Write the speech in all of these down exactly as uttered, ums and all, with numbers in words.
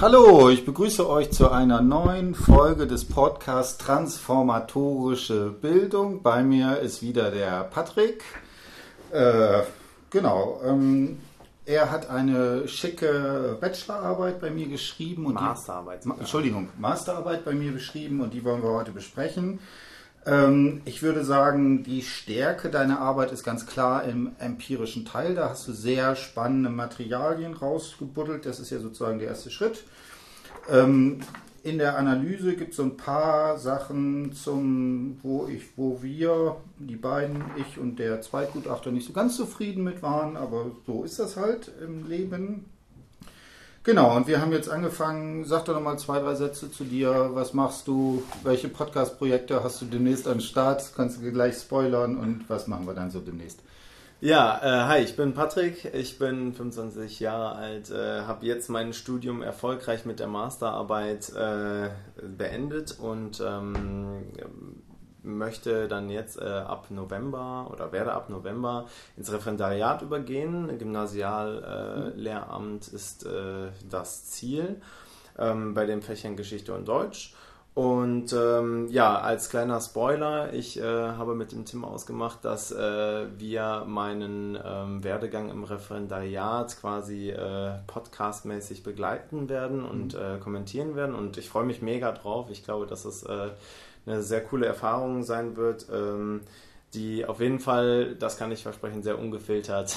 Hallo, ich begrüße euch zu einer neuen Folge des Podcasts Transformatorische Bildung. Bei mir ist wieder der Patrick. Äh, genau, ähm, er hat eine schicke Bachelorarbeit bei mir geschrieben. Und Masterarbeit. Die, Ma- Entschuldigung, Masterarbeit bei mir beschrieben und die wollen wir heute besprechen. Ähm, ich würde sagen, die Stärke deiner Arbeit ist ganz klar im empirischen Teil. Da hast du sehr spannende Materialien rausgebuddelt. Das ist ja sozusagen der erste Schritt. Ähm, in der Analyse gibt es so ein paar Sachen, zum, wo, ich, wo wir, die beiden, ich und der Zweitgutachter, nicht so ganz zufrieden mit waren. Aber so ist das halt im Leben. Genau, und wir haben jetzt angefangen. Sag doch nochmal zwei, drei Sätze zu dir. Was machst du? Welche Podcast-Projekte hast du demnächst am Start? Kannst du gleich spoilern und was machen wir dann so demnächst? Ja, äh, hi, ich bin Patrick, ich bin fünfundzwanzig Jahre alt, äh, habe jetzt mein Studium erfolgreich mit der Masterarbeit äh, beendet und ähm, möchte dann jetzt äh, ab November oder werde ab November ins Referendariat übergehen. Gymnasiallehramt äh, ist äh, das Ziel ähm, bei den Fächern Geschichte und Deutsch. Und ähm, ja, als kleiner Spoiler, ich äh, habe mit dem Tim ausgemacht, dass äh, wir meinen ähm, Werdegang im Referendariat quasi äh, podcastmäßig begleiten werden und äh, kommentieren werden. Und ich freue mich mega drauf. Ich glaube, dass es äh, eine sehr coole Erfahrung sein wird, ähm, die auf jeden Fall, das kann ich versprechen, sehr ungefiltert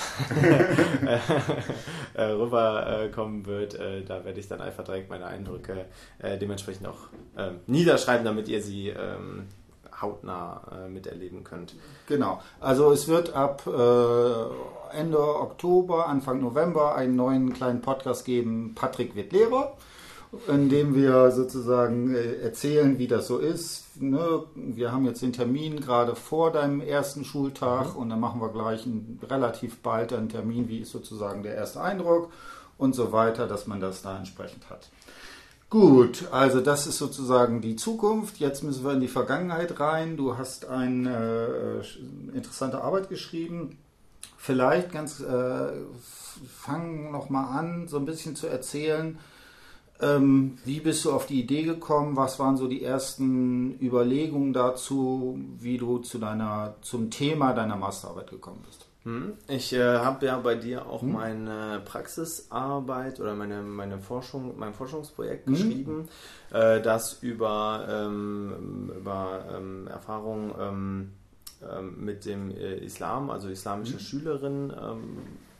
äh, rüberkommen äh, wird. Äh, da werde ich dann einfach direkt meine Eindrücke äh, dementsprechend auch äh, niederschreiben, damit ihr sie ähm, hautnah äh, miterleben könnt. Genau, also es wird ab äh, Ende Oktober, Anfang November einen neuen kleinen Podcast geben, Patrick wird Lehrer, in dem wir sozusagen äh, erzählen, wie das so ist. Ne? Wir haben jetzt den Termin gerade vor deinem ersten Schultag mhm. und dann machen wir gleich einen, relativ bald einen Termin, wie ist sozusagen der erste Eindruck und so weiter, dass man das da entsprechend hat. Gut, also das ist sozusagen die Zukunft. Jetzt müssen wir in die Vergangenheit rein. Du hast eine äh, interessante Arbeit geschrieben. Vielleicht ganz äh, fangen noch mal an, so ein bisschen zu erzählen. Ähm, wie bist du auf die Idee gekommen? Was waren so die ersten Überlegungen dazu, wie du zu deiner, zum Thema deiner Masterarbeit gekommen bist? Ich äh, habe ja bei dir auch hm? meine Praxisarbeit oder meine, meine Forschung, mein Forschungsprojekt hm? geschrieben, äh, das über, ähm, über ähm, Erfahrungen ähm, ähm, mit dem äh, Islam, also islamische hm? Schülerinnen ähm,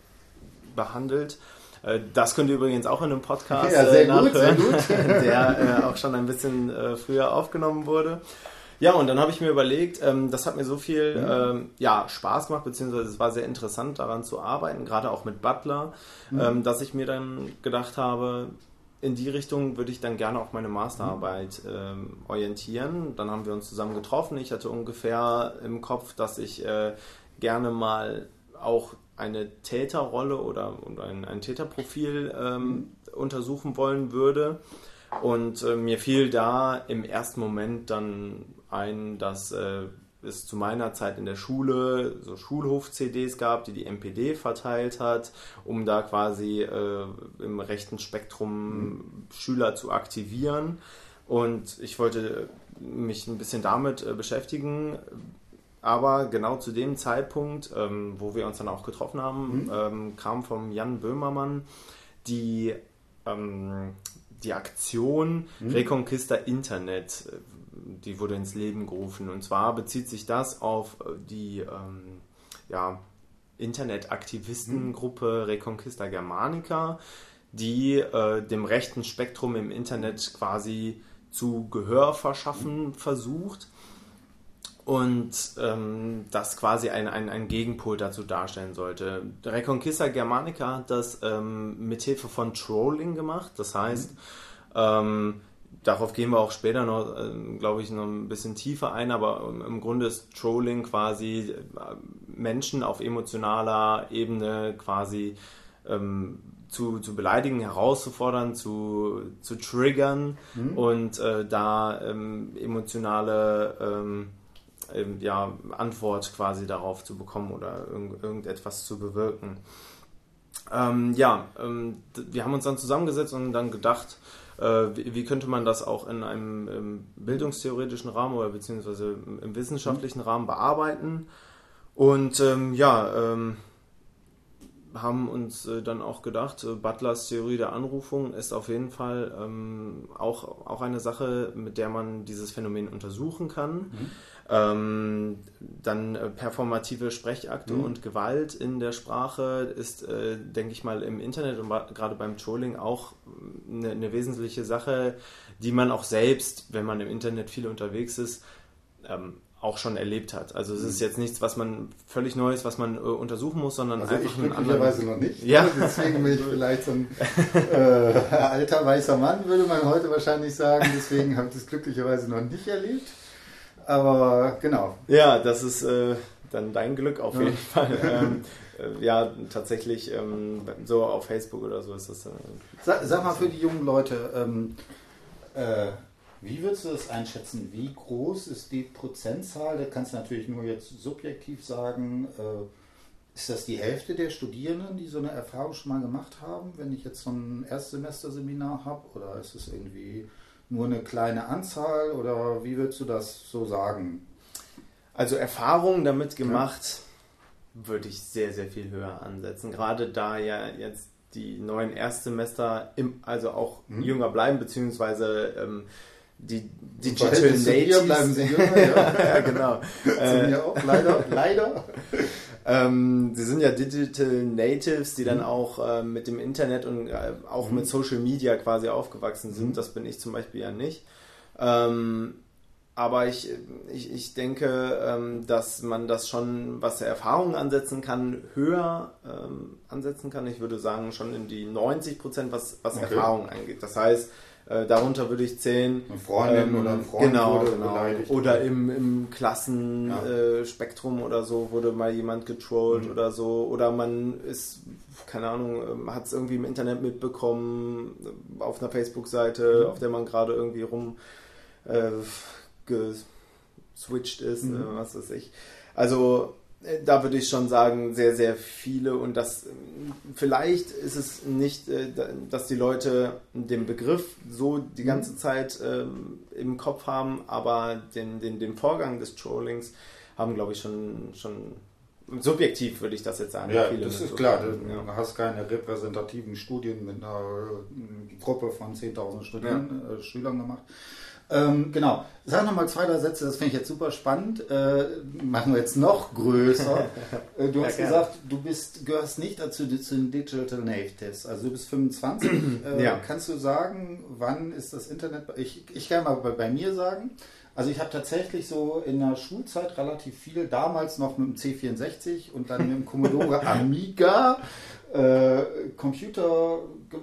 behandelt. Das könnt ihr übrigens auch in einem Podcast ja, sehr nachhören, gut, sehr gut. der äh, auch schon ein bisschen äh, früher aufgenommen wurde. Ja, und dann habe ich mir überlegt, ähm, das hat mir so viel mhm. ähm, ja, Spaß gemacht, beziehungsweise es war sehr interessant, daran zu arbeiten, gerade auch mit Butler, mhm. ähm, dass ich mir dann gedacht habe, in die Richtung würde ich dann gerne auch meine Masterarbeit ähm, orientieren. Dann haben wir uns zusammen getroffen. Ich hatte ungefähr im Kopf, dass ich äh, gerne mal auch eine Täterrolle oder, oder ein, ein Täterprofil ähm, mhm. untersuchen wollen würde. Und äh, mir fiel da im ersten Moment dann ein, dass äh, es zu meiner Zeit in der Schule so Schulhof-C Ds gab, die die M P D verteilt hat, um da quasi äh, im rechten Spektrum mhm. Schüler zu aktivieren. Und ich wollte mich ein bisschen damit äh, beschäftigen. Aber genau zu dem Zeitpunkt, ähm, wo wir uns dann auch getroffen haben, mhm. ähm, kam vom Jan Böhmermann die, ähm, die Aktion mhm. Reconquista Internet, die wurde ins Leben gerufen. Und zwar bezieht sich das auf die ähm, ja, Internetaktivistengruppe mhm. Reconquista Germanica, die äh, dem rechten Spektrum im Internet quasi zu Gehör verschaffen mhm. versucht. Und ähm, das quasi ein, ein, ein Gegenpol dazu darstellen sollte. Reconquista Germanica hat das ähm, mithilfe von Trolling gemacht. Das heißt, mhm. ähm, darauf gehen wir auch später noch, äh, glaube ich, noch ein bisschen tiefer ein, aber im, im Grunde ist Trolling quasi äh, Menschen auf emotionaler Ebene quasi ähm, zu, zu beleidigen, herauszufordern, zu, zu triggern mhm. und äh, da ähm, emotionale ähm, ja, Antwort quasi darauf zu bekommen oder irgend, irgendetwas zu bewirken. Ähm, ja, ähm, wir haben uns dann zusammengesetzt und dann gedacht, äh, wie, wie könnte man das auch in einem ähm, bildungstheoretischen Rahmen oder beziehungsweise im, im wissenschaftlichen Rahmen bearbeiten. Und ähm, ja, ähm, haben uns äh, dann auch gedacht, äh, Butlers Theorie der Anrufung ist auf jeden Fall ähm, auch, auch eine Sache, mit der man dieses Phänomen untersuchen kann. Mhm. Ähm, dann äh, performative Sprechakte mhm. und Gewalt in der Sprache ist, äh, denke ich mal, im Internet und gerade beim Trolling auch eine, eine wesentliche Sache, die man auch selbst, wenn man im Internet viel unterwegs ist, ähm, auch schon erlebt hat. Also es ist jetzt nichts, was man völlig Neues, was man äh, untersuchen muss, sondern also einfach ich glücklicherweise anderen... noch nicht. Ja. Deswegen bin ich vielleicht so ein äh, alter weißer Mann, würde man heute wahrscheinlich sagen. Deswegen habe ich das glücklicherweise noch nicht erlebt. Aber genau. Ja, das ist äh, dann dein Glück auf jeden ja. Fall. Ähm, äh, ja, tatsächlich ähm, so auf Facebook oder so ist das... Äh, sag, sag mal für die jungen Leute, ähm, äh, wie würdest du das einschätzen? Wie groß ist die Prozentzahl? Da kannst du natürlich nur jetzt subjektiv sagen. Äh, ist das die Hälfte der Studierenden, die so eine Erfahrung schon mal gemacht haben, wenn ich jetzt so ein Erstsemesterseminar habe? Oder ist es irgendwie nur eine kleine Anzahl? Oder wie würdest du das so sagen? Also Erfahrungen damit gemacht, ja. würde ich sehr, sehr viel höher ansetzen. Gerade da ja jetzt die neuen Erstsemester im, also auch hm. jünger bleiben, beziehungsweise ähm, die Digital Natives bleiben sie jünger, ja. ja, genau. Sind äh, ja auch leider, leider. Ähm, sie sind ja Digital Natives, die dann mhm. auch äh, mit dem Internet und äh, auch mhm. mit Social Media quasi aufgewachsen sind. Mhm. Das bin ich zum Beispiel ja nicht. Ähm, aber ich, ich, ich denke, ähm, dass man das schon, was der Erfahrung ansetzen kann, höher ähm, ansetzen kann. Ich würde sagen, schon in die neunzig Prozent, was, was okay. Erfahrung angeht. Das heißt, Äh, darunter würde ich zählen. Eine Freundin ähm, oder ein Freund genau, wurde genau. beleidigt. Oder im, im Klassenspektrum ja. äh, oder so wurde mal jemand getrollt mhm. oder so. Oder man ist, keine Ahnung, hat es irgendwie im Internet mitbekommen, auf einer Facebook-Seite, mhm. auf der man gerade irgendwie rum äh, geswitcht ist, mhm. äh, was weiß ich. Also da würde ich schon sagen, sehr, sehr viele und das vielleicht ist es nicht, dass die Leute den Begriff so die ganze mhm. Zeit ähm, im Kopf haben, aber den, den, den Vorgang des Trollings haben, glaube ich, schon, schon subjektiv, würde ich das jetzt sagen. Ja, viele das ist so klar. sagen, Du ja. hast keine repräsentativen Studien mit einer Gruppe von zehntausend Studenten, ja. äh, Schülern gemacht. Ähm, genau. Sag nochmal zwei, drei Sätze, das finde ich jetzt super spannend. Äh, machen wir jetzt noch größer. äh, du hast ja, gesagt, du bist, gehörst nicht dazu zu den Digital Natives. Also du bist fünfundzwanzig. Äh, ja. Kannst du sagen, wann ist das Internet? Ich, ich kann mal bei, bei mir sagen. Also ich habe tatsächlich so in der Schulzeit relativ viel, damals noch mit dem C vierundsechzig und dann mit dem Commodore Amiga äh, Computer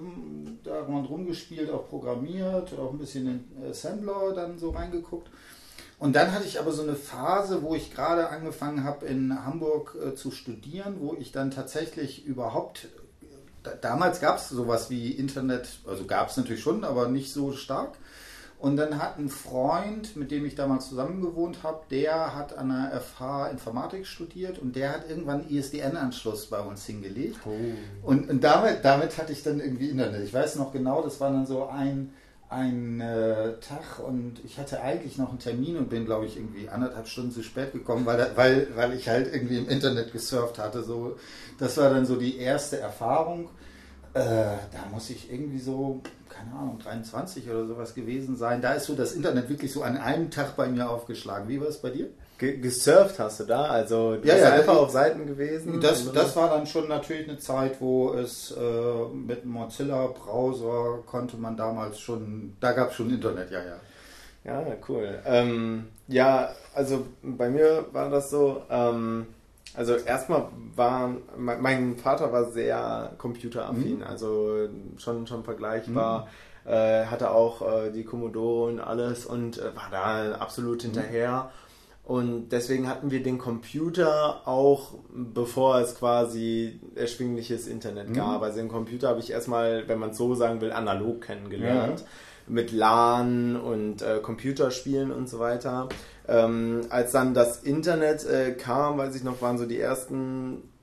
daran rumgespielt, auch programmiert, auch ein bisschen in Assembler dann so reingeguckt. Und dann hatte ich aber so eine Phase, wo ich gerade angefangen habe in Hamburg äh, zu studieren, wo ich dann tatsächlich überhaupt, da, damals gab es sowas wie Internet, also gab es natürlich schon, aber nicht so stark. Und dann hat ein Freund, mit dem ich damals zusammen gewohnt habe, der hat an der F H Informatik studiert und der hat irgendwann einen I S D N-Anschluss bei uns hingelegt. Oh. Und, und damit, damit hatte ich dann irgendwie Internet. Ich weiß noch genau, das war dann so ein, ein äh, Tag und ich hatte eigentlich noch einen Termin und bin, glaube ich, irgendwie anderthalb Stunden zu spät gekommen, weil, weil, weil ich halt irgendwie im Internet gesurft hatte. So, das war dann so die erste Erfahrung. Äh, da muss ich irgendwie so, keine Ahnung, dreiundzwanzig oder sowas gewesen sein. Da ist so das Internet wirklich so an einem Tag bei mir aufgeschlagen. Wie war es bei dir? Ge- gesurft hast du da? Also du ja, bist ja, einfach ich, auf Seiten gewesen? Das, das war dann schon natürlich eine Zeit, wo es äh, mit Mozilla-Browser konnte man damals schon, da gab es schon Internet, ja, ja. Ja, cool. Ähm, ja, also bei mir war das so, ähm, also erstmal war, mein Vater war sehr computeraffin, mhm. also schon, schon vergleichbar, mhm. äh, hatte auch äh, die Commodore und alles und äh, war da absolut hinterher. Mhm. Und deswegen hatten wir den Computer auch, bevor es quasi erschwingliches Internet mhm. gab. Also den Computer habe ich erstmal, wenn man es so sagen will, analog kennengelernt. Ja. Mit LAN und äh, Computerspielen und so weiter. Ähm, als dann das Internet äh, kam, weiß ich noch, waren so die ersten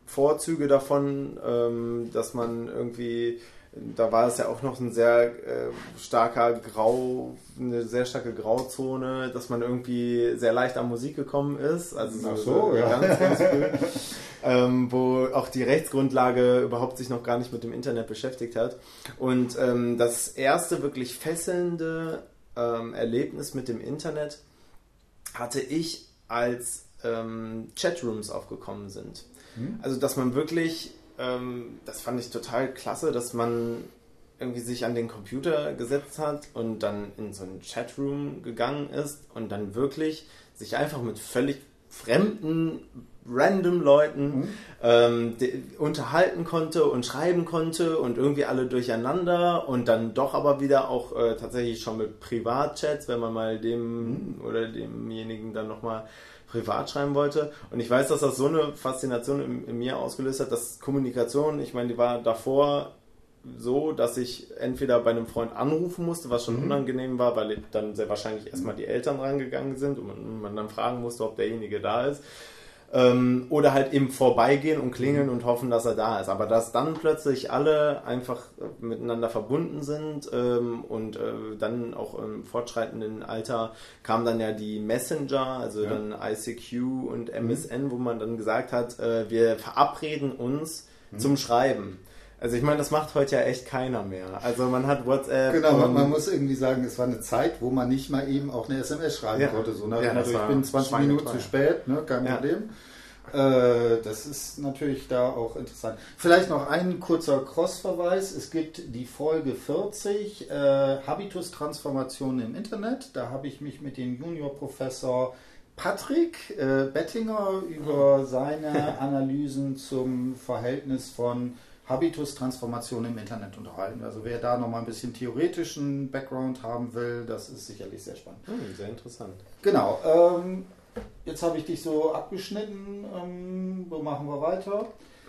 Vorzüge davon, ähm, dass man irgendwie, da war es ja auch noch ein sehr äh, starker Grau, eine sehr starke Grauzone, dass man irgendwie sehr leicht an Musik gekommen ist. Also so, Ach so, ja. ganz, ganz cool. ähm, wo auch die Rechtsgrundlage überhaupt sich noch gar nicht mit dem Internet beschäftigt hat. Und ähm, das erste wirklich fesselnde ähm, Erlebnis mit dem Internet hatte ich, als ähm, Chatrooms aufgekommen sind. Hm. Also dass man wirklich, ähm, das fand ich total klasse, dass man irgendwie sich an den Computer gesetzt hat und dann in so einen Chatroom gegangen ist und dann wirklich sich einfach mit völlig fremden, random Leuten mhm. ähm, de- unterhalten konnte und schreiben konnte und irgendwie alle durcheinander und dann doch aber wieder auch äh, tatsächlich schon mit Privatchats, wenn man mal dem mhm. oder demjenigen dann nochmal privat schreiben wollte. Und ich weiß, dass das so eine Faszination in, in mir ausgelöst hat, dass Kommunikation, ich meine, die war davor so, dass ich entweder bei einem Freund anrufen musste, was schon mhm. unangenehm war, weil dann sehr wahrscheinlich erstmal die Eltern rangegangen sind und man, man dann fragen musste, ob derjenige da ist. Ähm, oder halt eben vorbeigehen und klingeln mhm. und hoffen, dass er da ist. Aber dass dann plötzlich alle einfach miteinander verbunden sind ähm, und äh, dann auch im fortschreitenden Alter kamen dann ja die Messenger, also ja. dann I C Q und M S N, mhm. wo man dann gesagt hat, äh, wir verabreden uns mhm. zum Schreiben. Also ich meine, das macht heute ja echt keiner mehr. Also man hat WhatsApp. Genau, man, man muss irgendwie sagen, es war eine Zeit, wo man nicht mal eben auch eine S M S schreiben ja. konnte. So, ne? ja, also ich bin zwanzig Minuten zu spät, ne? Kein ja. Problem. Äh, das ist natürlich da auch interessant. Vielleicht noch ein kurzer Cross-Verweis. Es gibt die Folge vierzig, äh, Habitus-Transformation im Internet. Da habe ich mich mit dem Juniorprofessor Patrick äh, Bettinger über seine Analysen zum Verhältnis von Habitus-Transformation im Internet unterhalten. Also wer da nochmal ein bisschen theoretischen Background haben will, das ist sicherlich sehr spannend. Hm, sehr interessant. Genau. Ähm, jetzt habe ich dich so abgeschnitten. Ähm, wo machen wir weiter?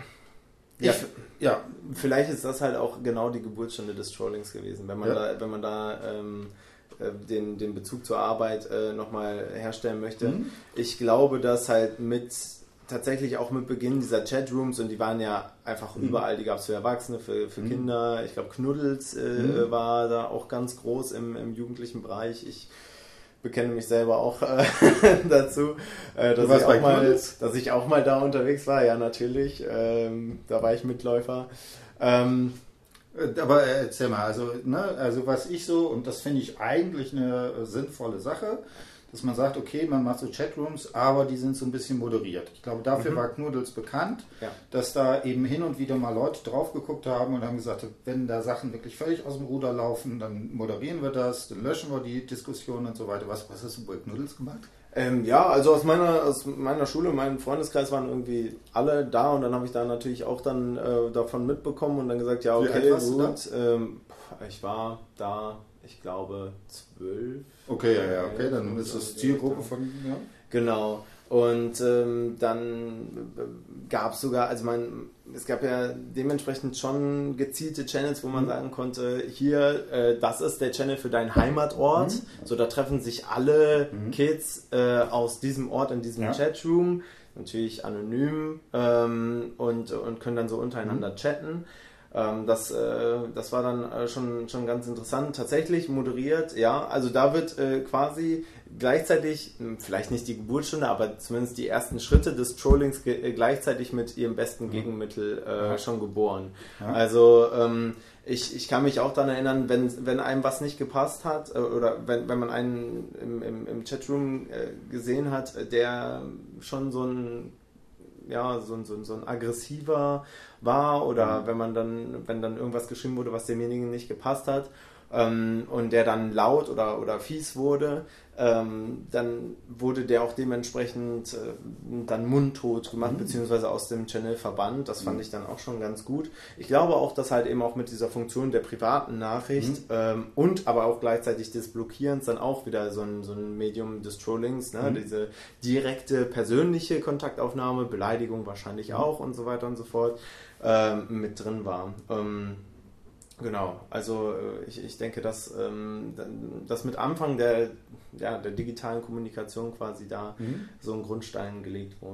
Ja, ich, ja, vielleicht ist das halt auch genau die Geburtsstunde des Trollings gewesen, wenn man ja. da, wenn man da ähm, den, den Bezug zur Arbeit äh, nochmal herstellen möchte. Mhm. Ich glaube, dass halt mit tatsächlich auch mit Beginn dieser Chatrooms, und die waren ja einfach mhm. überall, die gab es für Erwachsene, für, für mhm. Kinder, ich glaube Knuddels äh, mhm. war da auch ganz groß im, im jugendlichen Bereich. Ich bekenne mich selber auch äh, dazu, äh, dass, ich auch mal, dass ich auch mal da unterwegs war, ja natürlich, ähm, da war ich Mitläufer. Ähm, Aber erzähl mal, also, ne, also was ich so, und das finde ich eigentlich eine sinnvolle Sache, dass man sagt, okay, man macht so Chatrooms, aber die sind so ein bisschen moderiert. Ich glaube, dafür mhm. war Knuddels bekannt, ja. dass da eben hin und wieder mal Leute drauf geguckt haben und haben gesagt, wenn da Sachen wirklich völlig aus dem Ruder laufen, dann moderieren wir das, dann löschen wir die Diskussion und so weiter. Was, was hast du bei Knuddels gemacht? Ähm, ja, also aus meiner, aus meiner Schule, meinem Freundeskreis waren irgendwie alle da und dann habe ich da natürlich auch dann äh, davon mitbekommen und dann gesagt, ja, okay, gut. Ähm, ich war da, ich glaube, zwölf. Okay, ja, ja, okay, dann ist das Zielgruppe von, ja. Genau. Und ähm, dann gab es sogar, also man, es gab ja dementsprechend schon gezielte Channels, wo man mhm. sagen konnte, hier, äh, das ist der Channel für deinen Heimatort. Mhm. So, da treffen sich alle mhm. Kids äh, aus diesem Ort in diesem ja. Chatroom, natürlich anonym ähm, und, und können dann so untereinander mhm. chatten. Ähm, das, äh, das war dann äh, schon, schon ganz interessant. Tatsächlich moderiert, ja, also da wird äh, quasi gleichzeitig, vielleicht nicht die Geburtsstunde, aber zumindest die ersten Schritte des Trollings ge- gleichzeitig mit ihrem besten mhm. Gegenmittel äh, ja. schon geboren. Ja. Also ähm, ich, ich kann mich auch daran erinnern, wenn, wenn einem was nicht gepasst hat äh, oder wenn, wenn man einen im, im, im Chatroom äh, gesehen hat, der schon so ein ja, so ein, so ein, so ein aggressiver war oder mhm. wenn man dann, wenn dann irgendwas geschrieben wurde, was demjenigen nicht gepasst hat ähm, und der dann laut oder, oder fies wurde, ähm, dann wurde der auch dementsprechend äh, dann mundtot gemacht, mhm. beziehungsweise aus dem Channel verbannt. Das fand mhm. ich dann auch schon ganz gut. Ich glaube auch, dass halt eben auch mit dieser Funktion der privaten Nachricht mhm. ähm, und aber auch gleichzeitig des Blockierens dann auch wieder so ein, so ein Medium des Trollings, ne? Mhm. Diese direkte persönliche Kontaktaufnahme, Beleidigung wahrscheinlich mhm. auch und so weiter und so fort ähm, mit drin war. Ähm, Genau, also ich, ich denke, dass, ähm, dass mit Anfang der, ja, der digitalen Kommunikation quasi da mhm. so ein Grundstein gelegt wurde.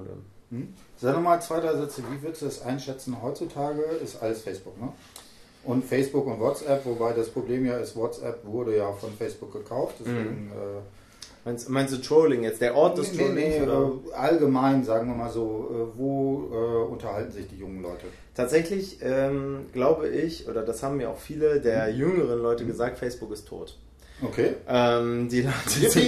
Hm? Sag nochmal zwei, drei Sätze, wie würdest du das einschätzen? Heutzutage ist alles Facebook, ne? Und Facebook und WhatsApp, wobei das Problem ja ist, WhatsApp wurde ja von Facebook gekauft, deswegen... Mhm. Äh, Meinst, meinst du Trolling jetzt, der Ort des nee, Trollings? Nee, oder? Allgemein, sagen wir mal so, wo äh, unterhalten sich die jungen Leute? Tatsächlich ähm, glaube ich, oder das haben mir auch viele der jüngeren Leute gesagt, Facebook ist tot. Okay. Ähm, die Leute,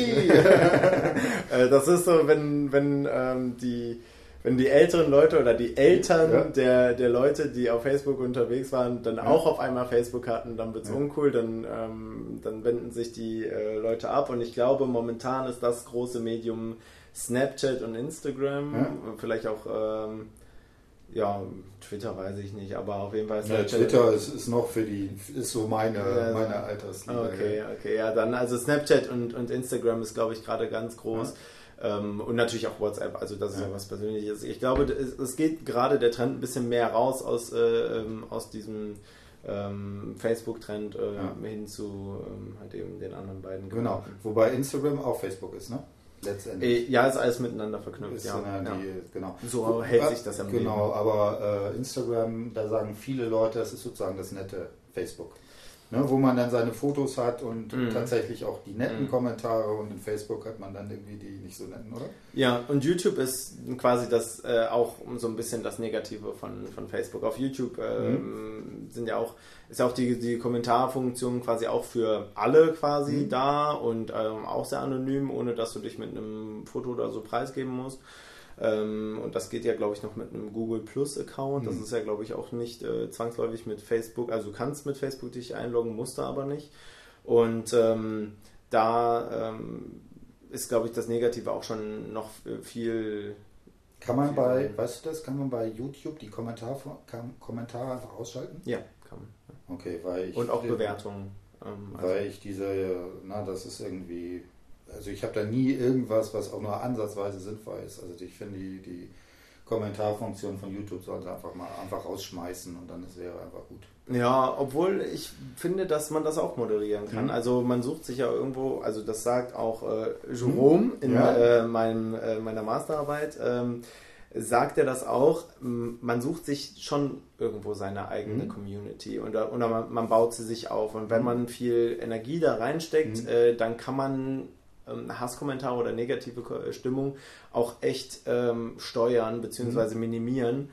äh, das ist so, wenn, wenn ähm, die... Wenn die älteren Leute oder die Eltern ja. der, der Leute, die auf Facebook unterwegs waren, dann ja. auch auf einmal Facebook hatten, dann wird es ja. uncool, dann, ähm, dann wenden sich die äh, Leute ab. Und ich glaube, momentan ist das große Medium Snapchat und Instagram, ja. vielleicht auch, ähm, ja, Twitter weiß ich nicht, aber auf jeden Fall Snapchat. Ja, Twitter ist, ist noch für die, ist so meine, ja, meine Altersliebe. Okay, okay, ja, dann also Snapchat und, und Instagram ist, glaube ich, gerade ganz groß. Ja. Ähm, und natürlich auch WhatsApp, also das ist ja, ja was Persönliches. Ich glaube, es, es geht gerade der Trend ein bisschen mehr raus aus, äh, aus diesem ähm, Facebook-Trend äh, ja. hin zu ähm, halt eben den anderen beiden. Genau, Kanälen. Wobei Instagram auch Facebook ist, ne? Letztendlich. Ja, ist alles miteinander verknüpft. Ist, ja. Ja. Die, genau. So hält sich das am Genau, Leben. Aber äh, Instagram, da sagen viele Leute, das ist sozusagen das nette Facebook. Ne, wo man dann seine Fotos hat und mhm. tatsächlich auch die netten mhm. Kommentare, und in Facebook hat man dann irgendwie die nicht so netten, oder? Ja, und YouTube ist quasi das äh, auch so ein bisschen das Negative von, von Facebook. Auf YouTube ähm, mhm. sind ja auch, ist ja auch die, die Kommentarfunktion quasi auch für alle quasi mhm. da und ähm, auch sehr anonym, ohne dass du dich mit einem Foto oder so preisgeben musst. Ähm, und das geht ja, glaube ich, noch mit einem Google Plus Account. Das mhm. ist ja, glaube ich, auch nicht äh, zwangsläufig mit Facebook. Also du kannst mit Facebook dich einloggen, musst du aber nicht. Und ähm, da ähm, ist, glaube ich, das Negative auch schon noch viel... Kann man viel bei, weißt du das, kann man bei YouTube die Kommentar, Kommentare einfach ausschalten? Ja, kann man. Ja. Okay, weil ich... Und auch Bewertungen. Ähm, weil also ich diese, na, das ist irgendwie... Also ich habe da nie irgendwas, was auch nur ansatzweise sinnvoll ist. Also ich finde die, die Kommentarfunktion von YouTube sollen sie einfach mal einfach rausschmeißen und dann ist wäre einfach gut. Ja, obwohl ich finde, dass man das auch moderieren kann. Mhm. Also man sucht sich ja irgendwo, also das sagt auch äh, Jerome in ja. äh, meinem, äh, meiner Masterarbeit, ähm, sagt er das auch, man sucht sich schon irgendwo seine eigene mhm. Community und, oder man, man baut sie sich auf. Und wenn man viel Energie da reinsteckt, mhm. äh, dann kann man Hasskommentare oder negative Stimmung auch echt ähm, steuern bzw. Mhm. minimieren.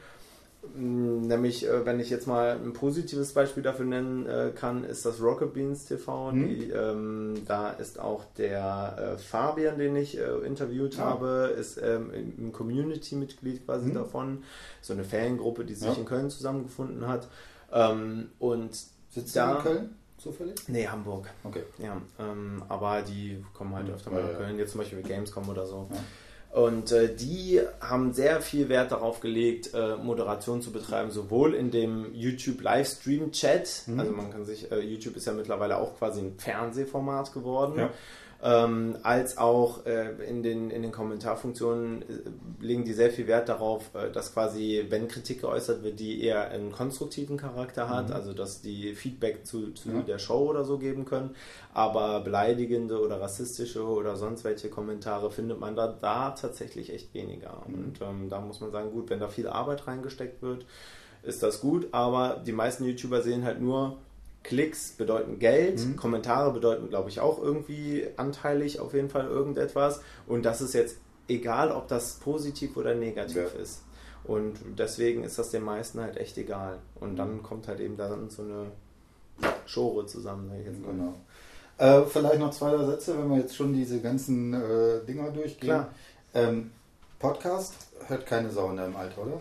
Nämlich, äh, wenn ich jetzt mal ein positives Beispiel dafür nennen äh, kann, ist das Rocket Beans T V. Mhm. Die, ähm, da ist auch der äh, Fabian, den ich äh, interviewt ja. habe, ist ähm, ein Community-Mitglied quasi mhm. davon. So eine Fangruppe, die sich ja. in Köln zusammengefunden hat. Ähm, und Sitzt da, in Köln? Zufällig? Nee, Hamburg. Okay. Ja, ähm, aber die kommen halt öfter mal ja, nach Köln, jetzt zum Beispiel mit Gamescom oder so. Ja. Und äh, die haben sehr viel Wert darauf gelegt, äh, Moderation zu betreiben, sowohl in dem YouTube-Livestream-Chat, mhm. also man kann sich, äh, YouTube ist ja mittlerweile auch quasi ein Fernsehformat geworden, ja. ähm, als auch äh, in den, in den Kommentarfunktionen äh, legen die sehr viel Wert darauf, äh, dass quasi, wenn Kritik geäußert wird, die eher einen konstruktiven Charakter hat, mhm. also dass die Feedback zu, zu ja. der Show oder so geben können, aber beleidigende oder rassistische oder sonst welche Kommentare findet man da, da tatsächlich echt weniger. Mhm. Und ähm, da muss man sagen, gut, wenn da viel Arbeit reingesteckt wird, ist das gut, aber die meisten YouTuber sehen halt nur, Klicks bedeuten Geld, mhm. Kommentare bedeuten, glaube ich, auch irgendwie anteilig auf jeden Fall irgendetwas. Und das ist jetzt egal, ob das positiv oder negativ ja. ist. Und deswegen ist das den meisten halt echt egal. Und mhm. dann kommt halt eben dann so eine Schore zusammen. Sag ich jetzt mal. Genau. Äh, vielleicht noch zwei drei Sätze, wenn wir jetzt schon diese ganzen äh, Dinger durchgehen. Klar. Ähm, Podcast hört keine Sau in deinem Alter, oder?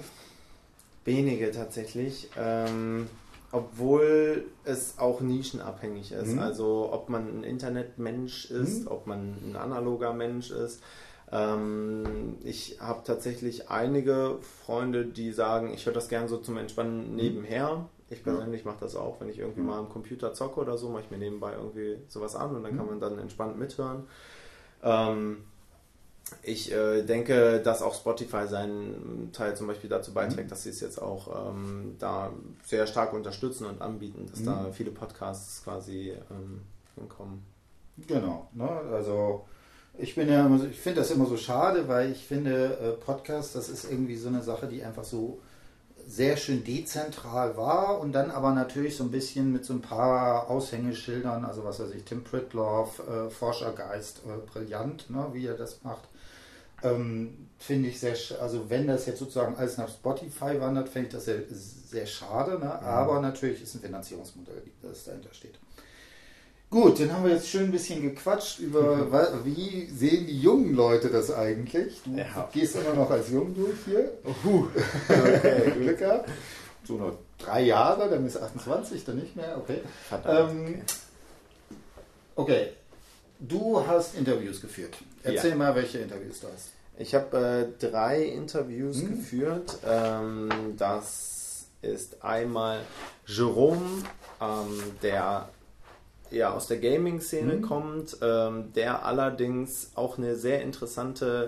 Wenige tatsächlich. Ähm... Obwohl es auch nischenabhängig ist. Mhm. Also ob man ein Internetmensch ist, mhm. ob man ein analoger Mensch ist. Ähm, ich habe tatsächlich einige Freunde, die sagen, ich höre das gerne so zum Entspannen mhm. nebenher. Ich persönlich ja. mache das auch, wenn ich irgendwie mhm. mal am Computer zocke oder so, mache ich mir nebenbei irgendwie sowas an und dann mhm. kann man dann entspannt mithören. Ähm, Ich äh, denke, dass auch Spotify seinen Teil zum Beispiel dazu beiträgt, mhm. dass sie es jetzt auch ähm, da sehr stark unterstützen und anbieten, dass mhm. da viele Podcasts quasi ähm, hinkommen. Genau, ne? Also Ich bin ja, ich finde das immer so schade, weil ich finde, Podcast, das ist irgendwie so eine Sache, die einfach so sehr schön dezentral war und dann aber natürlich so ein bisschen mit so ein paar Aushängeschildern, also was weiß ich, Tim Pritloff, äh, Forschergeist, äh, brillant, ne, wie er das macht. Ähm, finde ich sehr, also wenn das jetzt sozusagen alles nach Spotify wandert, finde ich das sehr, sehr schade, ne? Mhm. Aber natürlich ist ein Finanzierungsmodell, das dahinter steht. Gut, dann haben wir jetzt schön ein bisschen gequatscht über, wie sehen die jungen Leute das eigentlich? Du ja. gehst immer noch als jung durch hier. Uh, okay, Glück gehabt. So noch drei Jahre, dann ist achtundzwanzig, dann nicht mehr, okay. Verdammt, ähm, okay. okay, du hast Interviews geführt. Erzähl ja. mal, welche Interviews du hast. Ich habe äh, drei Interviews hm. geführt. Ähm, das ist einmal Jerome, ähm, der ja, aus der Gaming-Szene mhm. kommt, ähm, der allerdings auch eine sehr interessante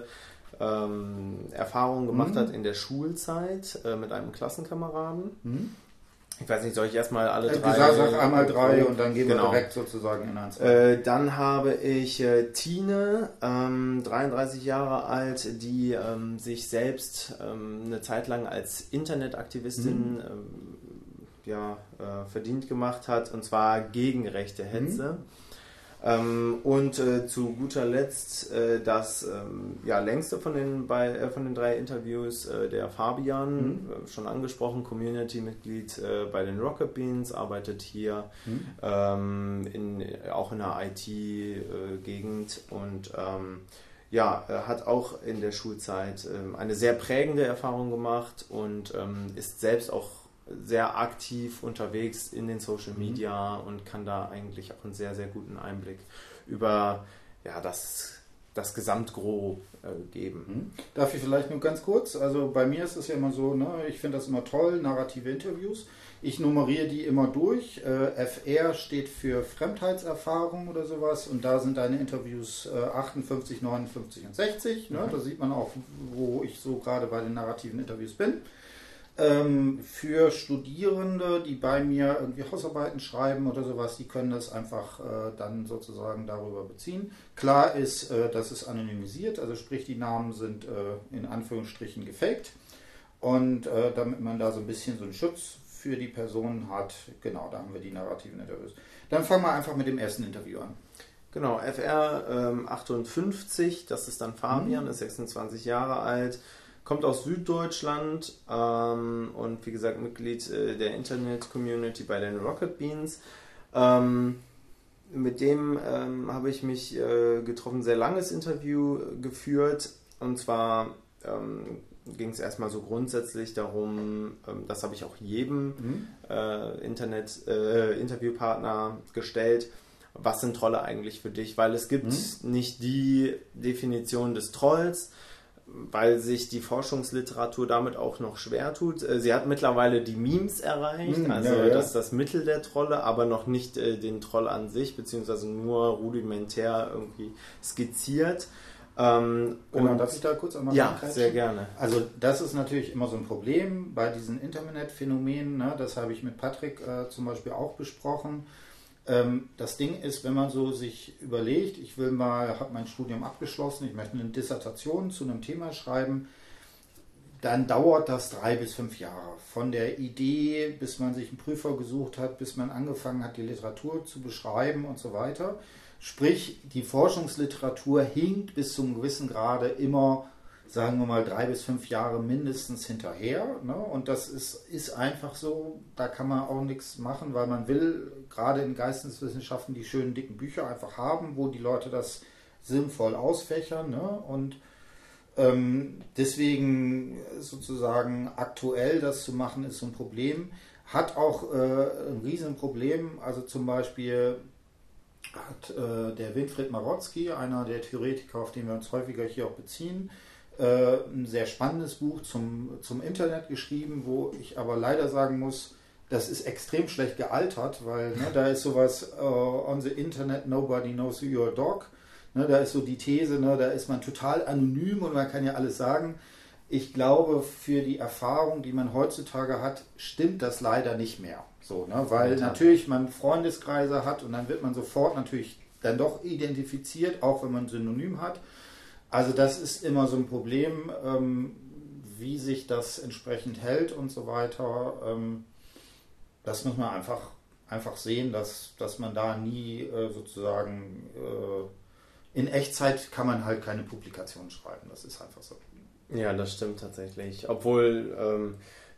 ähm, Erfahrung gemacht mhm. hat in der Schulzeit äh, mit einem Klassenkameraden. Mhm. Ich weiß nicht, soll ich erstmal alle äh, drei... Sag, sag einmal drei und dann gehen genau. wir direkt sozusagen in eins. Äh, dann habe ich äh, Tine, ähm, dreiunddreißig Jahre alt, die ähm, sich selbst ähm, eine Zeit lang als Internetaktivistin mhm. ähm, ja, äh, verdient gemacht hat, und zwar gegen rechte Hetze. Mhm. Ähm, und äh, zu guter Letzt äh, das ähm, ja, längste von den, bei, äh, von den drei Interviews, äh, der Fabian, mhm. äh, schon angesprochen, Community-Mitglied äh, bei den Rocket Beans, arbeitet hier mhm. ähm, in, auch in der I T-Gegend äh, und ähm, ja, hat auch in der Schulzeit äh, eine sehr prägende Erfahrung gemacht und ähm, ist selbst auch sehr aktiv unterwegs in den Social Media mhm. und kann da eigentlich auch einen sehr, sehr guten Einblick über ja, das, das Gesamtgros äh, geben. Mhm. Darf ich vielleicht nur ganz kurz? Also bei mir ist es ja immer so, ne, ich finde das immer toll, narrative Interviews. Ich nummeriere die immer durch. Äh, F R steht für Fremdheitserfahrung oder sowas und da sind deine Interviews äh, achtundfünfzig, neunundfünfzig und sechzig. Ne? Mhm. Da sieht man auch, wo ich so gerade bei den narrativen Interviews bin. Ähm, für Studierende, die bei mir irgendwie Hausarbeiten schreiben oder sowas, die können das einfach äh, dann sozusagen darüber beziehen. Klar ist, äh, das ist anonymisiert, also sprich die Namen sind äh, in Anführungsstrichen gefaked und äh, damit man da so ein bisschen so einen Schutz für die Personen hat, genau, da haben wir die narrativen Interviews. Dann fangen wir einfach mit dem ersten Interview an. Genau, F R ähm, achtundfünfzig, das ist dann Fabian, mhm. ist sechsundzwanzig Jahre alt. Kommt aus Süddeutschland ähm, und wie gesagt Mitglied äh, der Internet-Community bei den Rocket Beans. Ähm, mit dem ähm, habe ich mich äh, getroffen, sehr langes Interview geführt. Und zwar ähm, ging es erstmal so grundsätzlich darum, ähm, das habe ich auch jedem mhm. äh, Internet-Interviewpartner äh, gestellt. Was sind Trolle eigentlich für dich? Weil es gibt mhm. nicht die Definition des Trolls, weil sich die Forschungsliteratur damit auch noch schwer tut. Sie hat mittlerweile die Memes erreicht, mm, also ja, ja. das ist das Mittel der Trolle, aber noch nicht äh, den Troll an sich, beziehungsweise nur rudimentär irgendwie skizziert. Ähm, genau, und, darf ich da kurz einmal Ja, reinkreischen? Sehr gerne. Also das ist natürlich immer so ein Problem bei diesen Internetphänomenen, ne? Das habe ich mit Patrick äh, zum Beispiel auch besprochen. Das Ding ist, wenn man so sich überlegt, ich will mal, habe mein Studium abgeschlossen, ich möchte eine Dissertation zu einem Thema schreiben, dann dauert das drei bis fünf Jahre. Von der Idee, bis man sich einen Prüfer gesucht hat, bis man angefangen hat, die Literatur zu beschreiben und so weiter. Sprich, die Forschungsliteratur hinkt bis zu einem gewissen Grade immer, sagen wir mal, drei bis fünf Jahre mindestens hinterher. Ne? Und das ist, ist einfach so, da kann man auch nichts machen, weil man will gerade in Geisteswissenschaften die schönen dicken Bücher einfach haben, wo die Leute das sinnvoll ausfächern. Ne? Und ähm, deswegen sozusagen aktuell das zu machen, ist so ein Problem. Hat auch äh, ein Riesenproblem, also zum Beispiel hat äh, der Winfried Marotzki, einer der Theoretiker, auf den wir uns häufiger hier auch beziehen, ein sehr spannendes Buch zum, zum Internet geschrieben, wo ich aber leider sagen muss, das ist extrem schlecht gealtert, weil ne, da ist sowas uh, on the Internet, nobody knows your dog. Ne, da ist so die These, ne, da ist man total anonym und man kann ja alles sagen. Ich glaube, für die Erfahrung, die man heutzutage hat, stimmt das leider nicht mehr. So, ne, weil natürlich man Freundeskreise hat und dann wird man sofort natürlich dann doch identifiziert, auch wenn man ein Synonym hat. Also das ist immer so ein Problem, ähm, wie sich das entsprechend hält und so weiter. Ähm, das muss man einfach, einfach sehen, dass, dass man da nie äh, sozusagen äh, in Echtzeit kann man halt keine Publikation schreiben. Das ist einfach so. Ja, das stimmt tatsächlich. Obwohl ähm,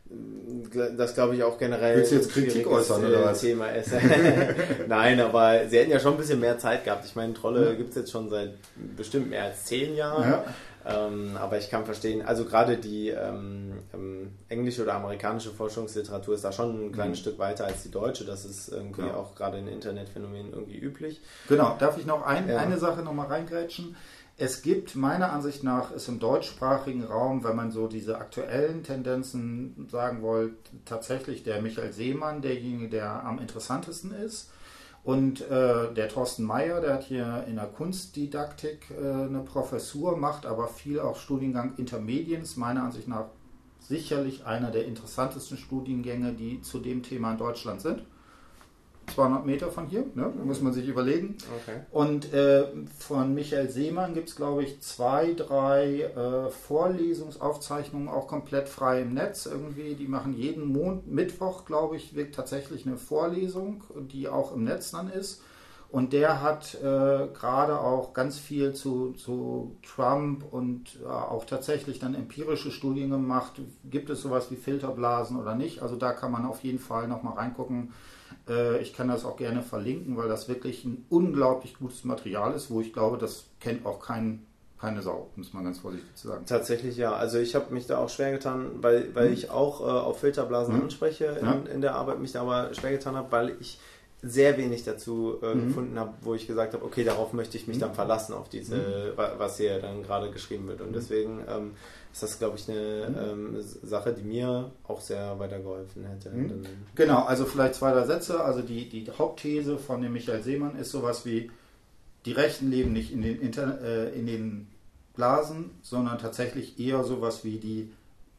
das, glaube ich, auch generell Willst du jetzt Kritik äußern, oder was? Thema ist. Nein, aber sie hätten ja schon ein bisschen mehr Zeit gehabt. Ich meine, Trolle ja. gibt es jetzt schon seit bestimmt mehr als zehn Jahren. Ja. Ähm, aber ich kann verstehen, also gerade die ähm, ähm, englische oder amerikanische Forschungsliteratur ist da schon ein kleines mhm. Stück weiter als die deutsche. Das ist irgendwie genau. auch gerade in Internetphänomenen irgendwie üblich. Genau, darf ich noch ein, ja. eine Sache nochmal reingrätschen? Es gibt meiner Ansicht nach, ist im deutschsprachigen Raum, wenn man so diese aktuellen Tendenzen sagen wollt, tatsächlich der Michael Seemann, derjenige, der am interessantesten ist. Und äh, der Thorsten Meyer, der hat hier in der Kunstdidaktik äh, eine Professur, macht aber viel auch Studiengang Intermediens, meiner Ansicht nach sicherlich einer der interessantesten Studiengänge, die zu dem Thema in Deutschland sind. zweihundert Meter von hier, ne? Muss man sich überlegen. Okay. Und äh, von Michael Seemann gibt es, glaube ich, zwei, drei äh, Vorlesungsaufzeichnungen, auch komplett frei im Netz irgendwie. Die machen jeden Mon- Mittwoch, glaube ich, wird tatsächlich eine Vorlesung, die auch im Netz dann ist. Und der hat äh, gerade auch ganz viel zu, zu Trump und äh, auch tatsächlich dann empirische Studien gemacht. Gibt es sowas wie Filterblasen oder nicht? Also da kann man auf jeden Fall nochmal reingucken. Ich kann das auch gerne verlinken, weil das wirklich ein unglaublich gutes Material ist, wo ich glaube, das kennt auch kein, keine Sau, muss man ganz vorsichtig zu sagen. Tatsächlich ja. Also ich habe mich da auch schwer getan, weil, weil hm. ich auch äh, auf Filterblasen hm. anspreche in, ja. in der Arbeit, mich da aber schwer getan habe, weil ich sehr wenig dazu äh, mhm. gefunden habe, wo ich gesagt habe, okay, darauf möchte ich mich mhm. dann verlassen, auf diese, mhm. was hier dann gerade geschrieben wird. Und mhm. deswegen ähm, ist das, glaube ich, eine mhm. ähm, Sache, die mir auch sehr weitergeholfen hätte. Mhm. Genau, also vielleicht zwei, drei Sätze. Also die, die Hauptthese von dem Michael Seemann ist sowas wie, die Rechten leben nicht in den, Inter- äh, in den Blasen, sondern tatsächlich eher sowas wie die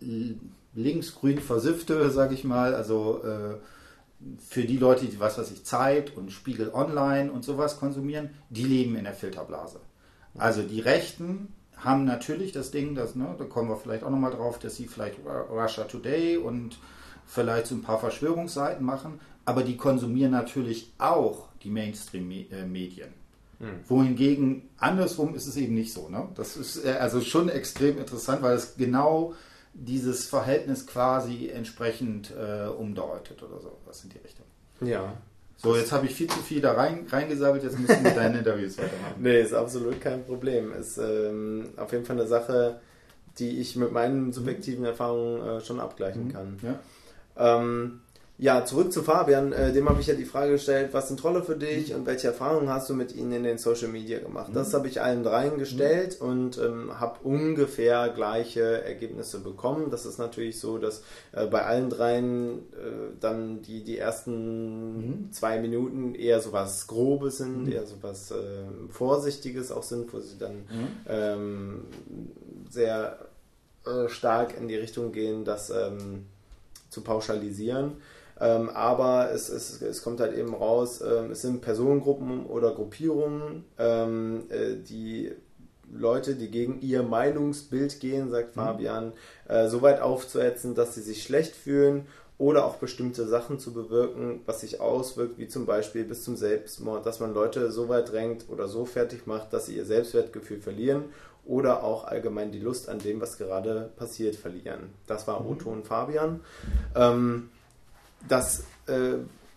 linksgrün Versiffte, sage ich mal, also äh, für die Leute, die, was weiß ich, Zeit und Spiegel Online und sowas konsumieren, die leben in der Filterblase. Also die Rechten haben natürlich das Ding, das, ne, da kommen wir vielleicht auch nochmal drauf, dass sie vielleicht Russia Today und vielleicht so ein paar Verschwörungsseiten machen, aber die konsumieren natürlich auch die Mainstream-Medien. Hm. Wohingegen andersrum ist es eben nicht so. Ne? Das ist also schon extrem interessant, weil es genau dieses Verhältnis quasi entsprechend äh, umdeutet oder so, was in die Richtung. Ja. So, jetzt habe ich viel zu viel da rein, reingesammelt, jetzt müssen wir deine Interviews weitermachen. Nee, ist absolut kein Problem. Ist ähm, auf jeden Fall eine Sache, die ich mit meinen subjektiven Erfahrungen äh, schon abgleichen mhm. kann. Ja. Ähm, ja, zurück zu Fabian. Äh, dem habe ich ja die Frage gestellt, was sind Trolle für dich und welche Erfahrungen hast du mit ihnen in den Social Media gemacht? Mhm. Das habe ich allen dreien gestellt mhm. und ähm, habe ungefähr gleiche Ergebnisse bekommen. Das ist natürlich so, dass äh, bei allen dreien äh, dann die, die ersten mhm. zwei Minuten eher so was Grobes sind, mhm. eher so was äh, Vorsichtiges auch sind, wo sie dann mhm. ähm, sehr äh, stark in die Richtung gehen, das ähm, zu pauschalisieren. Ähm, aber es, es, es kommt halt eben raus, ähm, es sind Personengruppen oder Gruppierungen, ähm, äh, die Leute, die gegen ihr Meinungsbild gehen, sagt mhm. Fabian, äh, so weit aufzuhetzen, dass sie sich schlecht fühlen oder auch bestimmte Sachen zu bewirken, was sich auswirkt, wie zum Beispiel bis zum Selbstmord, dass man Leute so weit drängt oder so fertig macht, dass sie ihr Selbstwertgefühl verlieren oder auch allgemein die Lust an dem, was gerade passiert, verlieren. Das war mhm. Otto und Fabian. Ähm, Das äh,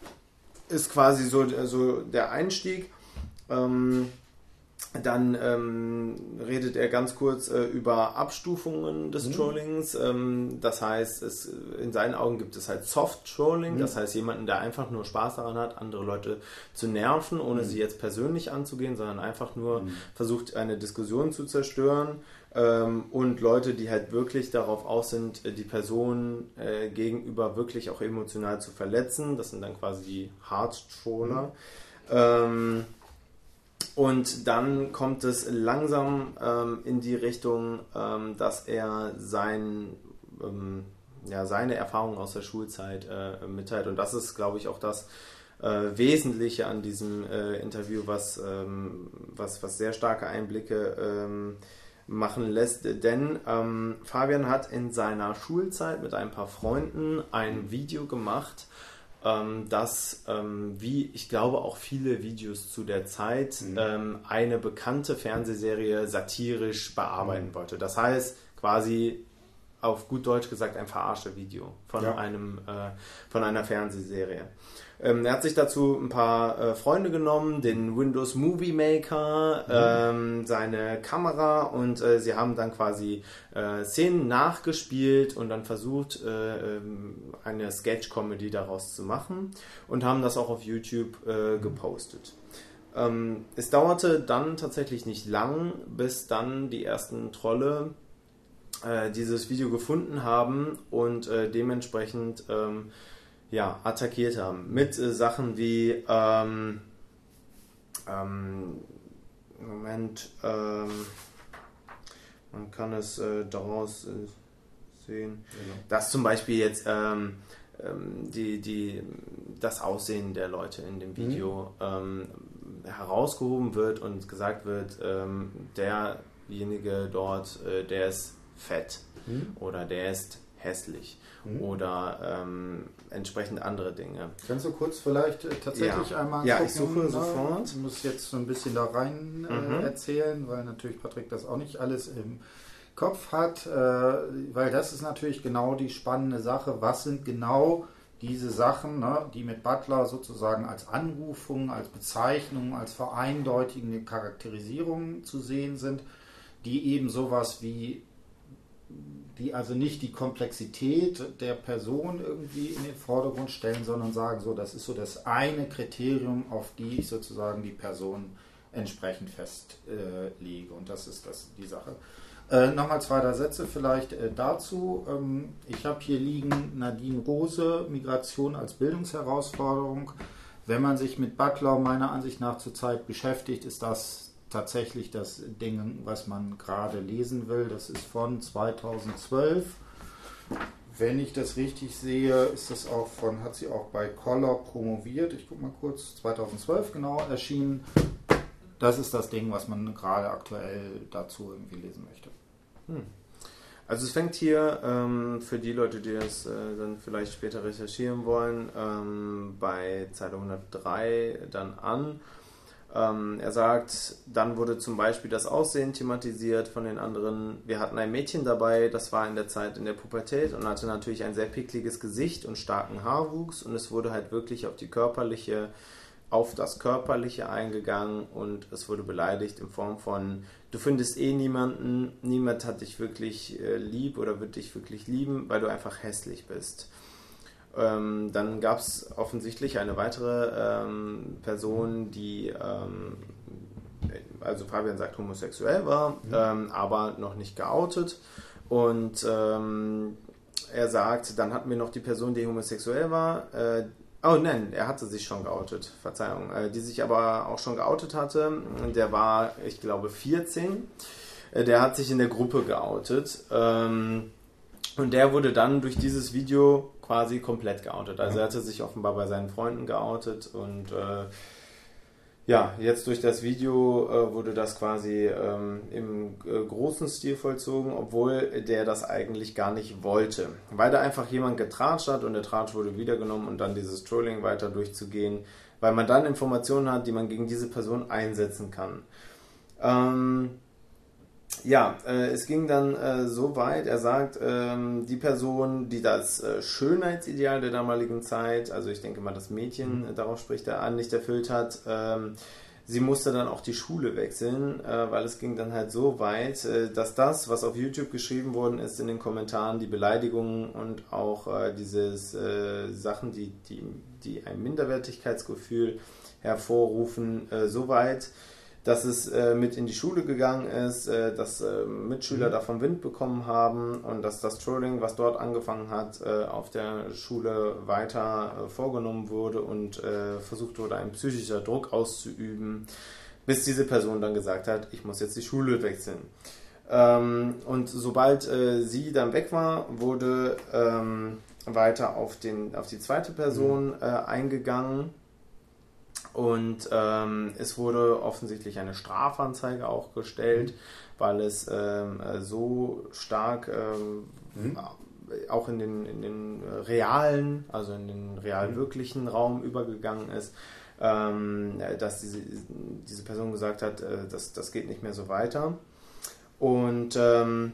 ist quasi so, so der Einstieg. Ähm, dann ähm, redet er ganz kurz äh, über Abstufungen des mhm. Trollings. Ähm, das heißt, es, in seinen Augen gibt es halt Soft-Trolling. Mhm. Das heißt, jemanden, der einfach nur Spaß daran hat, andere Leute zu nerven, ohne mhm. sie jetzt persönlich anzugehen, sondern einfach nur mhm. versucht, eine Diskussion zu zerstören. Ähm, und Leute, die halt wirklich darauf aus sind, die Person äh, gegenüber wirklich auch emotional zu verletzen. Das sind dann quasi die Hard-Troller. Mhm. Ähm, und dann kommt es langsam ähm, in die Richtung, ähm, dass er sein, ähm, ja, seine Erfahrungen aus der Schulzeit äh, mitteilt. Und das ist, glaube ich, auch das, äh, Wesentliche an diesem äh, Interview, was, ähm, was, was sehr starke Einblicke ähm, machen lässt, denn ähm, Fabian hat in seiner Schulzeit mit ein paar Freunden ein Video gemacht, ähm, das, ähm, wie ich glaube auch viele Videos zu der Zeit, mhm. ähm, eine bekannte Fernsehserie satirisch bearbeiten mhm. wollte. Das heißt quasi auf gut Deutsch gesagt ein Verarsche-Video von, ja. einem, äh, von einer Fernsehserie. Ähm, er hat sich dazu ein paar äh, Freunde genommen, den Windows Movie Maker, mhm. ähm, seine Kamera und äh, sie haben dann quasi äh, Szenen nachgespielt und dann versucht, äh, eine Sketch-Comedy daraus zu machen und haben das auch auf YouTube äh, gepostet. Ähm, es dauerte dann tatsächlich nicht lang, bis dann die ersten Trolle dieses Video gefunden haben und äh, dementsprechend ähm, ja, attackiert haben. Mit äh, Sachen wie ähm, ähm, Moment, ähm, man kann es äh, daraus äh, sehen, genau. dass zum Beispiel jetzt ähm, ähm, die, die, das Aussehen der Leute in dem Video mhm. ähm, herausgehoben wird und gesagt wird, ähm, derjenige dort, äh, der ist fett hm. oder der ist hässlich hm. oder ähm, entsprechend andere Dinge. Kannst du kurz vielleicht äh, tatsächlich ja. einmal ja, gucken? Ich suche sofort. Ich muss jetzt so ein bisschen da rein äh, mhm. erzählen, weil natürlich Patrick das auch nicht alles im Kopf hat, äh, weil das ist natürlich genau die spannende Sache. Was sind genau diese Sachen, ne, die mit Butler sozusagen als Anrufung, als Bezeichnung, als vereindeutigende Charakterisierung zu sehen sind, die eben sowas wie die also nicht die Komplexität der Person irgendwie in den Vordergrund stellen, sondern sagen so, das ist so das eine Kriterium, auf die ich sozusagen die Person entsprechend festlege. Und das ist das die Sache. Äh, Nochmal zwei, drei Sätze vielleicht äh, dazu. Ähm, ich habe hier liegen Nadine Rose, Migration als Bildungsherausforderung. Wenn man sich mit Butler meiner Ansicht nach zurzeit beschäftigt, ist das tatsächlich das Ding, was man gerade lesen will. Das ist von zweitausendzwölf. Wenn ich das richtig sehe, ist das auch von, hat sie auch bei Color promoviert. Ich gucke mal kurz, zweitausendzwölf genau erschienen. Das ist das Ding, was man gerade aktuell dazu irgendwie lesen möchte. Hm. Also es fängt hier, ähm, für die Leute, die das äh, dann vielleicht später recherchieren wollen, ähm, bei Zeile hundertdrei dann an. Ähm, er sagt, dann wurde zum Beispiel das Aussehen thematisiert von den anderen. Wir hatten ein Mädchen dabei, das war in der Zeit in der Pubertät und hatte natürlich ein sehr pickliges Gesicht und starken Haarwuchs und es wurde halt wirklich auf die körperliche, auf das Körperliche eingegangen und es wurde beleidigt in Form von, du findest eh niemanden, niemand hat dich wirklich äh, lieb oder wird dich wirklich lieben, weil du einfach hässlich bist. Ähm, dann gab es offensichtlich eine weitere ähm, Person, die, ähm, also Fabian sagt, homosexuell war, mhm. ähm, aber noch nicht geoutet. Und ähm, er sagt, dann hatten wir noch die Person, die homosexuell war. Äh, oh nein, er hatte sich schon geoutet, Verzeihung. Äh, die sich aber auch schon geoutet hatte. Der war, ich glaube, vierzehn. Äh, der hat sich in der Gruppe geoutet. Ähm, und der wurde dann durch dieses Video quasi komplett geoutet. Also er hatte sich offenbar bei seinen Freunden geoutet und äh, ja, jetzt durch das Video äh, wurde das quasi ähm, im äh, großen Stil vollzogen, obwohl der das eigentlich gar nicht wollte. Weil da einfach jemand getratscht hat und der Tratsch wurde wiedergenommen und dann dieses Trolling weiter durchzugehen, weil man dann Informationen hat, die man gegen diese Person einsetzen kann. Ähm, Ja, äh, es ging dann äh, so weit, er sagt, ähm, die Person, die das äh, Schönheitsideal der damaligen Zeit, also ich denke mal das Mädchen, mhm. äh, darauf spricht er an, nicht erfüllt hat, ähm, sie musste dann auch die Schule wechseln, äh, weil es ging dann halt so weit, äh, dass das, was auf YouTube geschrieben worden ist in den Kommentaren, die Beleidigungen und auch äh, diese äh, Sachen, die, die, die ein Minderwertigkeitsgefühl hervorrufen, äh, so weit, dass es äh, mit in die Schule gegangen ist, äh, dass äh, Mitschüler mhm. davon Wind bekommen haben und dass das Trolling, was dort angefangen hat, äh, auf der Schule weiter äh, vorgenommen wurde und äh, versucht wurde, ein psychischer Druck auszuüben, bis diese Person dann gesagt hat, ich muss jetzt die Schule wechseln. Ähm, und sobald äh, sie dann weg war, wurde ähm, weiter auf, den, auf die zweite Person mhm. äh, eingegangen. Und ähm, es wurde offensichtlich eine Strafanzeige auch gestellt, mhm. weil es ähm, so stark ähm, mhm. auch in den, in den realen, also in den real mhm. wirklichen Raum übergegangen ist, ähm, dass diese, diese Person gesagt hat, äh, das, das geht nicht mehr so weiter. Und ähm,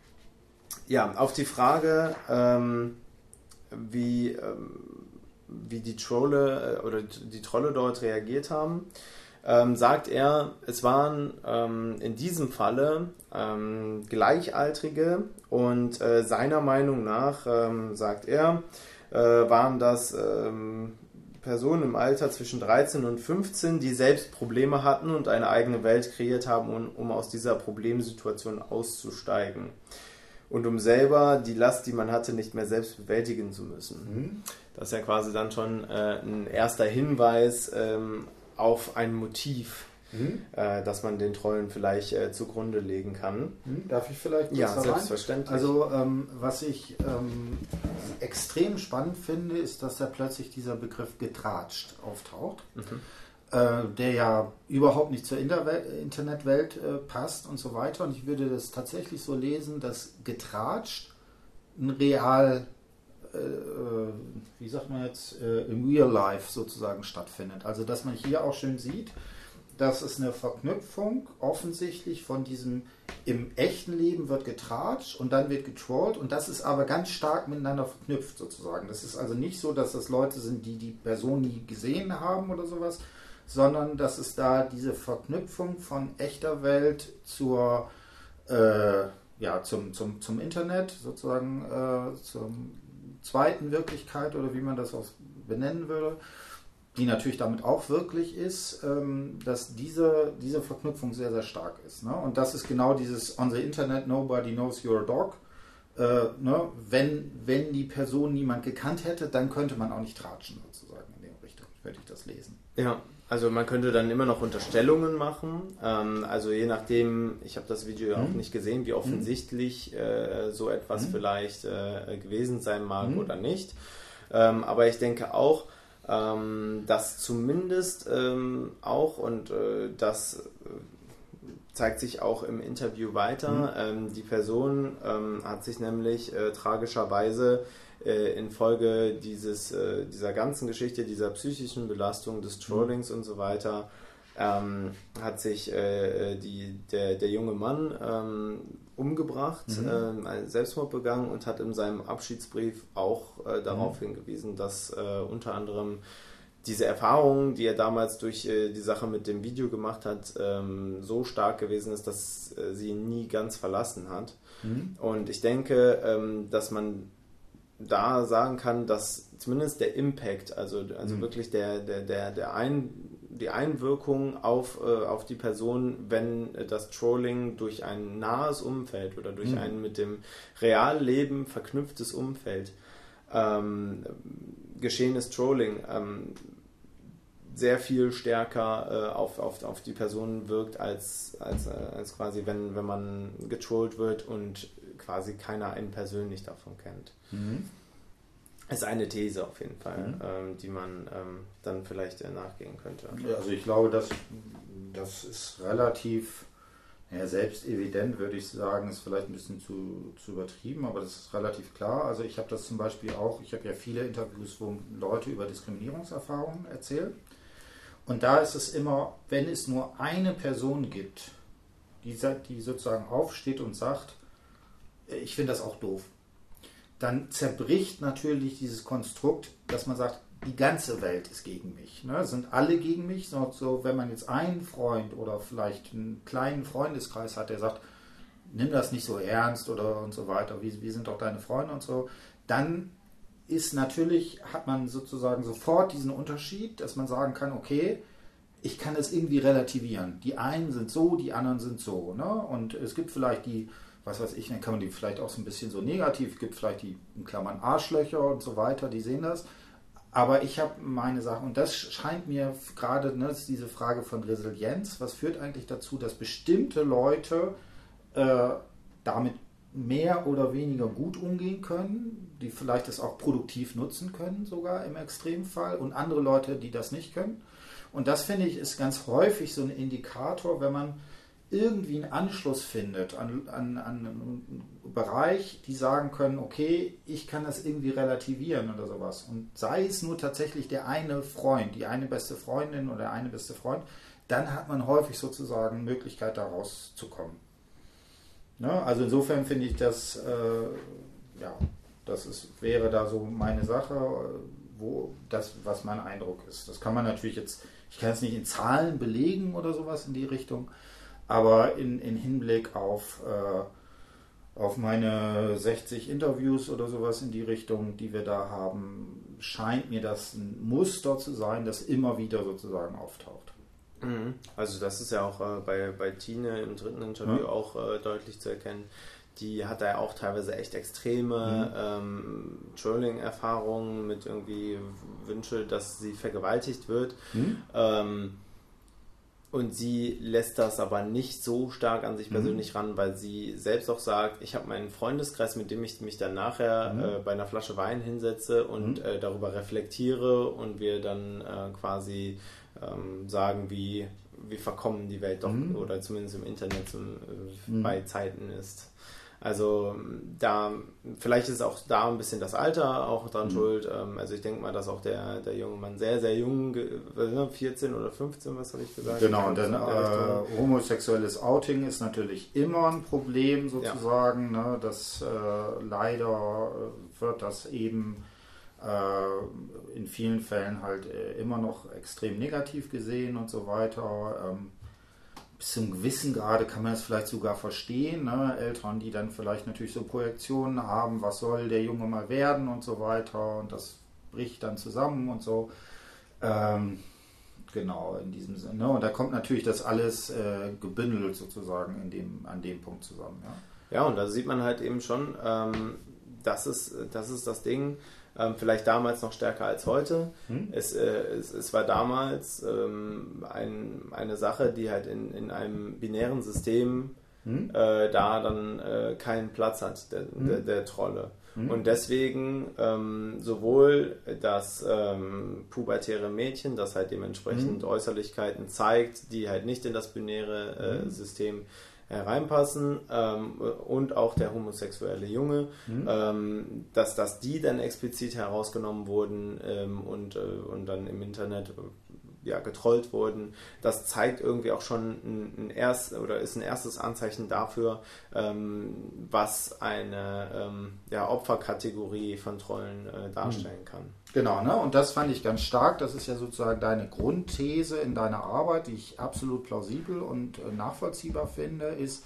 ja, auf die Frage, ähm, wie, ähm, wie die Trolle äh, oder die Trolle dort reagiert haben, ähm, sagt er, es waren ähm, in diesem Falle ähm, Gleichaltrige und äh, seiner Meinung nach, ähm, sagt er, äh, waren das ähm, Personen im Alter zwischen dreizehn und fünfzehn, die selbst Probleme hatten und eine eigene Welt kreiert haben, um, um aus dieser Problemsituation auszusteigen. Und um selber die Last, die man hatte, nicht mehr selbst bewältigen zu müssen. Mhm. Das ist ja quasi dann schon äh, ein erster Hinweis ähm, auf ein Motiv, mhm. äh, das man den Trollen vielleicht äh, zugrunde legen kann. Mhm. Darf ich vielleicht Ja, selbstverständlich. Also ähm, was ich ähm, extrem spannend finde, ist, dass da plötzlich dieser Begriff getratscht auftaucht. Mhm. Der ja überhaupt nicht zur Internetwelt äh, passt und so weiter. Und ich würde das tatsächlich so lesen, dass getratscht ein real, äh, wie sagt man jetzt, äh, im Real Life sozusagen stattfindet. Also dass man hier auch schön sieht, dass es eine Verknüpfung offensichtlich von diesem im echten Leben wird getratscht und dann wird getrollt und das ist aber ganz stark miteinander verknüpft sozusagen. Das ist also nicht so, dass das Leute sind, die die Person nie gesehen haben oder sowas, sondern dass es da diese Verknüpfung von echter Welt zur, äh, ja, zum, zum, zum Internet, sozusagen äh, zur zweiten Wirklichkeit oder wie man das auch benennen würde, die natürlich damit auch wirklich ist, ähm, dass diese, diese Verknüpfung sehr, sehr stark ist. Ne? Und das ist genau dieses on the Internet, nobody knows you're a dog. Äh, ne? wenn, wenn die Person niemand gekannt hätte, dann könnte man auch nicht tratschen, sozusagen in der Richtung, würde ich das lesen. Ja. Also man könnte dann immer noch Unterstellungen machen, ähm, also je nachdem, ich habe das Video ja auch nicht gesehen, wie offensichtlich äh, so etwas mhm. vielleicht äh, gewesen sein mag mhm. oder nicht. Ähm, aber ich denke auch, ähm, dass zumindest ähm, auch, und äh, das zeigt sich auch im Interview weiter, mhm. ähm, die Person ähm, hat sich nämlich äh, tragischerweise infolge dieses, dieser ganzen Geschichte, dieser psychischen Belastung, des Trollings mhm. und so weiter, ähm, hat sich äh, die, der, der junge Mann ähm, umgebracht, mhm. ähm, einen Selbstmord begangen und hat in seinem Abschiedsbrief auch äh, darauf mhm. hingewiesen, dass äh, unter anderem diese Erfahrung, die er damals durch äh, die Sache mit dem Video gemacht hat, ähm, so stark gewesen ist, dass äh, sie ihn nie ganz verlassen hat. Mhm. Und ich denke, ähm, dass man da sagen kann, dass zumindest der Impact, also, also mhm. wirklich der, der, der, der Ein, die Einwirkung auf, äh, auf die Person, wenn das Trolling durch ein nahes Umfeld oder durch mhm. ein mit dem Realleben verknüpftes Umfeld ähm, geschehenes Trolling ähm, sehr viel stärker äh, auf, auf, auf die Person wirkt, als, als, äh, als quasi, wenn, wenn man getrollt wird und quasi keiner einen persönlich davon kennt. Mhm. Ist eine These auf jeden Fall, mhm. ähm, die man ähm, dann vielleicht äh, nachgehen könnte. Ja, also ich glaube, das, das ist relativ ja, selbstevident, würde ich sagen, ist vielleicht ein bisschen zu, zu übertrieben, aber das ist relativ klar. Also ich habe das zum Beispiel auch, ich habe ja viele Interviews, wo Leute über Diskriminierungserfahrungen erzählen. Und da ist es immer, wenn es nur eine Person gibt, die, die sozusagen aufsteht und sagt, ich finde das auch doof, dann zerbricht natürlich dieses Konstrukt, dass man sagt, die ganze Welt ist gegen mich. Ne? Sind alle gegen mich? So, so, wenn man jetzt einen Freund oder vielleicht einen kleinen Freundeskreis hat, der sagt, nimm das nicht so ernst oder und so weiter, wir, wir sind doch deine Freunde und so, dann ist natürlich, hat man sozusagen sofort diesen Unterschied, dass man sagen kann, okay, ich kann das irgendwie relativieren. Die einen sind so, die anderen sind so. Ne? Und es gibt vielleicht die, was weiß ich, dann kann man die vielleicht auch so ein bisschen so negativ, es gibt vielleicht die, in Klammern, Arschlöcher und so weiter, die sehen das. Aber ich habe meine Sachen, und das scheint mir gerade, ne, das ist diese Frage von Resilienz, was führt eigentlich dazu, dass bestimmte Leute äh, damit mehr oder weniger gut umgehen können, die vielleicht das auch produktiv nutzen können, sogar im Extremfall, und andere Leute, die das nicht können. Und das, finde ich, ist ganz häufig so ein Indikator, wenn man irgendwie einen Anschluss findet an, an, an einen Bereich, die sagen können, okay, ich kann das irgendwie relativieren oder sowas. Und sei es nur tatsächlich der eine Freund, die eine beste Freundin oder der eine beste Freund, dann hat man häufig sozusagen Möglichkeit, da rauszukommen. Ne? Also insofern finde ich das, äh, ja, das ist, wäre da so meine Sache, wo das, was mein Eindruck ist. Das kann man natürlich jetzt, ich kann es nicht in Zahlen belegen oder sowas in die Richtung, aber in, in Hinblick auf, äh, auf meine sechzig Interviews oder sowas in die Richtung, die wir da haben, scheint mir das ein Muster zu sein, das immer wieder sozusagen auftaucht. Also das ist ja auch äh, bei, bei Tine im dritten Interview ja. auch äh, deutlich zu erkennen. Die hat da ja auch teilweise echt extreme mhm. ähm, Trolling-Erfahrungen mit irgendwie Wünsche, dass sie vergewaltigt wird. Mhm. Ähm, und sie lässt das aber nicht so stark an sich persönlich mhm. ran, weil sie selbst auch sagt, ich habe meinen Freundeskreis, mit dem ich mich dann nachher mhm. äh, bei einer Flasche Wein hinsetze und mhm. äh, darüber reflektiere und wir dann äh, quasi ähm, sagen, wie, wie verkommen die Welt doch mhm. oder zumindest im Internet zum, äh, mhm. bei Zeiten ist. Also da, vielleicht ist auch da ein bisschen das Alter auch dran mhm. schuld. Also ich denke mal, dass auch der, der junge Mann sehr, sehr jung, vierzehn oder fünfzehn, was habe ich gesagt? Genau, und dann äh, homosexuelles Outing ist natürlich immer ein Problem sozusagen. Ja. Ne? Das äh, leider wird das eben äh, in vielen Fällen halt äh, immer noch extrem negativ gesehen und so weiter. Ähm, bis zum gewissen Grade kann man es vielleicht sogar verstehen, ne? Eltern, die dann vielleicht natürlich so Projektionen haben, was soll der Junge mal werden und so weiter und das bricht dann zusammen und so. Ähm, genau, in diesem Sinne. Und da kommt natürlich das alles äh, gebündelt sozusagen in dem, an dem Punkt zusammen. Ja, ja, und da sieht man halt eben schon, ähm, das ist, das ist das Ding, Ähm, vielleicht damals noch stärker als heute. Hm. Es, äh, es, es war damals ähm, ein, eine Sache, die halt in, in einem binären System hm. äh, da dann äh, keinen Platz hat, der, hm. der, der Trolle. Hm. Und deswegen ähm, sowohl das ähm, pubertäre Mädchen, das halt dementsprechend hm. Äußerlichkeiten zeigt, die halt nicht in das binäre äh, hm. System hereinpassen ähm, und auch der homosexuelle Junge, mhm. ähm, dass, dass die dann explizit herausgenommen wurden ähm, und, äh, und dann im Internet äh, ja, getrollt wurden. Das zeigt irgendwie auch schon ein, ein erst oder ist ein erstes Anzeichen dafür, ähm, was eine ähm, ja, Opferkategorie von Trollen äh, darstellen kann. Genau, ne? Und das fand ich ganz stark. Das ist ja sozusagen deine Grundthese in deiner Arbeit, die ich absolut plausibel und äh, nachvollziehbar finde, ist,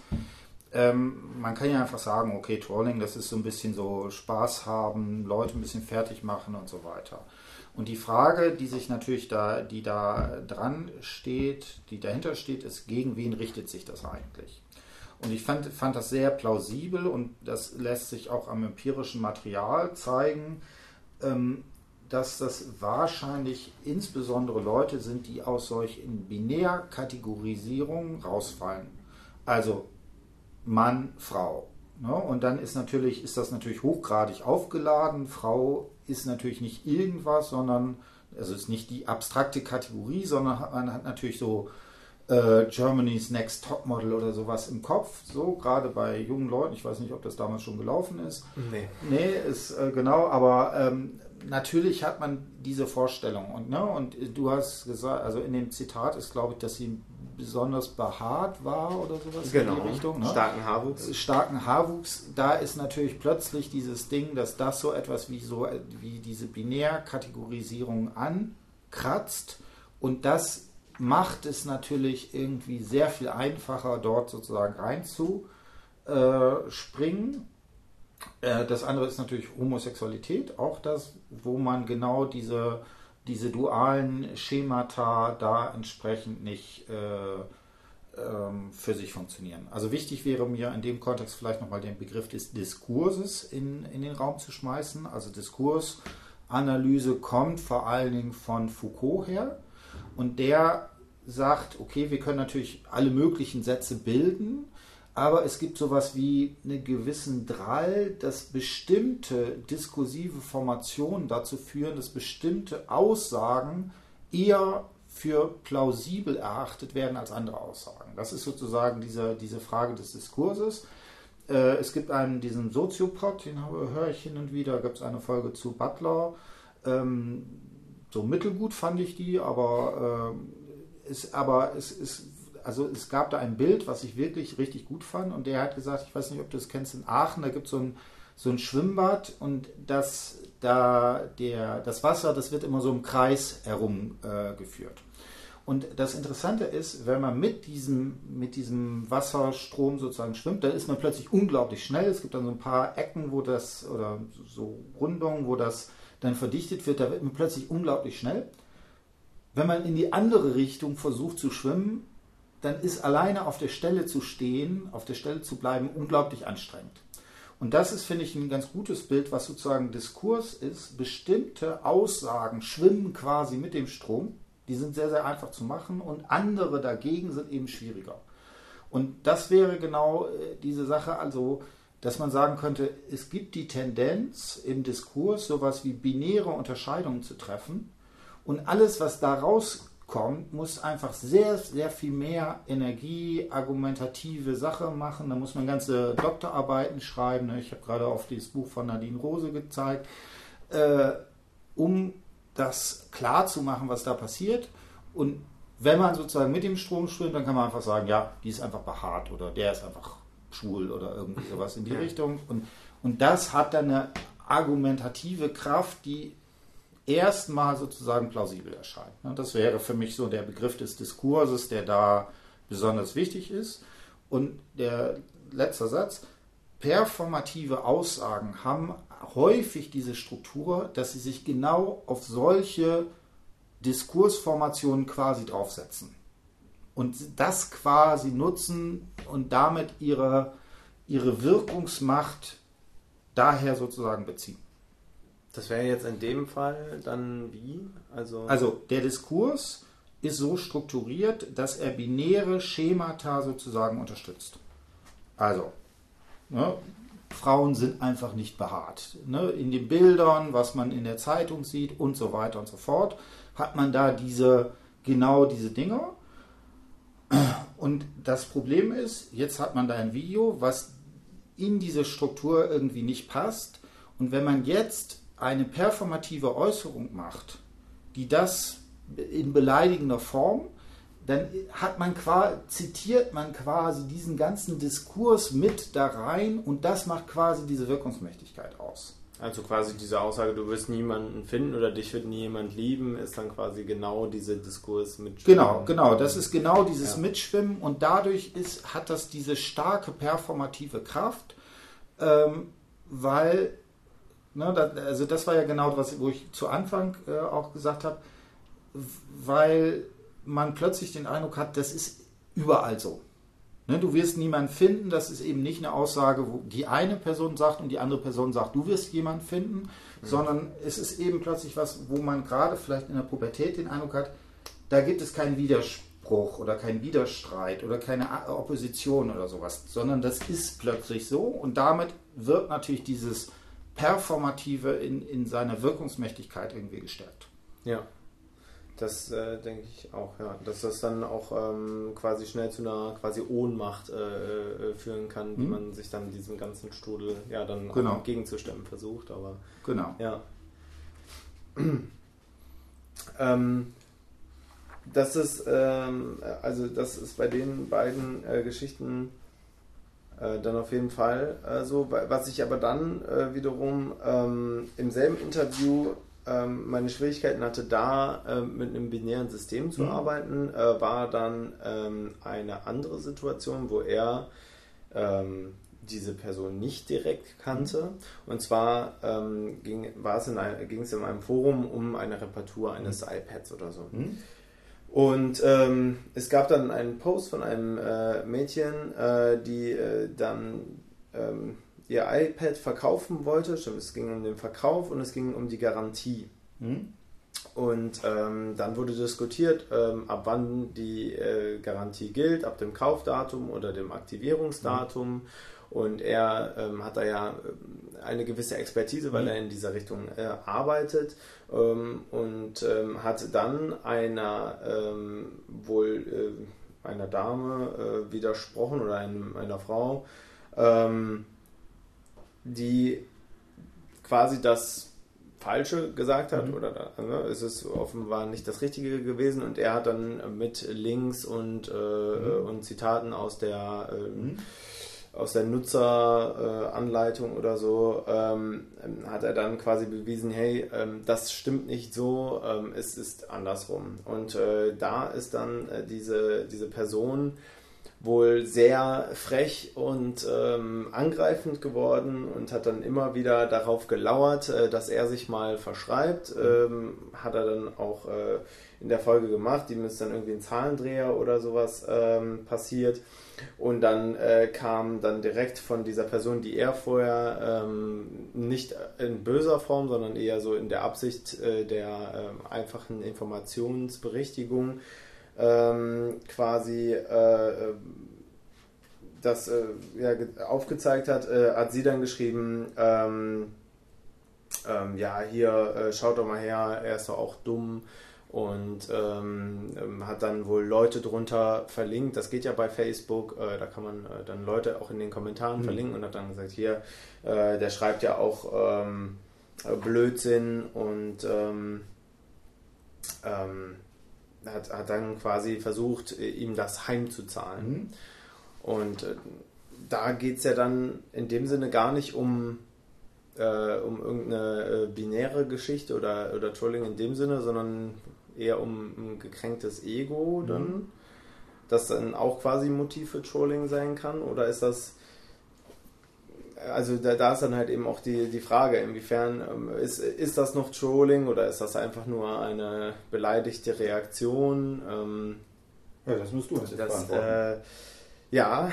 ähm, man kann ja einfach sagen, okay, Trolling, das ist so ein bisschen so Spaß haben, Leute ein bisschen fertig machen und so weiter. Und die Frage, die sich natürlich da, die da dran steht, die dahinter steht, ist, gegen wen richtet sich das eigentlich? Und ich fand, fand das sehr plausibel und das lässt sich auch am empirischen Material zeigen, ähm, dass das wahrscheinlich insbesondere Leute sind, die aus solchen Binärkategorisierungen rausfallen. Also Mann, Frau. Ne? Und dann ist natürlich, ist das natürlich hochgradig aufgeladen. Frau ist natürlich nicht irgendwas, sondern, also ist nicht die abstrakte Kategorie, sondern man hat natürlich so äh, Germany's Next Topmodel oder sowas im Kopf, so gerade bei jungen Leuten. Ich weiß nicht, ob das damals schon gelaufen ist. Nee. Nee, ist äh, genau, aber ähm, natürlich hat man diese Vorstellung. Und, ne, und du hast gesagt, also in dem Zitat ist, glaube ich, dass sie besonders behaart war oder sowas genau. in die Richtung. Ne? Starken Haarwuchs. Starken Haarwuchs. Da ist natürlich plötzlich dieses Ding, dass das so etwas wie so wie diese Binärkategorisierung ankratzt und das macht es natürlich irgendwie sehr viel einfacher, dort sozusagen reinzuspringen. Äh, das andere ist natürlich Homosexualität, auch das, wo man genau diese, diese dualen Schemata da entsprechend nicht äh, ähm, für sich funktionieren. Also wichtig wäre mir in dem Kontext vielleicht nochmal den Begriff des Diskurses in, in den Raum zu schmeißen. Also Diskursanalyse kommt vor allen Dingen von Foucault her. Und der sagt, okay, wir können natürlich alle möglichen Sätze bilden, aber es gibt sowas wie einen gewissen Drall, dass bestimmte diskursive Formationen dazu führen, dass bestimmte Aussagen eher für plausibel erachtet werden als andere Aussagen. Das ist sozusagen diese, diese Frage des Diskurses. Äh, es gibt einen, diesen Soziopod, den höre ich hin und wieder, gibt es eine Folge zu Butler. Ähm, so mittelgut fand ich die, aber, äh, ist, aber es ist, also es gab da ein Bild, was ich wirklich richtig gut fand, und der hat gesagt, ich weiß nicht, ob du das kennst, in Aachen, da gibt es so ein, so ein Schwimmbad, und das, da der, das Wasser, das wird immer so im Kreis herum äh, geführt. Und das Interessante ist, wenn man mit diesem, mit diesem Wasserstrom sozusagen schwimmt, dann ist man plötzlich unglaublich schnell. Es gibt dann so ein paar Ecken, wo das, oder so Rundungen, wo das dann verdichtet wird, da wird man plötzlich unglaublich schnell. Wenn man in die andere Richtung versucht zu schwimmen, dann ist alleine auf der Stelle zu stehen, auf der Stelle zu bleiben, unglaublich anstrengend. Und das ist, finde ich, ein ganz gutes Bild, was sozusagen Diskurs ist. Bestimmte Aussagen schwimmen quasi mit dem Strom. Die sind sehr, sehr einfach zu machen, und andere dagegen sind eben schwieriger. Und das wäre genau diese Sache, also, dass man sagen könnte, es gibt die Tendenz im Diskurs, sowas wie binäre Unterscheidungen zu treffen, und alles, was da rauskommt, muss einfach sehr, sehr viel mehr Energie, argumentative Sache machen. Da muss man ganze Doktorarbeiten schreiben. Ich habe gerade auf dieses Buch von Nadine Rose gezeigt, äh, um das klar zu machen, was da passiert. Und wenn man sozusagen mit dem Strom schwimmt, dann kann man einfach sagen, ja, die ist einfach behaart oder der ist einfach schwul oder irgendwie sowas in die ja. Richtung. Und, und das hat dann eine argumentative Kraft, die erstmal sozusagen plausibel erscheint. Das wäre für mich so der Begriff des Diskurses, der da besonders wichtig ist. Und der letzte Satz: Performative Aussagen haben häufig diese Struktur, dass sie sich genau auf solche Diskursformationen quasi draufsetzen und das quasi nutzen und damit ihre, ihre Wirkungsmacht daher sozusagen beziehen. Das wäre jetzt in dem Fall dann wie? Also, also der Diskurs ist so strukturiert, dass er binäre Schemata sozusagen unterstützt. Also, ne, Frauen sind einfach nicht behaart. Ne? In den Bildern, was man in der Zeitung sieht und so weiter und so fort, hat man da diese, genau diese Dinge. Und das Problem ist, jetzt hat man da ein Video, was in diese Struktur irgendwie nicht passt. Und wenn man jetzt eine performative Äußerung macht, die das in beleidigender Form, dann hat man quasi, zitiert man quasi diesen ganzen Diskurs mit da rein, und das macht quasi diese Wirkungsmächtigkeit aus. Also quasi diese Aussage, du wirst niemanden finden oder dich wird nie jemand lieben, ist dann quasi genau dieser Diskurs mitschwimmen. Genau, genau, das ist genau dieses ja. Mitschwimmen, und dadurch ist, hat das diese starke performative Kraft, ähm, weil, ne, das, also das war ja genau was, wo ich zu Anfang äh, auch gesagt habe, weil man plötzlich den Eindruck hat, das ist überall so. Ne, du wirst niemanden finden, das ist eben nicht eine Aussage, wo die eine Person sagt und die andere Person sagt, du wirst jemanden finden, mhm. sondern es ist eben plötzlich was, wo man gerade vielleicht in der Pubertät den Eindruck hat, da gibt es keinen Widerspruch oder keinen Widerstreit oder keine Opposition oder sowas, sondern das ist plötzlich so, und damit wird natürlich dieses Performative in, in seiner Wirkungsmächtigkeit irgendwie gestärkt. Ja. Das äh, denke ich auch, ja. Dass das dann auch ähm, quasi schnell zu einer quasi Ohnmacht äh, führen kann, wie mhm. man sich dann diesem ganzen Strudel ja dann genau. auch entgegenzustemmen versucht. Aber genau. Ja. ähm, das ist ähm, also das ist bei den beiden äh, Geschichten äh, dann auf jeden Fall äh, so. Was ich aber dann äh, wiederum ähm, im selben Interview meine Schwierigkeiten hatte, da äh, mit einem binären System zu mhm. arbeiten, äh, war dann ähm, eine andere Situation, wo er ähm, diese Person nicht direkt kannte. Mhm. Und zwar ähm, ging, war es in ein, ging es in einem Forum um eine Reparatur eines mhm. iPads oder so. Mhm. Und ähm, es gab dann einen Post von einem äh, Mädchen, äh, die äh, dann ähm, ihr iPad verkaufen wollte. Stimmt, es ging um den Verkauf und es ging um die Garantie. Mhm. Und ähm, dann wurde diskutiert, ähm, ab wann die äh, Garantie gilt, ab dem Kaufdatum oder dem Aktivierungsdatum. Mhm. Und er ähm, hat da ja eine gewisse Expertise, weil er in dieser Richtung äh, arbeitet ähm, und ähm, hat dann einer ähm, wohl äh, einer Dame äh, widersprochen oder einem, einer Frau, ähm, die quasi das Falsche gesagt hat, mhm. oder ne, es ist offenbar nicht das Richtige gewesen, und er hat dann mit Links und, äh, mhm. und Zitaten aus der äh, mhm. aus der Nutzeranleitung äh, oder so, ähm, hat er dann quasi bewiesen, hey, ähm, das stimmt nicht so, ähm, es ist andersrum. Und äh, da ist dann äh, diese, diese Person wohl sehr frech und ähm, angreifend geworden und hat dann immer wieder darauf gelauert, äh, dass er sich mal verschreibt. Ähm, hat er dann auch äh, in der Folge gemacht, ihm ist dann irgendwie ein Zahlendreher oder sowas ähm, passiert. Und dann äh, kam dann direkt von dieser Person, die er vorher ähm, nicht in böser Form, sondern eher so in der Absicht äh, der äh, einfachen Informationsberichtigung ähm, quasi äh, das äh, ja, aufgezeigt hat, äh, hat sie dann geschrieben, ähm, ähm, ja, hier, äh, schaut doch mal her, er ist doch auch dumm. Und ähm, hat dann wohl Leute drunter verlinkt. Das geht ja bei Facebook, äh, da kann man äh, dann Leute auch in den Kommentaren mhm. verlinken, und hat dann gesagt, hier, äh, der schreibt ja auch ähm, Blödsinn, und ähm, ähm, hat, hat dann quasi versucht, ihm das heimzuzahlen. Mhm. Und äh, da geht es ja dann in dem Sinne gar nicht um äh, um irgendeine äh, binäre Geschichte oder, oder Trolling in dem Sinne, sondern eher um ein gekränktes Ego dann, mhm. das dann auch quasi Motiv für Trolling sein kann, oder ist das, also da, da ist dann halt eben auch die, die Frage, inwiefern ähm, ist, ist das noch Trolling oder ist das einfach nur eine beleidigte Reaktion? Ähm, ja, das musst du uns jetzt das, beantworten. Äh, Ja,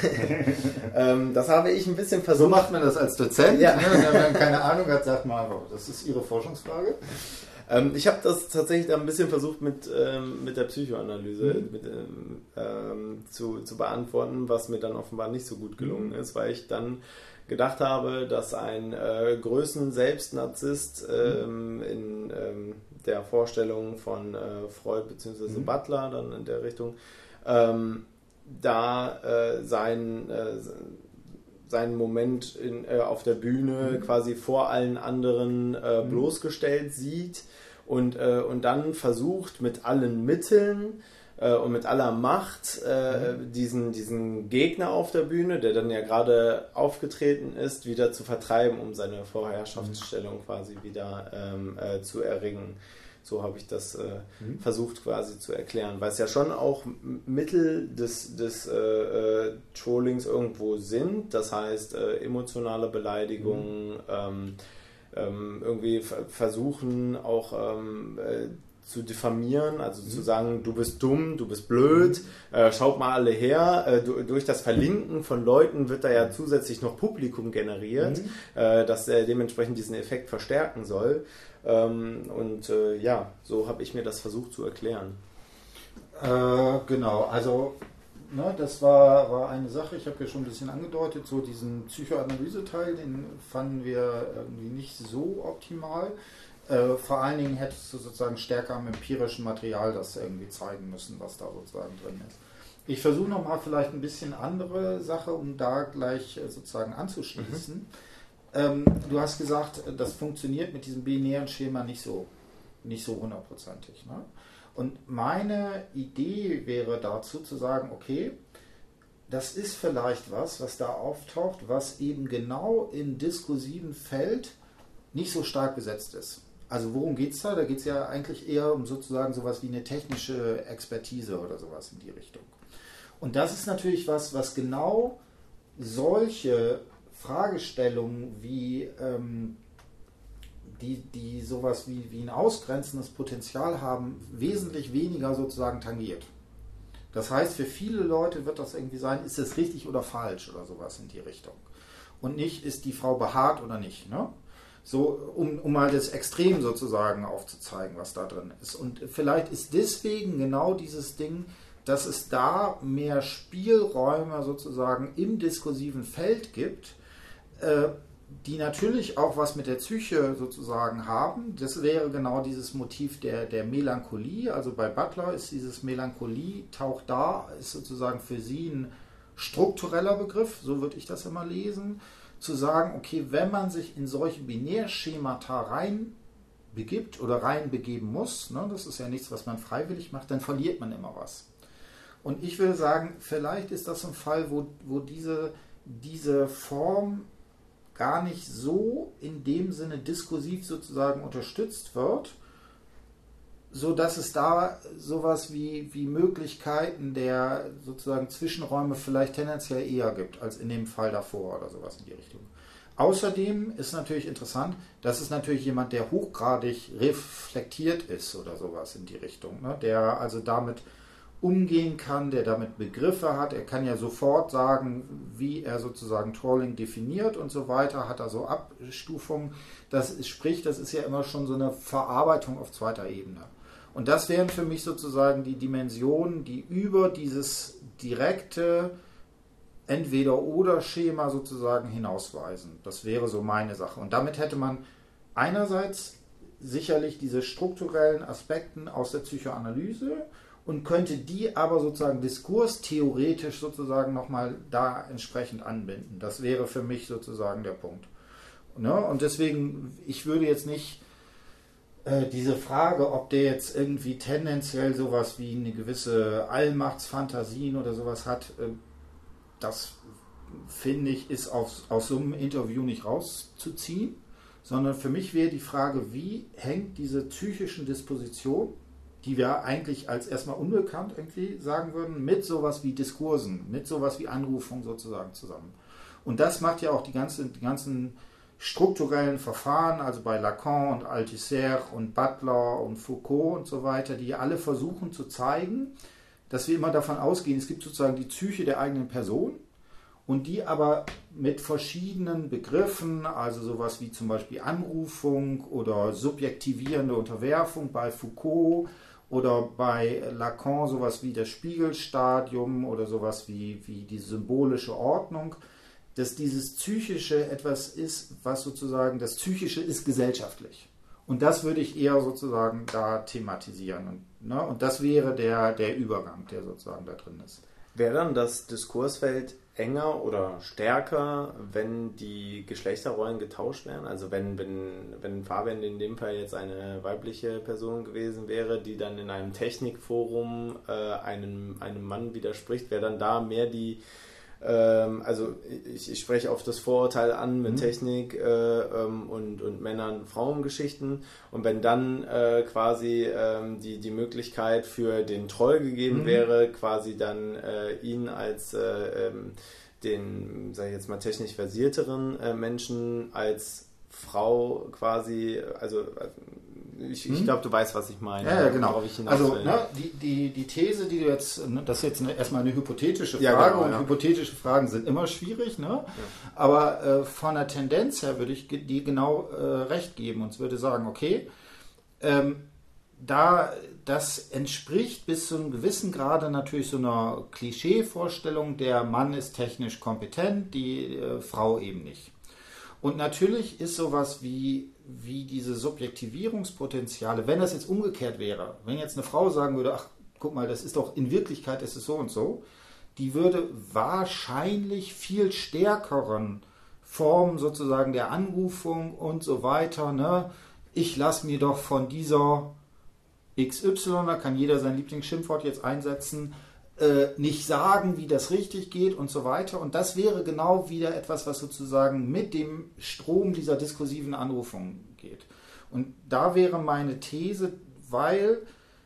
ähm, das habe ich ein bisschen versucht. So macht man das als Dozent, ja. ne? Wenn man keine Ahnung hat, sagt man einfach, das ist Ihre Forschungsfrage. Ähm, ich habe das tatsächlich ein bisschen versucht mit, ähm, mit der Psychoanalyse mhm. mit, ähm, zu, zu beantworten, was mir dann offenbar nicht so gut gelungen mhm. ist, weil ich dann gedacht habe, dass ein äh, Größen-Selbstnarzisst ähm, in ähm, der Vorstellung von äh, Freud bzw. Mhm. Butler dann in der Richtung ähm, da äh, sein, äh, seinen Moment in, äh, auf der Bühne mhm. quasi vor allen anderen äh, mhm. bloßgestellt sieht und, äh, und dann versucht mit allen Mitteln äh, und mit aller Macht äh, mhm. diesen, diesen Gegner auf der Bühne, der dann ja gerade aufgetreten ist, wieder zu vertreiben, um seine Vorherrschaftsstellung mhm. quasi wieder ähm, äh, zu erringen. So habe ich das äh, mhm. versucht quasi zu erklären, weil es ja schon auch Mittel des, des äh, äh, Trollings irgendwo sind, das heißt äh, emotionale Beleidigungen, mhm. ähm, ähm, irgendwie f- versuchen auch ähm, äh, zu diffamieren, also mhm. zu sagen, du bist dumm, du bist blöd, mhm. äh, schaut mal alle her. Äh, du, durch das Verlinken von Leuten wird da ja zusätzlich noch Publikum generiert, mhm. äh, das äh, dementsprechend diesen Effekt verstärken soll. Ähm, und äh, ja, so habe ich mir das versucht zu erklären. Äh, genau, also ne, das war, war eine Sache, ich habe ja schon ein bisschen angedeutet, so diesen Psychoanalyse-Teil, den fanden wir irgendwie nicht so optimal. Äh, vor allen Dingen hättest du sozusagen stärker am empirischen Material das irgendwie zeigen müssen, was da sozusagen drin ist. Ich versuche nochmal vielleicht ein bisschen andere Sache, um da gleich äh, sozusagen anzuschließen. Mhm. Ähm, du hast gesagt, das funktioniert mit diesem binären Schema nicht so, nicht so hundertprozentig. Ne? Und meine Idee wäre dazu zu sagen, okay, das ist vielleicht was, was da auftaucht, was eben genau im diskursiven Feld nicht so stark besetzt ist. Also worum geht es da? Da geht es ja eigentlich eher um sozusagen sowas wie eine technische Expertise oder sowas in die Richtung. Und das ist natürlich was, was genau solche Fragestellungen wie ähm, die, die sowas wie, wie ein ausgrenzendes Potenzial haben, wesentlich weniger sozusagen tangiert. Das heißt, für viele Leute wird das irgendwie sein, ist es richtig oder falsch oder sowas in die Richtung. Und nicht, ist die Frau behaart oder nicht. Ne? So, um, um mal das Extrem sozusagen aufzuzeigen, was da drin ist. Und vielleicht ist deswegen genau dieses Ding, dass es da mehr Spielräume sozusagen im diskursiven Feld gibt, äh, die natürlich auch was mit der Psyche sozusagen haben. Das wäre genau dieses Motiv der, der Melancholie. Also bei Butler ist dieses Melancholie, taucht da, ist sozusagen für sie ein struktureller Begriff, so würde ich das immer lesen, zu sagen, okay, wenn man sich in solche Binärschemata rein begibt oder reinbegeben muss, ne, das ist ja nichts, was man freiwillig macht, dann verliert man immer was. Und ich würde sagen, vielleicht ist das ein Fall, wo, wo diese, diese Form gar nicht so in dem Sinne diskursiv sozusagen unterstützt wird, so dass es da sowas wie, wie Möglichkeiten der sozusagen Zwischenräume vielleicht tendenziell eher gibt, als in dem Fall davor oder sowas in die Richtung. Außerdem ist natürlich interessant, dass es natürlich jemand, der hochgradig reflektiert ist oder sowas in die Richtung, ne? Der also damit umgehen kann, der damit Begriffe hat. Er kann ja sofort sagen, wie er sozusagen Trolling definiert und so weiter, hat er so Abstufungen. Das ist, sprich, das ist ja immer schon so eine Verarbeitung auf zweiter Ebene. Und das wären für mich sozusagen die Dimensionen, die über dieses direkte Entweder-oder-Schema sozusagen hinausweisen. Das wäre so meine Sache. Und damit hätte man einerseits sicherlich diese strukturellen Aspekten aus der Psychoanalyse und könnte die aber sozusagen diskurstheoretisch sozusagen nochmal da entsprechend anbinden. Das wäre für mich sozusagen der Punkt. Ne? Und deswegen, ich würde jetzt nicht äh, diese Frage, ob der jetzt irgendwie tendenziell sowas wie eine gewisse Allmachtsfantasien oder sowas hat, äh, das finde ich, ist aus, aus so einem Interview nicht rauszuziehen, sondern für mich wäre die Frage, wie hängt diese psychischen Dispositionen, die wir eigentlich als erstmal unbekannt irgendwie sagen würden, mit sowas wie Diskursen, mit sowas wie Anrufung sozusagen zusammen. Und das macht ja auch die, ganze, die ganzen strukturellen Verfahren, also bei Lacan und Althusser und Butler und Foucault und so weiter, die alle versuchen zu zeigen, dass wir immer davon ausgehen, es gibt sozusagen die Psyche der eigenen Person und die aber mit verschiedenen Begriffen, also sowas wie zum Beispiel Anrufung oder subjektivierende Unterwerfung bei Foucault, oder bei Lacan sowas wie das Spiegelstadium oder sowas wie, wie die symbolische Ordnung, dass dieses Psychische etwas ist, was sozusagen, das Psychische ist gesellschaftlich. Und das würde ich eher sozusagen da thematisieren. Und, ne, und das wäre der, der Übergang, der sozusagen da drin ist. Wäre dann das Diskursfeld enger oder stärker, wenn die Geschlechterrollen getauscht wären? Also wenn, wenn, wenn Fabian in dem Fall jetzt eine weibliche Person gewesen wäre, die dann in einem Technikforum äh, einem, einem Mann widerspricht, wäre dann da mehr die, ähm, also ich, ich spreche auf das Vorurteil an mit mhm. Technik äh, ähm, und, und Männern-Frauen-Geschichten, und wenn dann äh, quasi ähm, die, die Möglichkeit für den Troll gegeben mhm. wäre, quasi dann äh, ihn als äh, ähm, den, sag ich jetzt mal, technisch versierteren äh, Menschen als Frau quasi, also ich, ich glaube, du weißt, was ich meine. Ja, ja, genau. Ich also ne, die, die, die These, die du jetzt, ne, das ist jetzt eine, erstmal eine hypothetische Frage, ja, genau, und ja. hypothetische Fragen sind immer schwierig, ne? Ja. Aber äh, von der Tendenz her würde ich dir genau äh, recht geben und würde sagen, okay, ähm, da das entspricht bis zu einem gewissen Grade natürlich so einer Klischee-Vorstellung, der Mann ist technisch kompetent, die äh, Frau eben nicht. Und natürlich ist sowas wie, wie diese Subjektivierungspotenziale, wenn das jetzt umgekehrt wäre, wenn jetzt eine Frau sagen würde, ach, guck mal, das ist doch, in Wirklichkeit ist es so und so, die würde wahrscheinlich viel stärkeren Formen sozusagen der Anrufung und so weiter, ne? Ich lasse mir doch von dieser X Y, da kann jeder sein Lieblingsschimpfwort jetzt einsetzen, äh, nicht sagen, wie das richtig geht und so weiter. Und das wäre genau wieder etwas, was sozusagen mit dem Strom dieser diskursiven Anrufung geht. Und da wäre meine These, weil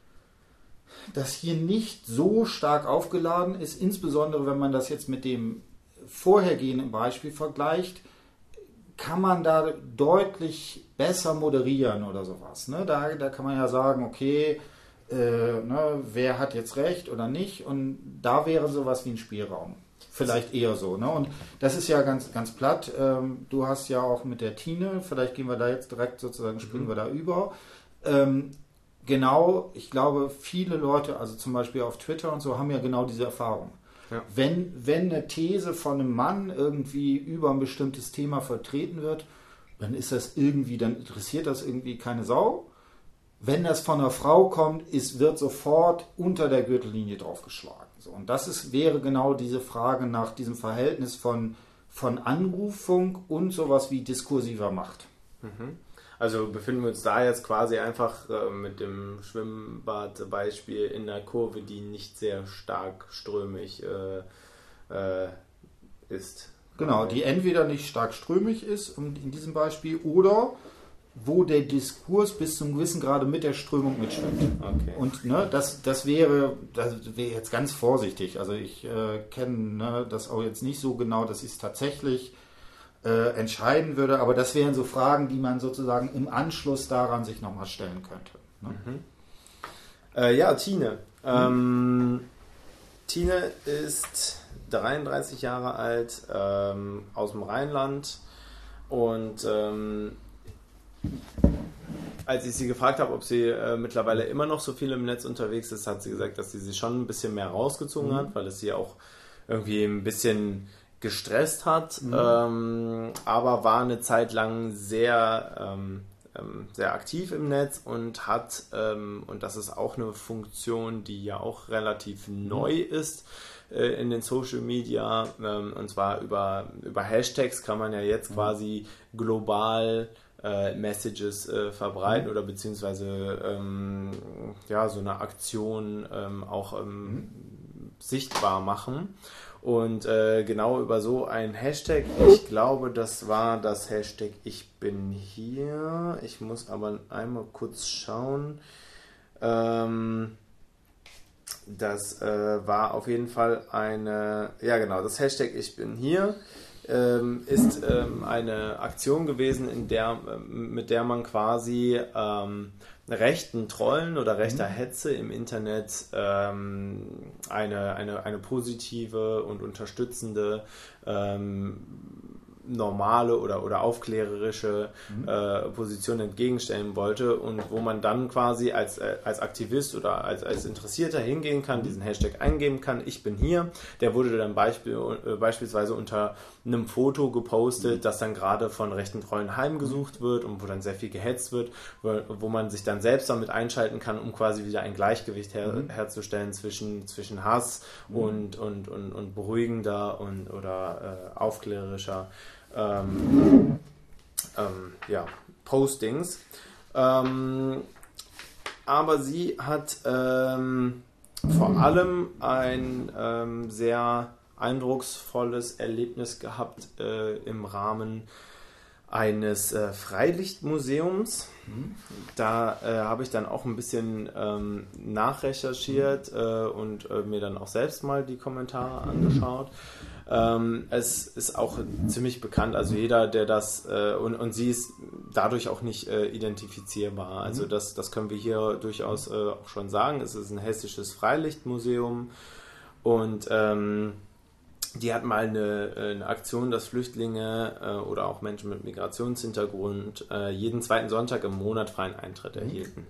das hier nicht so stark aufgeladen ist, insbesondere wenn man das jetzt mit dem vorhergehenden Beispiel vergleicht, kann man da deutlich besser moderieren oder sowas. Ne? Da, da kann man ja sagen, okay, äh, ne, wer hat jetzt recht oder nicht, und da wäre sowas wie ein Spielraum. Vielleicht eher so. Ne? Und das ist ja ganz, ganz platt. Ähm, du hast ja auch mit der Tine, vielleicht gehen wir da jetzt direkt sozusagen, springen mhm. wir da über. Ähm, genau, ich glaube, viele Leute, also zum Beispiel auf Twitter und so, haben ja genau diese Erfahrung. Ja. Wenn, wenn eine These von einem Mann irgendwie über ein bestimmtes Thema vertreten wird, dann ist das irgendwie, dann interessiert das irgendwie keine Sau. Wenn das von einer Frau kommt, ist, wird sofort unter der Gürtellinie draufgeschlagen. So, und das ist, wäre genau diese Frage nach diesem Verhältnis von, von Anrufung und sowas wie diskursiver Macht. Mhm. Also befinden wir uns da jetzt quasi einfach äh, mit dem Schwimmbadbeispiel in einer Kurve, die nicht sehr stark strömig äh, äh, ist. Genau, die entweder nicht stark strömig ist, in diesem Beispiel, oder wo der Diskurs bis zum gewissen Grade mit der Strömung mitschwimmt. Okay. Und ne, das, das, wäre, das wäre jetzt ganz vorsichtig. Also ich äh, kenne ne, das auch jetzt nicht so genau, dass ich es tatsächlich äh, entscheiden würde, aber das wären so Fragen, die man sozusagen im Anschluss daran sich nochmal stellen könnte. Ne? Mhm. Äh, ja, Tine. Mhm. Ähm, Tine ist dreiunddreißig Jahre alt, ähm, aus dem Rheinland, und ähm, als ich sie gefragt habe, ob sie äh, mittlerweile immer noch so viel im Netz unterwegs ist, hat sie gesagt, dass sie sich schon ein bisschen mehr rausgezogen mhm. hat, weil es sie auch irgendwie ein bisschen gestresst hat, mhm. ähm, aber war eine Zeit lang sehr, ähm, ähm, sehr aktiv im Netz und hat, ähm, und das ist auch eine Funktion, die ja auch relativ mhm. neu ist äh, in den Social Media, ähm, und zwar über, über Hashtags kann man ja jetzt mhm. quasi global Äh, Messages äh, verbreiten mhm. oder beziehungsweise ähm, ja, so eine Aktion ähm, auch ähm, mhm. sichtbar machen. Und äh, genau über so ein Hashtag, ich glaube, das war das Hashtag Ich bin hier. Ich muss aber einmal kurz schauen. Ähm, das äh, war auf jeden Fall eine, ja genau, das Hashtag Ich bin hier. Ähm, ist ähm, eine Aktion gewesen, in der, ähm, mit der man quasi ähm, rechten Trollen oder rechter Hetze im Internet ähm, eine, eine, eine positive und unterstützende ähm, normale oder, oder aufklärerische mhm. äh, Position entgegenstellen wollte, und wo man dann quasi als, äh, als Aktivist oder als, als Interessierter hingehen kann, mhm. diesen Hashtag eingeben kann, ich bin hier. Der wurde dann Beispiel, äh, beispielsweise unter einem Foto gepostet, mhm. das dann gerade von rechten Trollen heimgesucht wird und wo dann sehr viel gehetzt wird, wo, wo man sich dann selbst damit einschalten kann, um quasi wieder ein Gleichgewicht her, mhm. herzustellen zwischen, zwischen Hass mhm. und, und, und, und beruhigender und oder äh, aufklärerischer Ähm, ähm, ja, Postings. Ähm, aber sie hat ähm, vor allem ein ähm, sehr eindrucksvolles Erlebnis gehabt äh, im Rahmen eines äh, Freilichtmuseums. Mhm. Da äh, habe ich dann auch ein bisschen ähm, nachrecherchiert mhm. äh, und äh, mir dann auch selbst mal die Kommentare angeschaut. Ähm, es ist auch ziemlich bekannt, also jeder, der das, äh, und, und sie ist dadurch auch nicht äh, identifizierbar. Also das, das können wir hier durchaus äh, auch schon sagen. Es ist ein hessisches Freilichtmuseum, und ähm, die hat mal eine, eine Aktion, dass Flüchtlinge äh, oder auch Menschen mit Migrationshintergrund äh, jeden zweiten Sonntag im Monat freien Eintritt mhm. erhielten.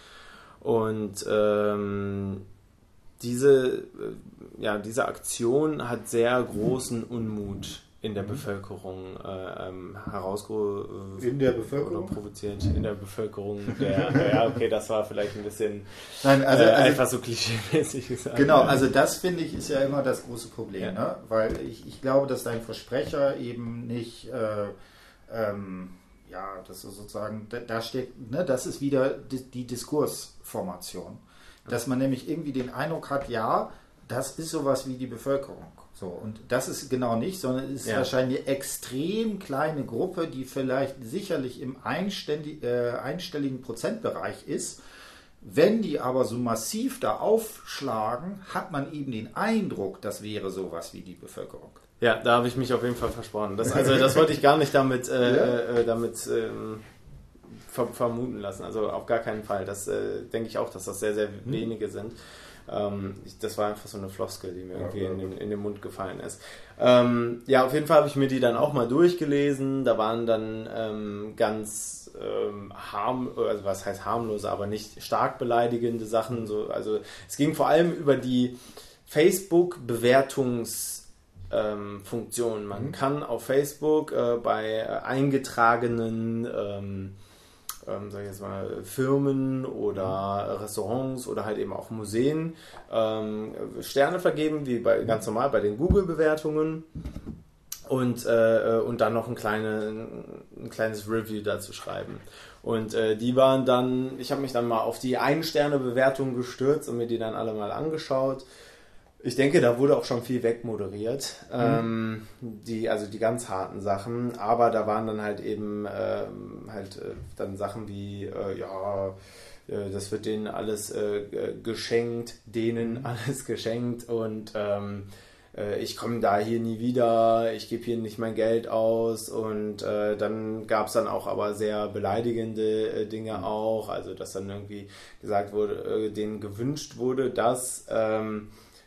Und ähm, diese, ja, diese Aktion hat sehr großen Unmut in der Bevölkerung äh, ähm, herausge... In der Bevölkerung? Oder provoziert in der Bevölkerung. Der, ja, okay, das war vielleicht ein bisschen Nein, also, äh, also, einfach so klischeemäßig gesagt. Genau, also das finde ich ist ja immer das große Problem, ja. ne? Weil ich, ich glaube, dass dein Versprecher eben nicht... Äh, ähm, ja, das ist sozusagen, da, da steht, ne, das ist wieder die, die Diskursformation. Dass man nämlich irgendwie den Eindruck hat, ja, das ist sowas wie die Bevölkerung. So, und das ist genau nicht, sondern es ist ja. wahrscheinlich eine extrem kleine Gruppe, die vielleicht sicherlich im äh, einstelligen Prozentbereich ist. Wenn die aber so massiv da aufschlagen, hat man eben den Eindruck, das wäre sowas wie die Bevölkerung. Ja, da habe ich mich auf jeden Fall versprochen. Das, also das wollte ich gar nicht damit, äh, ja. äh, damit ähm, ver- vermuten lassen. Also auf gar keinen Fall. Das äh, denke ich auch, dass das sehr, sehr hm. wenige sind. Ähm, ich, das war einfach so eine Floskel, die mir irgendwie ja, in, den, in den Mund gefallen ist. Ähm, ja, auf jeden Fall habe ich mir die dann auch mal durchgelesen. Da waren dann ähm, ganz ähm, harm, also was heißt harmlose, aber nicht stark beleidigende Sachen. So, also es ging vor allem über die Facebook-Bewertungsfunktion. Ähm, Man mhm. kann auf Facebook äh, bei eingetragenen ähm, ähm, sag ich jetzt mal, Firmen oder Restaurants oder halt eben auch Museen ähm, Sterne vergeben, wie bei, ganz normal bei den Google-Bewertungen. Und, äh, und dann noch ein, kleine, ein kleines Review dazu schreiben. Und äh, die waren dann, ich habe mich dann mal auf die Ein-Sterne-Bewertung gestürzt und mir die dann alle mal angeschaut. Ich denke, da wurde auch schon viel wegmoderiert, mhm. ähm, die, also die ganz harten Sachen, aber da waren dann halt eben ähm, halt äh, dann Sachen wie, äh, ja, äh, das wird denen alles äh, geschenkt, denen mhm. alles geschenkt und ähm, äh, ich komme da hier nie wieder, ich gebe hier nicht mein Geld aus und äh, dann gab es dann auch aber sehr beleidigende äh, Dinge mhm. auch, also dass dann irgendwie gesagt wurde, äh, denen gewünscht wurde, dass ähm,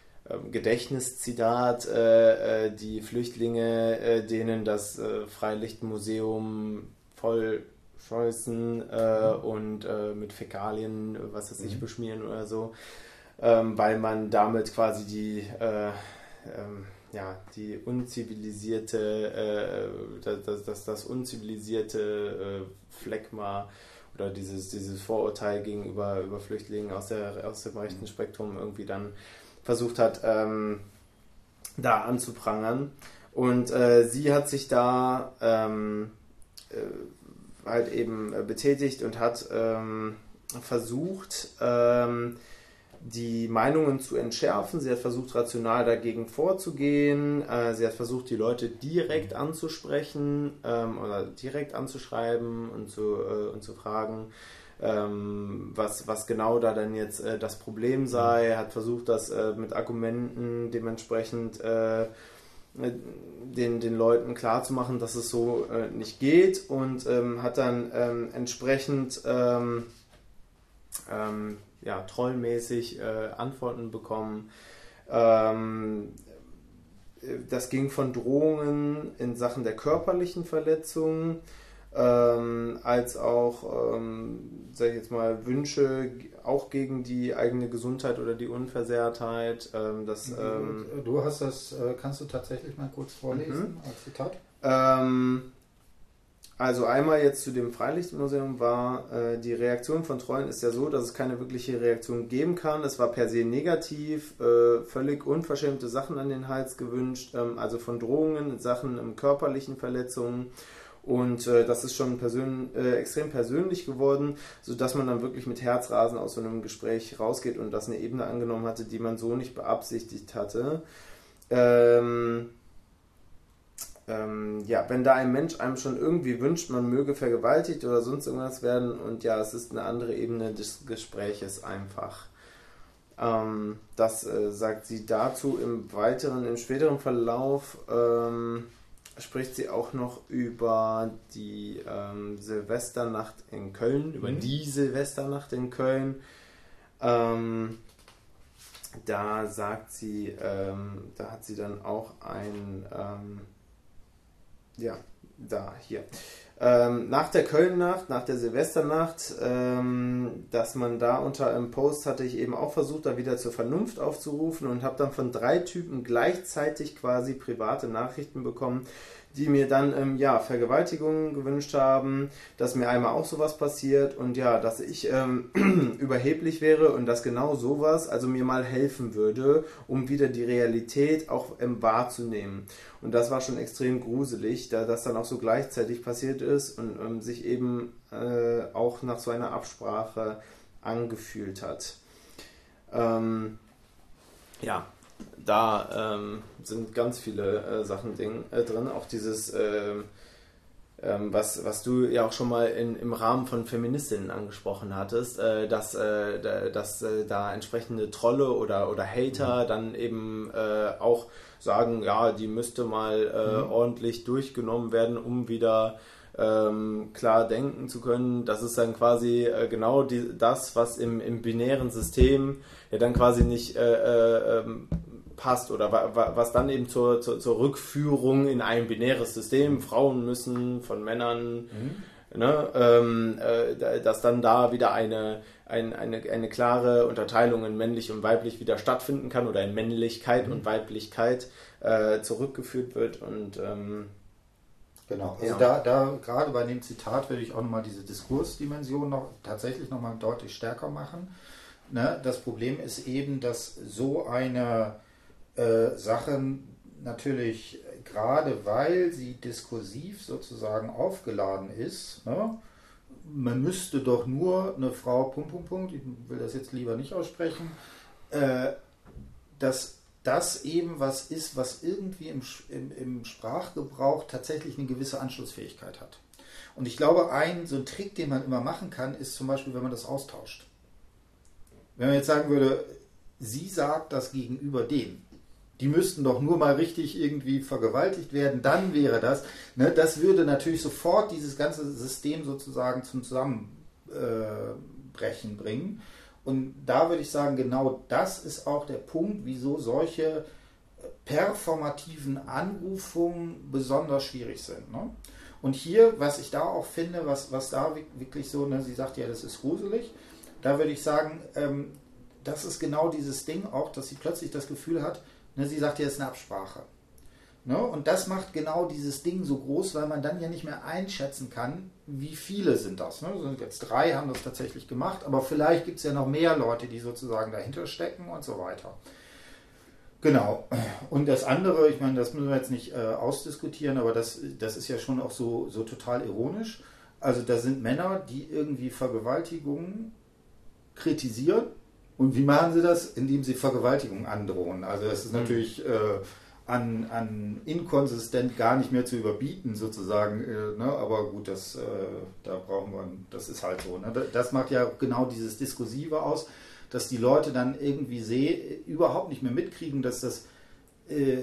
Gedächtniszitat, äh, die Flüchtlinge, äh, denen das äh, Freilichtmuseum voll scheußen äh, und äh, mit Fäkalien, was weiß ich, mhm. beschmieren oder so, ähm, weil man damit quasi die, äh, ähm, ja, die unzivilisierte, äh, das, das, das unzivilisierte äh, Phlegma oder dieses, dieses Vorurteil gegenüber über Flüchtlingen aus, der, aus dem rechten Spektrum irgendwie dann versucht hat, ähm, da anzuprangern. Und äh, sie hat sich da ähm, äh, halt eben äh, betätigt und hat ähm, versucht, ähm, die Meinungen zu entschärfen. Sie hat versucht, rational dagegen vorzugehen. Äh, sie hat versucht, die Leute direkt anzusprechen ähm, oder direkt anzuschreiben und zu, äh, und zu fragen, Ähm, was, was genau da dann jetzt äh, das Problem sei. Er hat versucht, das äh, mit Argumenten dementsprechend äh, den, den Leuten klarzumachen, dass es so äh, nicht geht und ähm, hat dann ähm, entsprechend ähm, ähm, ja, trollmäßig äh, Antworten bekommen. Ähm, das ging von Drohungen in Sachen der körperlichen Verletzungen Ähm, als auch, ähm, sag ich jetzt mal, Wünsche auch gegen die eigene Gesundheit oder die Unversehrtheit. Ähm, das, ähm, du hast das, kannst du tatsächlich mal kurz vorlesen mhm. als Zitat? Ähm, also einmal jetzt zu dem Freilichtmuseum war, äh, die Reaktion von Trollen ist ja so, dass es keine wirkliche Reaktion geben kann. Es war per se negativ, äh, völlig unverschämte Sachen an den Hals gewünscht, ähm, also von Drohungen, Sachen im körperlichen Verletzungen. Und äh, das ist schon persön- äh, extrem persönlich geworden, sodass man dann wirklich mit Herzrasen aus so einem Gespräch rausgeht und das eine Ebene angenommen hatte, die man so nicht beabsichtigt hatte. Ähm, ähm, ja, wenn da ein Mensch einem schon irgendwie wünscht, man möge vergewaltigt oder sonst irgendwas werden und ja, es ist eine andere Ebene des Gespräches einfach. Ähm, das äh, sagt sie dazu im weiteren, im späteren Verlauf. Ähm, spricht sie auch noch über die ähm, Silvesternacht in Köln, über mhm. die Silvesternacht in Köln. Ähm, da sagt sie, ähm, da hat sie dann auch ein, ähm, ja, da, hier. Ähm, nach der Köln-Nacht, nach der Silvesternacht, ähm, dass man da unter einem Post hatte ich eben auch versucht, da wieder zur Vernunft aufzurufen und habe dann von drei Typen gleichzeitig quasi private Nachrichten bekommen, die mir dann ähm, ja, Vergewaltigungen gewünscht haben, dass mir einmal auch sowas passiert und ja, dass ich ähm, überheblich wäre und dass genau sowas also mir mal helfen würde, um wieder die Realität auch ähm, wahrzunehmen. Und das war schon extrem gruselig, da das dann auch so gleichzeitig passiert ist und ähm, sich eben äh, auch nach so einer Absprache angefühlt hat. Ähm, ja, da ähm, sind ganz viele äh, Sachen Ding, äh, drin, auch dieses, äh, ähm, was, was du ja auch schon mal in, im Rahmen von Feministinnen angesprochen hattest, äh, dass, äh, da, dass äh, da entsprechende Trolle oder, oder Hater mhm. dann eben äh, auch sagen, ja, die müsste mal äh, mhm. ordentlich durchgenommen werden, um wieder ähm, klar denken zu können. Das ist dann quasi äh, genau die, das, was im, im binären System ja dann quasi nicht äh, äh, passt oder wa, wa, was dann eben zur, zur, zur Rückführung in ein binäres System, Frauen müssen von Männern mhm. ne, ähm, äh, dass dann da wieder eine, ein, eine, eine klare Unterteilung in männlich und weiblich wieder stattfinden kann oder in Männlichkeit mhm. und Weiblichkeit äh, zurückgeführt wird und ähm, genau, also ja. da, da gerade bei dem Zitat würde ich auch nochmal diese Diskursdimension noch tatsächlich nochmal deutlich stärker machen. Ne? Das Problem ist eben, dass so eine äh, Sache natürlich, gerade weil sie diskursiv sozusagen aufgeladen ist, ne? Man müsste doch nur eine Frau, Punkt, Punkt, Punkt, ich will das jetzt lieber nicht aussprechen, äh, dass das eben was ist, was irgendwie im, im, im Sprachgebrauch tatsächlich eine gewisse Anschlussfähigkeit hat. Und ich glaube, ein so ein Trick, den man immer machen kann, ist zum Beispiel, wenn man das austauscht. Wenn man jetzt sagen würde, sie sagt das gegenüber dem, die müssten doch nur mal richtig irgendwie vergewaltigt werden, dann wäre das, ne, das würde natürlich sofort dieses ganze System sozusagen zum Zusammenbrechen bringen. Und da würde ich sagen, genau das ist auch der Punkt, wieso solche performativen Anrufungen besonders schwierig sind. Ne? Und hier, was ich da auch finde, was, was da wirklich so, ne, sie sagt ja, das ist gruselig, da würde ich sagen, ähm, das ist genau dieses Ding auch, dass sie plötzlich das Gefühl hat, ne, sie sagt ja, es ist eine Absprache. Ne? Und das macht genau dieses Ding so groß, weil man dann ja nicht mehr einschätzen kann, wie viele sind das. Ne? Also jetzt drei haben das tatsächlich gemacht, aber vielleicht gibt es ja noch mehr Leute, die sozusagen dahinter stecken und so weiter. Genau. Und das andere, ich meine, das müssen wir jetzt nicht äh, ausdiskutieren, aber das, das ist ja schon auch so, so total ironisch. Also da sind Männer, die irgendwie Vergewaltigungen kritisieren. Und wie machen sie das? Indem sie Vergewaltigung androhen. Also das ist natürlich äh, an, an inkonsistent gar nicht mehr zu überbieten sozusagen. Äh, ne? Aber gut, das, äh, da brauchen wir, das ist halt so. Ne? Das macht ja genau dieses Diskursive aus, dass die Leute dann irgendwie seh, überhaupt nicht mehr mitkriegen, dass das, äh,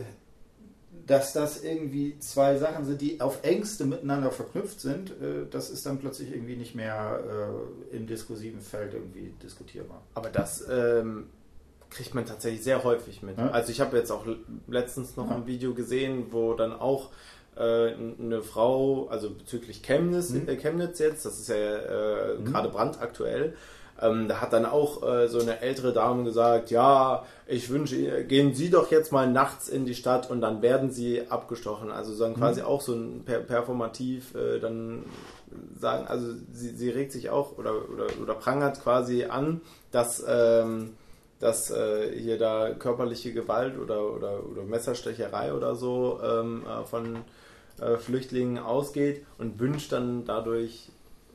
dass das irgendwie zwei Sachen sind, die auf Ängste miteinander verknüpft sind. Äh, das ist dann plötzlich irgendwie nicht mehr äh, im diskursiven Feld irgendwie diskutierbar. Aber das ähm, kriegt man tatsächlich sehr häufig mit. Ja? Also ich habe jetzt auch letztens noch ja. ein Video gesehen, wo dann auch äh, eine Frau, also bezüglich Chemnitz, mhm. äh, Chemnitz jetzt, das ist ja äh, mhm. gerade brandaktuell, Ähm, da hat dann auch äh, so eine ältere Dame gesagt, ja, ich wünsche, gehen Sie doch jetzt mal nachts in die Stadt und dann werden Sie abgestochen. Also sagen quasi mhm. auch so ein per performativ äh, dann sagen, also sie, sie regt sich auch oder, oder, oder prangert quasi an, dass, ähm, dass äh, hier da körperliche Gewalt oder, oder, oder Messerstecherei oder so ähm, äh, von äh, Flüchtlingen ausgeht und wünscht dann dadurch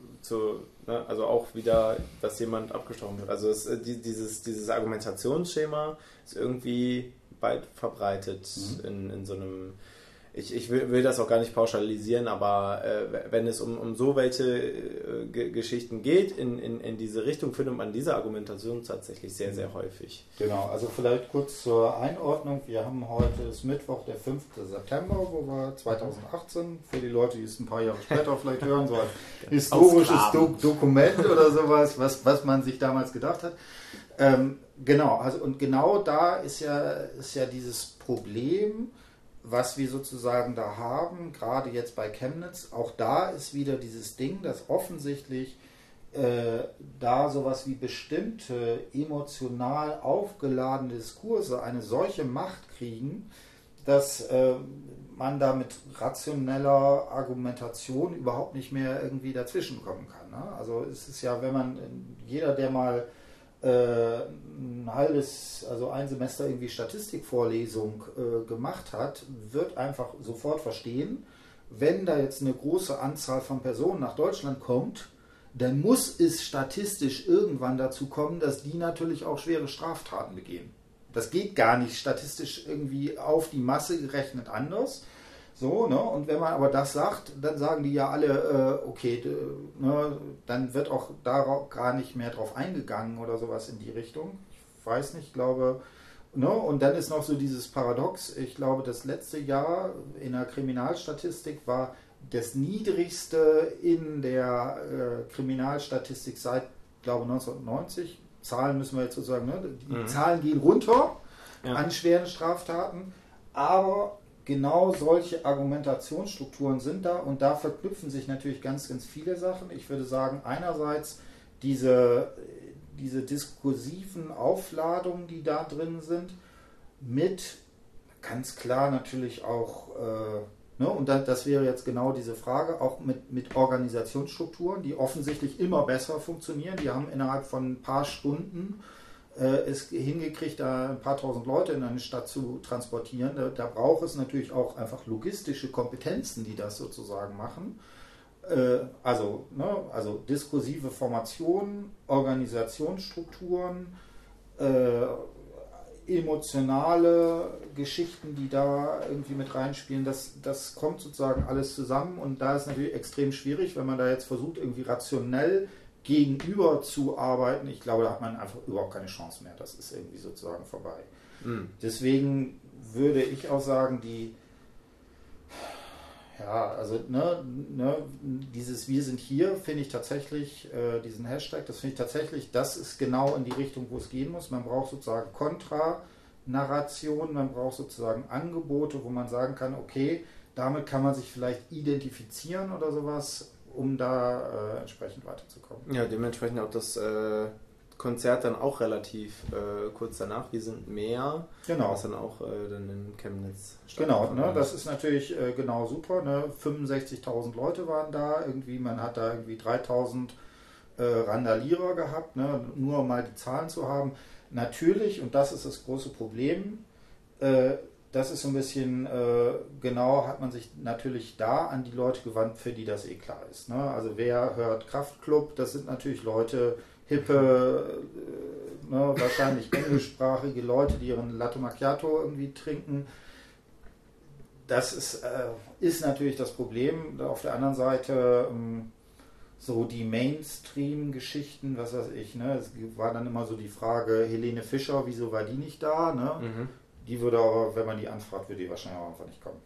zu, ne, also auch wieder, dass jemand abgestochen wird. Also es, die, dieses, dieses Argumentationsschema ist irgendwie weit verbreitet mhm. in, in so einem, ich, ich will, will das auch gar nicht pauschalisieren, aber äh, wenn es um, um so welche äh, G- Geschichten geht, in, in, in diese Richtung findet man diese Argumentation tatsächlich sehr, sehr häufig. Genau, also vielleicht kurz zur Einordnung. Wir haben heute, ist Mittwoch, der fünfte September, wo wir zweitausendachtzehn, für die Leute, die es ein paar Jahre später vielleicht hören, so ein historisches Do- Dokument oder sowas, was, was man sich damals gedacht hat. Ähm, genau, also und genau da ist ja, ist ja dieses Problem, was wir sozusagen da haben, gerade jetzt bei Chemnitz, auch da ist wieder dieses Ding, dass offensichtlich äh, da sowas wie bestimmte emotional aufgeladene Diskurse eine solche Macht kriegen, dass äh, man da mit rationeller Argumentation überhaupt nicht mehr irgendwie dazwischen kommen kann. Ne? Also es ist ja, wenn man, jeder, der mal ein halbes, also ein Semester irgendwie Statistikvorlesung äh, gemacht hat, wird einfach sofort verstehen, wenn da jetzt eine große Anzahl von Personen nach Deutschland kommt, dann muss es statistisch irgendwann dazu kommen, dass die natürlich auch schwere Straftaten begehen. Das geht gar nicht statistisch irgendwie auf die Masse gerechnet anders. So, ne? Und wenn man aber das sagt, dann sagen die ja alle, äh, okay, d- ne, dann wird auch darauf gar nicht mehr drauf eingegangen oder sowas in die Richtung. Ich weiß nicht, ich glaube, ne? Und dann ist noch so dieses Paradox, ich glaube, das letzte Jahr in der Kriminalstatistik war das niedrigste in der äh, Kriminalstatistik seit, glaube neunzehnhundertneunzig. Zahlen müssen wir jetzt sozusagen, ne? Die mhm. Zahlen gehen runter ja. an schweren Straftaten, aber genau solche Argumentationsstrukturen sind da und da verknüpfen sich natürlich ganz, ganz viele Sachen. Ich würde sagen, einerseits diese, diese diskursiven Aufladungen, die da drin sind, mit ganz klar natürlich auch, äh, ne, und das, das wäre jetzt genau diese Frage, auch mit, mit Organisationsstrukturen, die offensichtlich immer besser funktionieren. Die haben innerhalb von ein paar Stunden äh, es hingekriegt, da ein paar tausend Leute in eine Stadt zu transportieren. Da, da braucht es natürlich auch einfach logistische Kompetenzen, die das sozusagen machen. Äh, also, ne, also diskursive Formationen, Organisationsstrukturen, äh, emotionale Geschichten, die da irgendwie mit reinspielen, das, das kommt sozusagen alles zusammen und da ist natürlich extrem schwierig, wenn man da jetzt versucht, irgendwie rationell gegenüber zu arbeiten. Ich glaube, da hat man einfach überhaupt keine Chance mehr. Das ist irgendwie sozusagen vorbei. Mhm. Deswegen würde ich auch sagen, die ja, also ne, ne, dieses Wir sind hier finde ich tatsächlich, äh, diesen Hashtag, das finde ich tatsächlich, das ist genau in die Richtung, wo es gehen muss. Man braucht sozusagen Kontranarration, man braucht sozusagen Angebote, wo man sagen kann, okay, damit kann man sich vielleicht identifizieren oder sowas, um da äh, entsprechend weiterzukommen. Ja, dementsprechend auch das äh, Konzert dann auch relativ äh, kurz danach, wir sind mehr, genau. Was dann auch äh, dann in Chemnitz Genau, ne, das ist natürlich äh, genau super, ne, fünfundsechzigtausend Leute waren da, irgendwie, man hat da irgendwie dreitausend äh, Randalierer gehabt, ne, nur um mal die Zahlen zu haben. Natürlich, und das ist das große Problem, äh, das ist so ein bisschen, äh, genau hat man sich natürlich da an die Leute gewandt, für die das eh klar ist. Ne? Also wer hört Kraftklub, das sind natürlich Leute, hippe, äh, ne, wahrscheinlich englischsprachige Leute, die ihren Latte Macchiato irgendwie trinken. Das ist, äh, ist natürlich das Problem. Auf der anderen Seite ähm, so die Mainstream-Geschichten, was weiß ich, ne? Es war dann immer so die Frage, Helene Fischer, wieso war die nicht da? Ne? Mhm. Die würde aber, wenn man die anfragt, würde die wahrscheinlich auch einfach nicht kommen.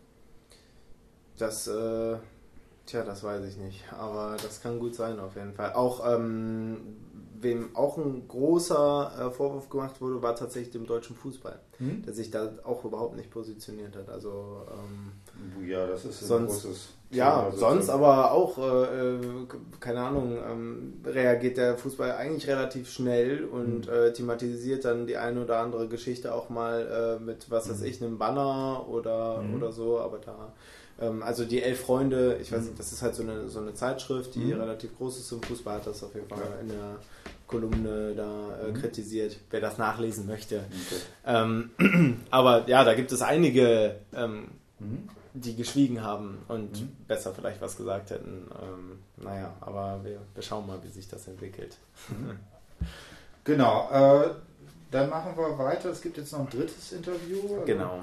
Das, äh, tja, das weiß ich nicht. Aber das kann gut sein auf jeden Fall. Auch, ähm, wem auch ein großer äh, Vorwurf gemacht wurde, war tatsächlich dem deutschen Fußball, hm? der sich da auch überhaupt nicht positioniert hat. Also, ähm, ja, das ist sonst, ein großes Ja, Thema, sonst aber auch, äh, keine Ahnung, ähm, reagiert der Fußball eigentlich relativ schnell und hm. äh, thematisiert dann die eine oder andere Geschichte auch mal äh, mit, was weiß hm. ich, einem Banner oder, hm. oder so, aber da... Also die Elf Freunde, ich weiß nicht, das ist halt so eine, so eine Zeitschrift, die mhm. relativ groß ist im Fußball, hat das auf jeden Fall ja. in der Kolumne da äh, mhm. kritisiert, wer das nachlesen möchte. Okay. Ähm, aber ja, da gibt es einige, ähm, mhm. die geschwiegen haben und mhm. besser vielleicht was gesagt hätten. Ähm, naja, aber wir, wir schauen mal, wie sich das entwickelt. Mhm. Genau, äh, dann machen wir weiter. Es gibt jetzt noch ein drittes Interview. Oder? Genau.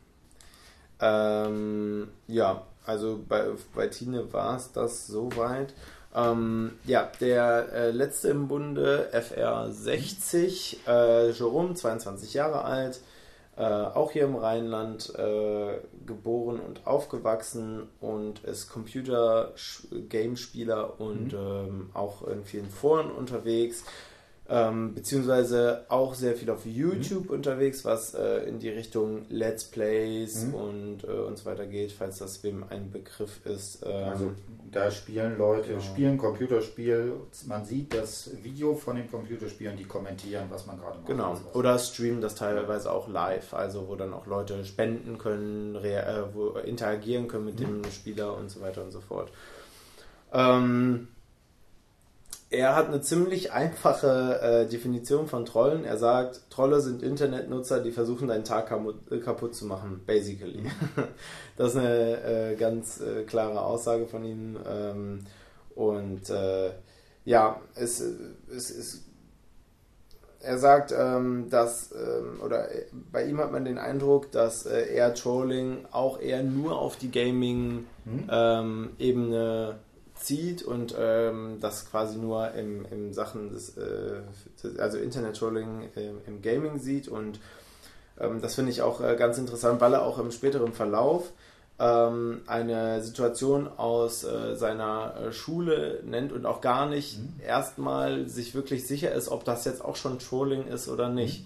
Ähm, ja, also bei, bei Tine war es das soweit. Ähm, ja, der äh, letzte im Bunde, F R sechzig, äh, Jerome, zweiundzwanzig Jahre alt, äh, auch hier im Rheinland äh, geboren und aufgewachsen und ist Computer-Game-Spieler und mhm. ähm, auch in vielen Foren unterwegs. Ähm, beziehungsweise auch sehr viel auf YouTube mhm. unterwegs, was äh, in die Richtung Let's Plays mhm. und, äh, und so weiter geht, falls das wem ein Begriff ist. Ähm, also da spielen Leute, genau. spielen Computerspiel, man sieht das Video von dem Computerspiel und die kommentieren, was man gerade macht. Genau, oder streamen das teilweise auch live, also wo dann auch Leute spenden können, rea- äh, wo interagieren können mit mhm. dem Spieler und so weiter und so fort. Ähm, Er hat eine ziemlich einfache äh, Definition von Trollen. Er sagt, Trolle sind Internetnutzer, die versuchen, deinen Tag kaputt zu machen, basically. Das ist eine äh, ganz äh, klare Aussage von ihm. Ähm, und äh, ja, es, es, es, er sagt, ähm, dass, ähm, oder bei ihm hat man den Eindruck, dass äh, er Trolling auch eher nur auf die Gaming-Ebene hm? zieht und ähm, das quasi nur im, im Sachen des, äh, also Internet-Trolling äh, im Gaming sieht und ähm, das finde ich auch äh, ganz interessant, weil er auch im späteren Verlauf ähm, eine Situation aus äh, seiner äh, Schule nennt und auch gar nicht mhm. erstmal sich wirklich sicher ist, ob das jetzt auch schon Trolling ist oder nicht. Mhm.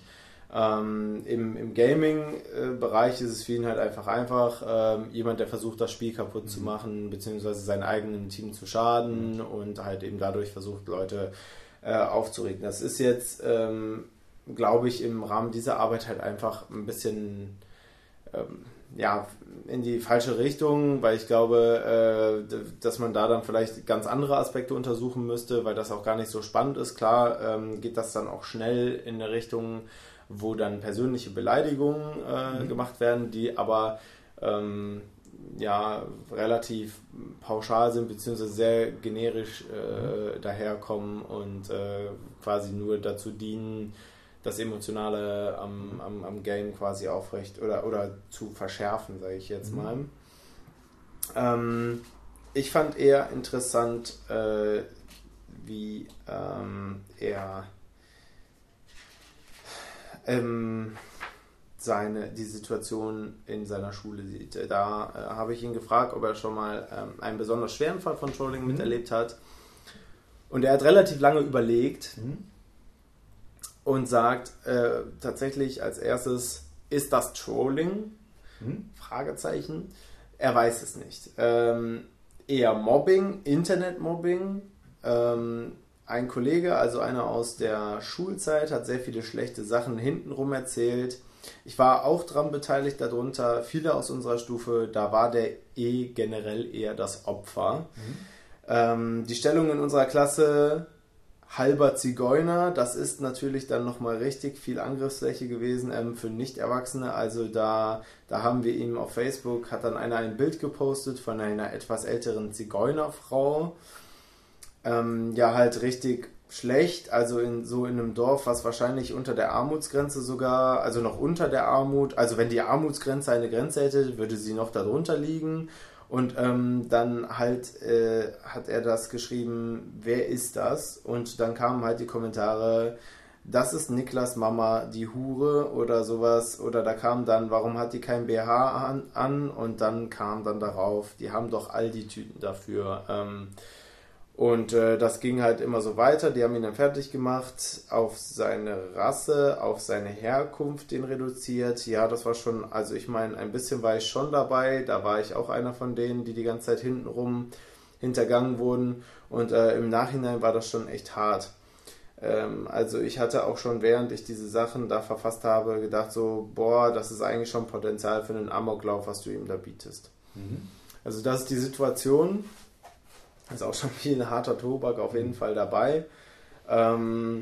Ähm, im, Im Gaming-Bereich ist es für ihn halt einfach einfach ähm, jemand, der versucht, das Spiel kaputt mhm. zu machen, beziehungsweise seinem eigenen Team zu schaden mhm. und halt eben dadurch versucht, Leute äh, aufzuregen. Das ist jetzt, ähm, glaube ich, im Rahmen dieser Arbeit halt einfach ein bisschen ähm, ja, in die falsche Richtung, weil ich glaube, äh, dass man da dann vielleicht ganz andere Aspekte untersuchen müsste, weil das auch gar nicht so spannend ist. Klar ähm, geht das dann auch schnell in eine Richtung, wo dann persönliche Beleidigungen äh, mhm. gemacht werden, die aber ähm, ja relativ pauschal sind, beziehungsweise sehr generisch äh, mhm. daherkommen und äh, quasi nur dazu dienen, das Emotionale am, am, am Game quasi aufrecht oder, oder zu verschärfen, sage ich jetzt mal. Mhm. Ähm, ich fand eher interessant, äh, wie ähm, er ähm, seine, die Situation in seiner Schule sieht. Da äh, habe ich ihn gefragt, ob er schon mal ähm, einen besonders schweren Fall von Trolling mhm. miterlebt hat. Und er hat relativ lange überlegt mhm. und sagt äh, tatsächlich als erstes, ist das Trolling? Mhm. Fragezeichen. Er weiß es nicht. Ähm, eher Mobbing, Internetmobbing. Ähm, Ein Kollege, also einer aus der Schulzeit, hat sehr viele schlechte Sachen hintenrum erzählt. Ich war auch dran beteiligt darunter. Viele aus unserer Stufe, da war der eh generell eher das Opfer. Mhm. Ähm, die Stellung in unserer Klasse, halber Zigeuner, das ist natürlich dann nochmal richtig viel Angriffsfläche gewesen ähm, für Nicht-Erwachsene. Also da, da haben wir ihm auf Facebook, hat dann einer ein Bild gepostet von einer etwas älteren Zigeunerfrau. Ähm, ja, halt richtig schlecht, also in so in einem Dorf, was wahrscheinlich unter der Armutsgrenze sogar, also noch unter der Armut, also wenn die Armutsgrenze eine Grenze hätte, würde sie noch darunter liegen. Und ähm, dann halt äh, hat er das geschrieben, wer ist das? Und dann kamen halt die Kommentare, das ist Niklas Mama, die Hure oder sowas. Oder da kam dann, warum hat die kein B H an? an? Und dann kam dann darauf, die haben doch all die Tüten dafür. Ähm, Und äh, das ging halt immer so weiter. Die haben ihn dann fertig gemacht, auf seine Rasse, auf seine Herkunft den reduziert. Ja, das war schon, also ich meine, ein bisschen war ich schon dabei. Da war ich auch einer von denen, die die ganze Zeit hintenrum hintergangen wurden. Und äh, im Nachhinein war das schon echt hart. Ähm, also ich hatte auch schon, während ich diese Sachen da verfasst habe, gedacht so, boah, das ist eigentlich schon Potenzial für einen Amoklauf, was du ihm da bietest. Mhm. Also das ist die Situation. Ist auch schon viel ein harter Tobak auf jeden Fall dabei. Ähm,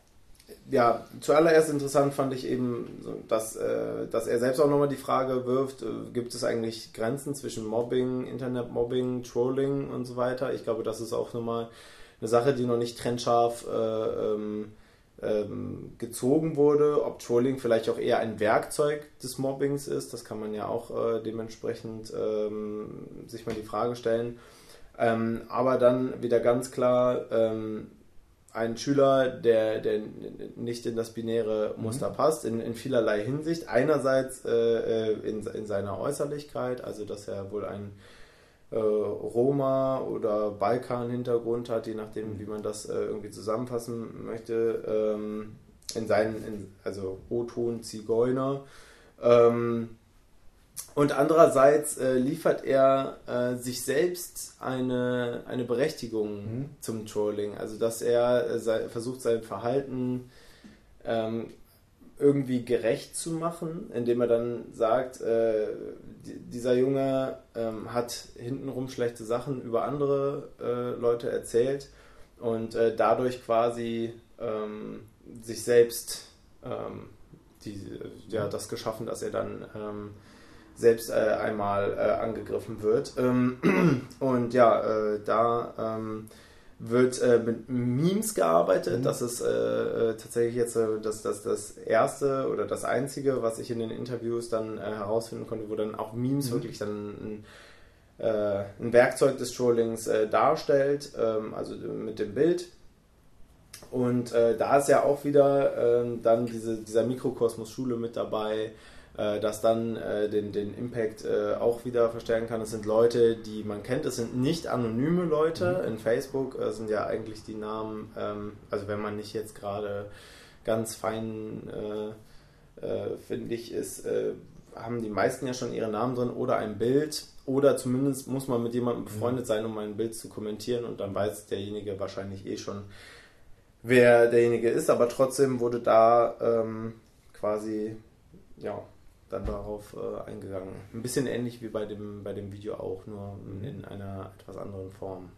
ja, zuallererst interessant fand ich eben, dass, äh, dass er selbst auch nochmal die Frage wirft, äh, gibt es eigentlich Grenzen zwischen Mobbing, Internetmobbing, Trolling und so weiter. Ich glaube, das ist auch nochmal eine Sache, die noch nicht trennscharf äh, ähm, ähm, gezogen wurde. Ob Trolling vielleicht auch eher ein Werkzeug des Mobbings ist, das kann man ja auch äh, dementsprechend ähm, sich mal die Frage stellen. Ähm, aber dann wieder ganz klar ähm, ein Schüler, der, der nicht in das binäre Muster mhm. passt, in, in vielerlei Hinsicht. Einerseits äh, in, in seiner Äußerlichkeit, also dass er wohl einen äh, Roma- oder Balkan-Hintergrund hat, je nachdem, wie man das äh, irgendwie zusammenfassen möchte. Ähm, in seinen, in, also O-Ton Zigeuner. Ähm, Und andererseits äh, liefert er äh, sich selbst eine, eine Berechtigung mhm. zum Trolling. Also dass er äh, sei, versucht, sein Verhalten ähm, irgendwie gerecht zu machen, indem er dann sagt, äh, die, dieser Junge ähm, hat hintenrum schlechte Sachen über andere äh, Leute erzählt und äh, dadurch quasi ähm, sich selbst ähm, die, ja, das geschaffen, dass er dann ähm, selbst äh, einmal äh, angegriffen wird. Ähm, und ja, äh, da ähm, wird äh, mit Memes gearbeitet. Mhm. Das ist äh, tatsächlich jetzt äh, das, das, das erste oder das einzige, was ich in den Interviews dann äh, herausfinden konnte, wo dann auch Memes mhm. wirklich dann ein, äh, ein Werkzeug des Trollings äh, darstellt, ähm, also mit dem Bild. Und äh, da ist ja auch wieder äh, dann diese, dieser Mikrokosmos Schule mit dabei, das dann äh, den, den Impact äh, auch wieder verstärken kann. Es sind Leute, die man kennt. Es sind nicht anonyme Leute. Mhm. In Facebook äh, sind ja eigentlich die Namen, ähm, also wenn man nicht jetzt gerade ganz fein äh, äh, finde ich, ist, äh, haben die meisten ja schon ihre Namen drin oder ein Bild oder zumindest muss man mit jemandem befreundet sein, um ein Bild zu kommentieren und dann weiß derjenige wahrscheinlich eh schon, wer derjenige ist, aber trotzdem wurde da ähm, quasi, ja, dann darauf äh, eingegangen. Ein bisschen ähnlich wie bei dem, bei dem Video auch, nur in einer etwas anderen Form.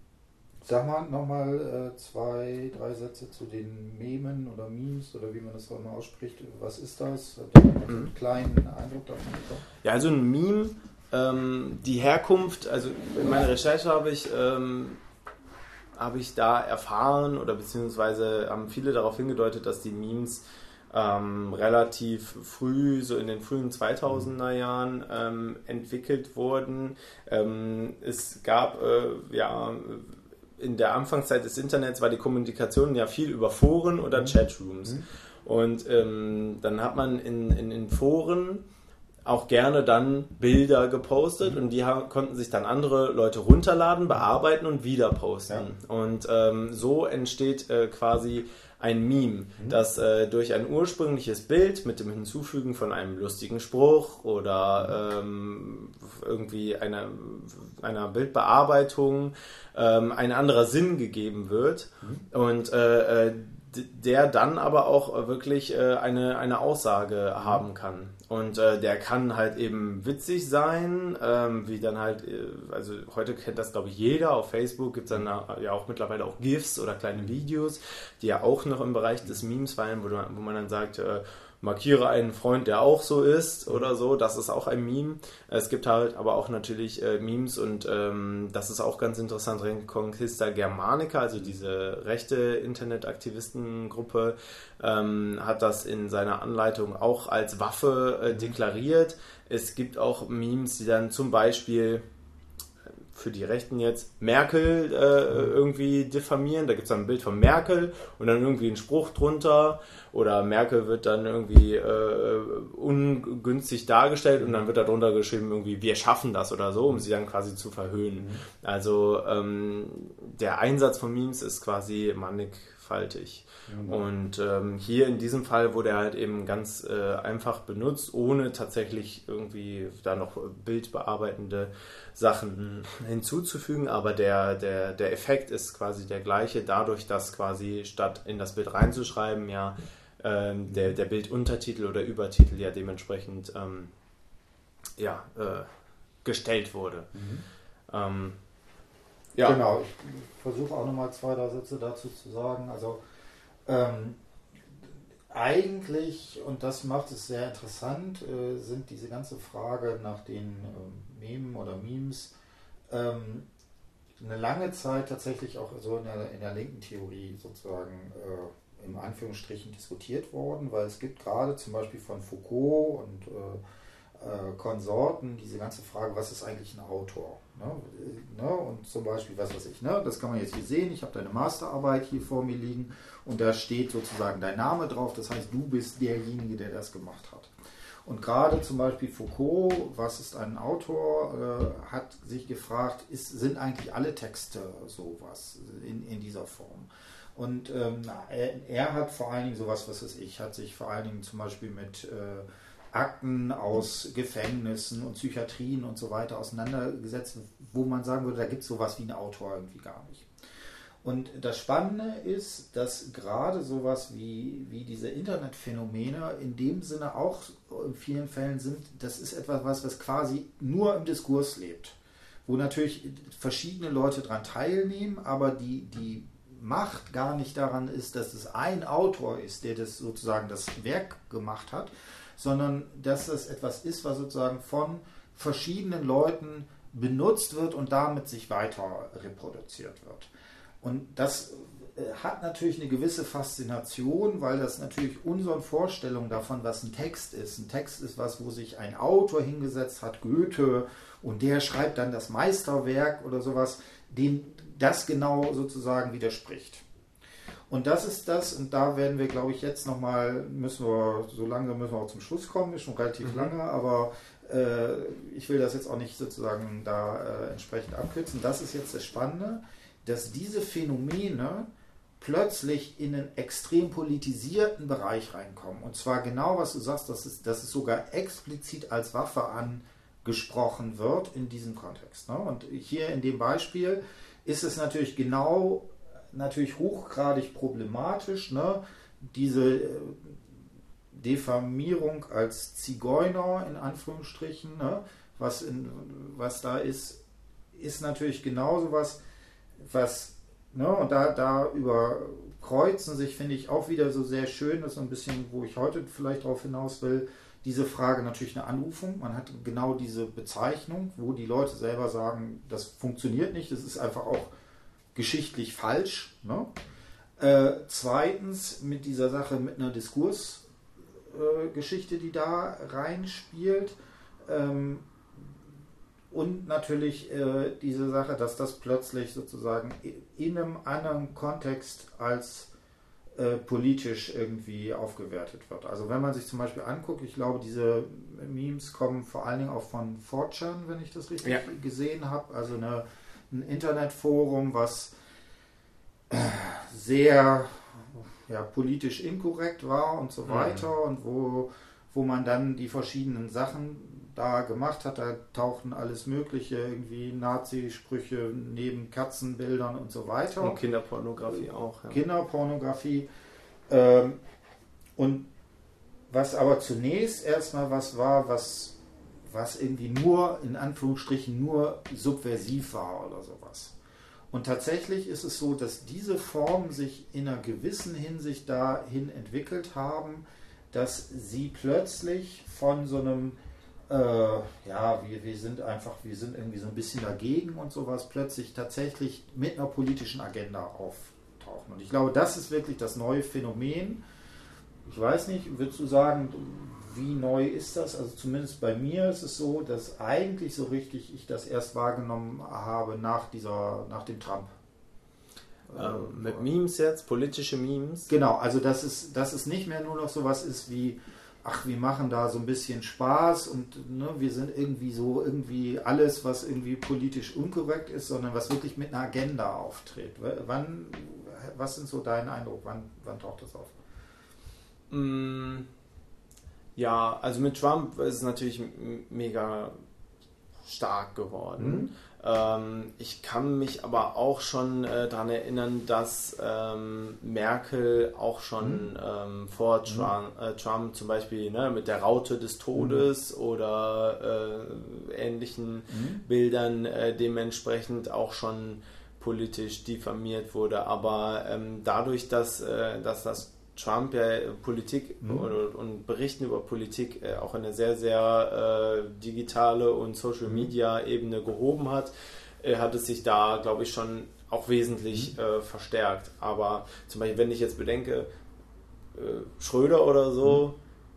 Sag mal nochmal äh, zwei, drei Sätze zu den Memen oder Memes oder wie man das auch immer ausspricht. Was ist das? Hat man mhm. einen kleinen Eindruck davon bekommen? Ja, also ein Meme, ähm, die Herkunft, also in meiner Recherche habe ich, ähm, habe ich da erfahren oder beziehungsweise haben viele darauf hingedeutet, dass die Memes ähm, relativ früh, so in den frühen zweitausender Jahren ähm, entwickelt wurden. Ähm, es gab äh, ja in der Anfangszeit des Internets war die Kommunikation ja viel über Foren oder mhm. Chatrooms. Mhm. Und ähm, dann hat man in, in, in Foren auch gerne dann Bilder gepostet mhm. und die haben, konnten sich dann andere Leute runterladen, bearbeiten und wieder posten. Ja. Und ähm, so entsteht äh, quasi ein Meme, mhm. das äh, durch ein ursprüngliches Bild mit dem Hinzufügen von einem lustigen Spruch oder ähm, irgendwie einer, einer Bildbearbeitung ähm, ein anderer Sinn gegeben wird mhm. und äh, der dann aber auch wirklich äh, eine, eine Aussage mhm. haben kann. Und äh, der kann halt eben witzig sein, ähm, wie dann halt, äh, also heute kennt das glaube ich jeder, auf Facebook gibt es dann ja auch mittlerweile auch GIFs oder kleine Videos, die ja auch noch im Bereich des Memes fallen, wo, du, wo man dann sagt, äh, markiere einen Freund, der auch so ist oder so, das ist auch ein Meme. Es gibt halt aber auch natürlich äh, Memes und ähm, das ist auch ganz interessant, Reconquista Germanica, also diese rechte Internetaktivistengruppe, ähm, hat das in seiner Anleitung auch als Waffe äh, deklariert. Es gibt auch Memes, die dann zum Beispiel für die Rechten jetzt Merkel äh, irgendwie diffamieren. Da gibt es dann ein Bild von Merkel und dann irgendwie einen Spruch drunter oder Merkel wird dann irgendwie äh, ungünstig dargestellt und dann wird da drunter geschrieben irgendwie wir schaffen das oder so, um sie dann quasi zu verhöhnen. Mhm. Also ähm, der Einsatz von Memes ist quasi mannigfaltig. Mhm. Und ähm, hier in diesem Fall wurde er halt eben ganz äh, einfach benutzt, ohne tatsächlich irgendwie da noch bildbearbeitende Sachen hinzuzufügen, aber der, der, der Effekt ist quasi der gleiche, dadurch, dass quasi statt in das Bild reinzuschreiben, ja ähm, der, der Bilduntertitel oder Übertitel ja dementsprechend ähm, ja, äh, gestellt wurde. Mhm. Ähm, ja. Genau, ich versuche auch nochmal zwei, drei Sätze dazu zu sagen. Also ähm, eigentlich, und das macht es sehr interessant, äh, sind diese ganze Frage nach den ähm, Memen oder Memes ähm, eine lange Zeit tatsächlich auch so in der, in der linken Theorie sozusagen äh, im Anführungsstrichen diskutiert worden, weil es gibt gerade zum Beispiel von Foucault und äh, äh, Konsorten diese ganze Frage, was ist eigentlich ein Autor? Ne? Ne? Und zum Beispiel, was weiß ich, ne? Das kann man jetzt hier sehen, ich habe deine Masterarbeit hier vor mir liegen und da steht sozusagen dein Name drauf, das heißt, du bist derjenige, der das gemacht hat. Und gerade zum Beispiel Foucault, was ist ein Autor, äh, hat sich gefragt, ist, sind eigentlich alle Texte sowas in, in dieser Form? Und ähm, er, er hat vor allen Dingen sowas, was weiß ich, hat sich vor allen Dingen zum Beispiel mit äh, Akten aus Gefängnissen und Psychiatrien und so weiter auseinandergesetzt, wo man sagen würde, da gibt es sowas wie einen Autor irgendwie gar nicht. Und das Spannende ist, dass gerade sowas wie, wie diese Internetphänomene in dem Sinne auch in vielen Fällen sind, das ist etwas, was, was quasi nur im Diskurs lebt, wo natürlich verschiedene Leute daran teilnehmen, aber die, die Macht gar nicht daran ist, dass es ein Autor ist, der das sozusagen das Werk gemacht hat, sondern dass es etwas ist, was sozusagen von verschiedenen Leuten benutzt wird und damit sich weiter reproduziert wird. Und das hat natürlich eine gewisse Faszination, weil das natürlich unseren Vorstellungen davon, was ein Text ist. Ein Text ist was, wo sich ein Autor hingesetzt hat, Goethe, und der schreibt dann das Meisterwerk oder sowas, dem das genau sozusagen widerspricht. Und das ist das, und da werden wir, glaube ich, jetzt nochmal, müssen wir, so lange müssen wir auch zum Schluss kommen, ist schon relativ mhm. lange, aber äh, ich will das jetzt auch nicht sozusagen da äh, entsprechend abkürzen. Das ist jetzt das Spannende, dass diese Phänomene plötzlich in einen extrem politisierten Bereich reinkommen. Und zwar genau, was du sagst, dass es, dass es sogar explizit als Waffe angesprochen wird in diesem Kontext. Ne? Und hier in dem Beispiel ist es natürlich genau, natürlich hochgradig problematisch, ne? Diese Diffamierung als Zigeuner in Anführungsstrichen, ne? was, in, was da ist, ist natürlich genauso was, was, ne? Und da, da überkreuzen sich, finde ich, auch wieder so sehr schön, das ist so ein bisschen, wo ich heute vielleicht darauf hinaus will, diese Frage natürlich eine Anrufung. Man hat genau diese Bezeichnung, wo die Leute selber sagen, das funktioniert nicht, das ist einfach auch geschichtlich falsch. Ne? Äh, zweitens mit dieser Sache, mit einer Diskursgeschichte, äh, die da reinspielt. Ähm, und natürlich äh, diese Sache, dass das plötzlich sozusagen in einem anderen Kontext als äh, politisch irgendwie aufgewertet wird. Also wenn man sich zum Beispiel anguckt, ich glaube, diese Memes kommen vor allen Dingen auch von four chan, wenn ich das richtig ja. gesehen habe. Also eine ein Internetforum, was sehr ja, politisch inkorrekt war und so weiter mhm. und wo, wo man dann die verschiedenen Sachen da gemacht hat. Da tauchten alles Mögliche, irgendwie Nazi-Sprüche neben Katzenbildern und so weiter. Und Kinderpornografie auch. Ja. Kinderpornografie. Ähm, und was aber zunächst erstmal was war, was was irgendwie nur, in Anführungsstrichen, nur subversiv war oder sowas. Und tatsächlich ist es so, dass diese Formen sich in einer gewissen Hinsicht dahin entwickelt haben, dass sie plötzlich von so einem, äh, ja, wir, wir sind einfach, wir sind irgendwie so ein bisschen dagegen und sowas, plötzlich tatsächlich mit einer politischen Agenda auftauchen. Und ich glaube, das ist wirklich das neue Phänomen. Ich weiß nicht, würdest du sagen, wie neu ist das? Also zumindest bei mir ist es so, dass eigentlich so richtig ich das erst wahrgenommen habe nach dieser, nach dem Trump. Ähm, mit Memes jetzt, politische Memes? Genau, also dass es, dass es nicht mehr nur noch sowas ist wie, ach, wir machen da so ein bisschen Spaß und ne, wir sind irgendwie so, irgendwie alles, was irgendwie politisch unkorrekt ist, sondern was wirklich mit einer Agenda auftritt. Wann, was sind so dein Eindruck? Wann, wann taucht das auf? Mm. Ja, also mit Trump ist es natürlich mega stark geworden. Mhm. Ähm, ich kann mich aber auch schon äh, daran erinnern, dass ähm, Merkel auch schon mhm. ähm, vor Trump, äh, Trump zum Beispiel ne, mit der Raute des Todes mhm. oder äh, ähnlichen mhm. Bildern äh, dementsprechend auch schon politisch diffamiert wurde. Aber ähm, dadurch, dass, äh, dass das Trump ja Politik mhm. und, und Berichten über Politik äh, auch eine sehr, sehr äh, digitale und Social-Media-Ebene gehoben hat, äh, hat es sich da, glaube ich, schon auch wesentlich mhm. äh, verstärkt. Aber zum Beispiel, wenn ich jetzt bedenke, äh, Schröder oder so,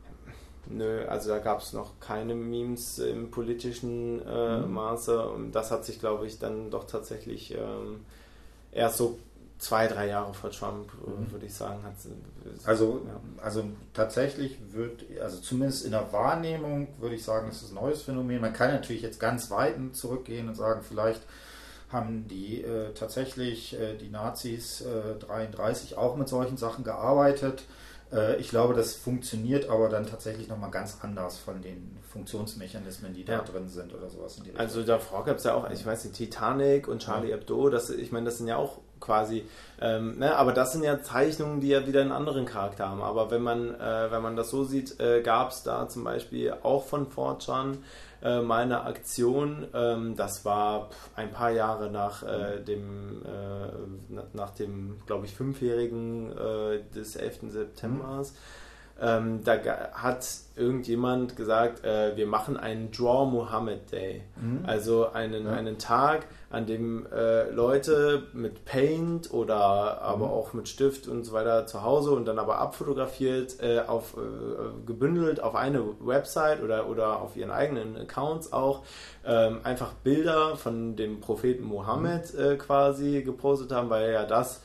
mhm. nö, also da gab es noch keine Memes im politischen äh, mhm. Maße und das hat sich, glaube ich, dann doch tatsächlich ähm, erst so zwei, drei Jahre vor Trump, mhm. würde ich sagen, hat also, ja. also tatsächlich wird, also zumindest in der Wahrnehmung, würde ich sagen, ist es ein neues Phänomen. Man kann natürlich jetzt ganz weit zurückgehen und sagen, vielleicht haben die äh, tatsächlich äh, die Nazis äh, dreiunddreißig auch mit solchen Sachen gearbeitet. Äh, ich glaube, das funktioniert aber dann tatsächlich nochmal ganz anders von den Funktionsmechanismen, die da ja. drin sind oder sowas. In die also davor gab es ja auch, ich weiß nicht, Titanic und Charlie ja. Hebdo, das, ich meine, das sind ja auch quasi, ähm, ne, aber das sind ja Zeichnungen, die ja wieder einen anderen Charakter haben. Aber wenn man, äh, wenn man das so sieht, äh, gab es da zum Beispiel auch von four chan äh, mal eine Aktion, ähm, das war ein paar Jahre nach äh, dem, äh, nach dem, glaube ich, fünfjährigen äh, des elften Septembers. Ähm, da hat irgendjemand gesagt, äh, wir machen einen Draw Muhammad Day. Mhm. Also einen, ja. einen Tag, an dem äh, Leute mit Paint oder aber mhm. auch mit Stift und so weiter zu Hause und dann aber abfotografiert, äh, auf, äh, gebündelt auf eine Website oder, oder auf ihren eigenen Accounts auch, ähm, einfach Bilder von dem Propheten Mohammed mhm. äh, quasi gepostet haben, weil ja das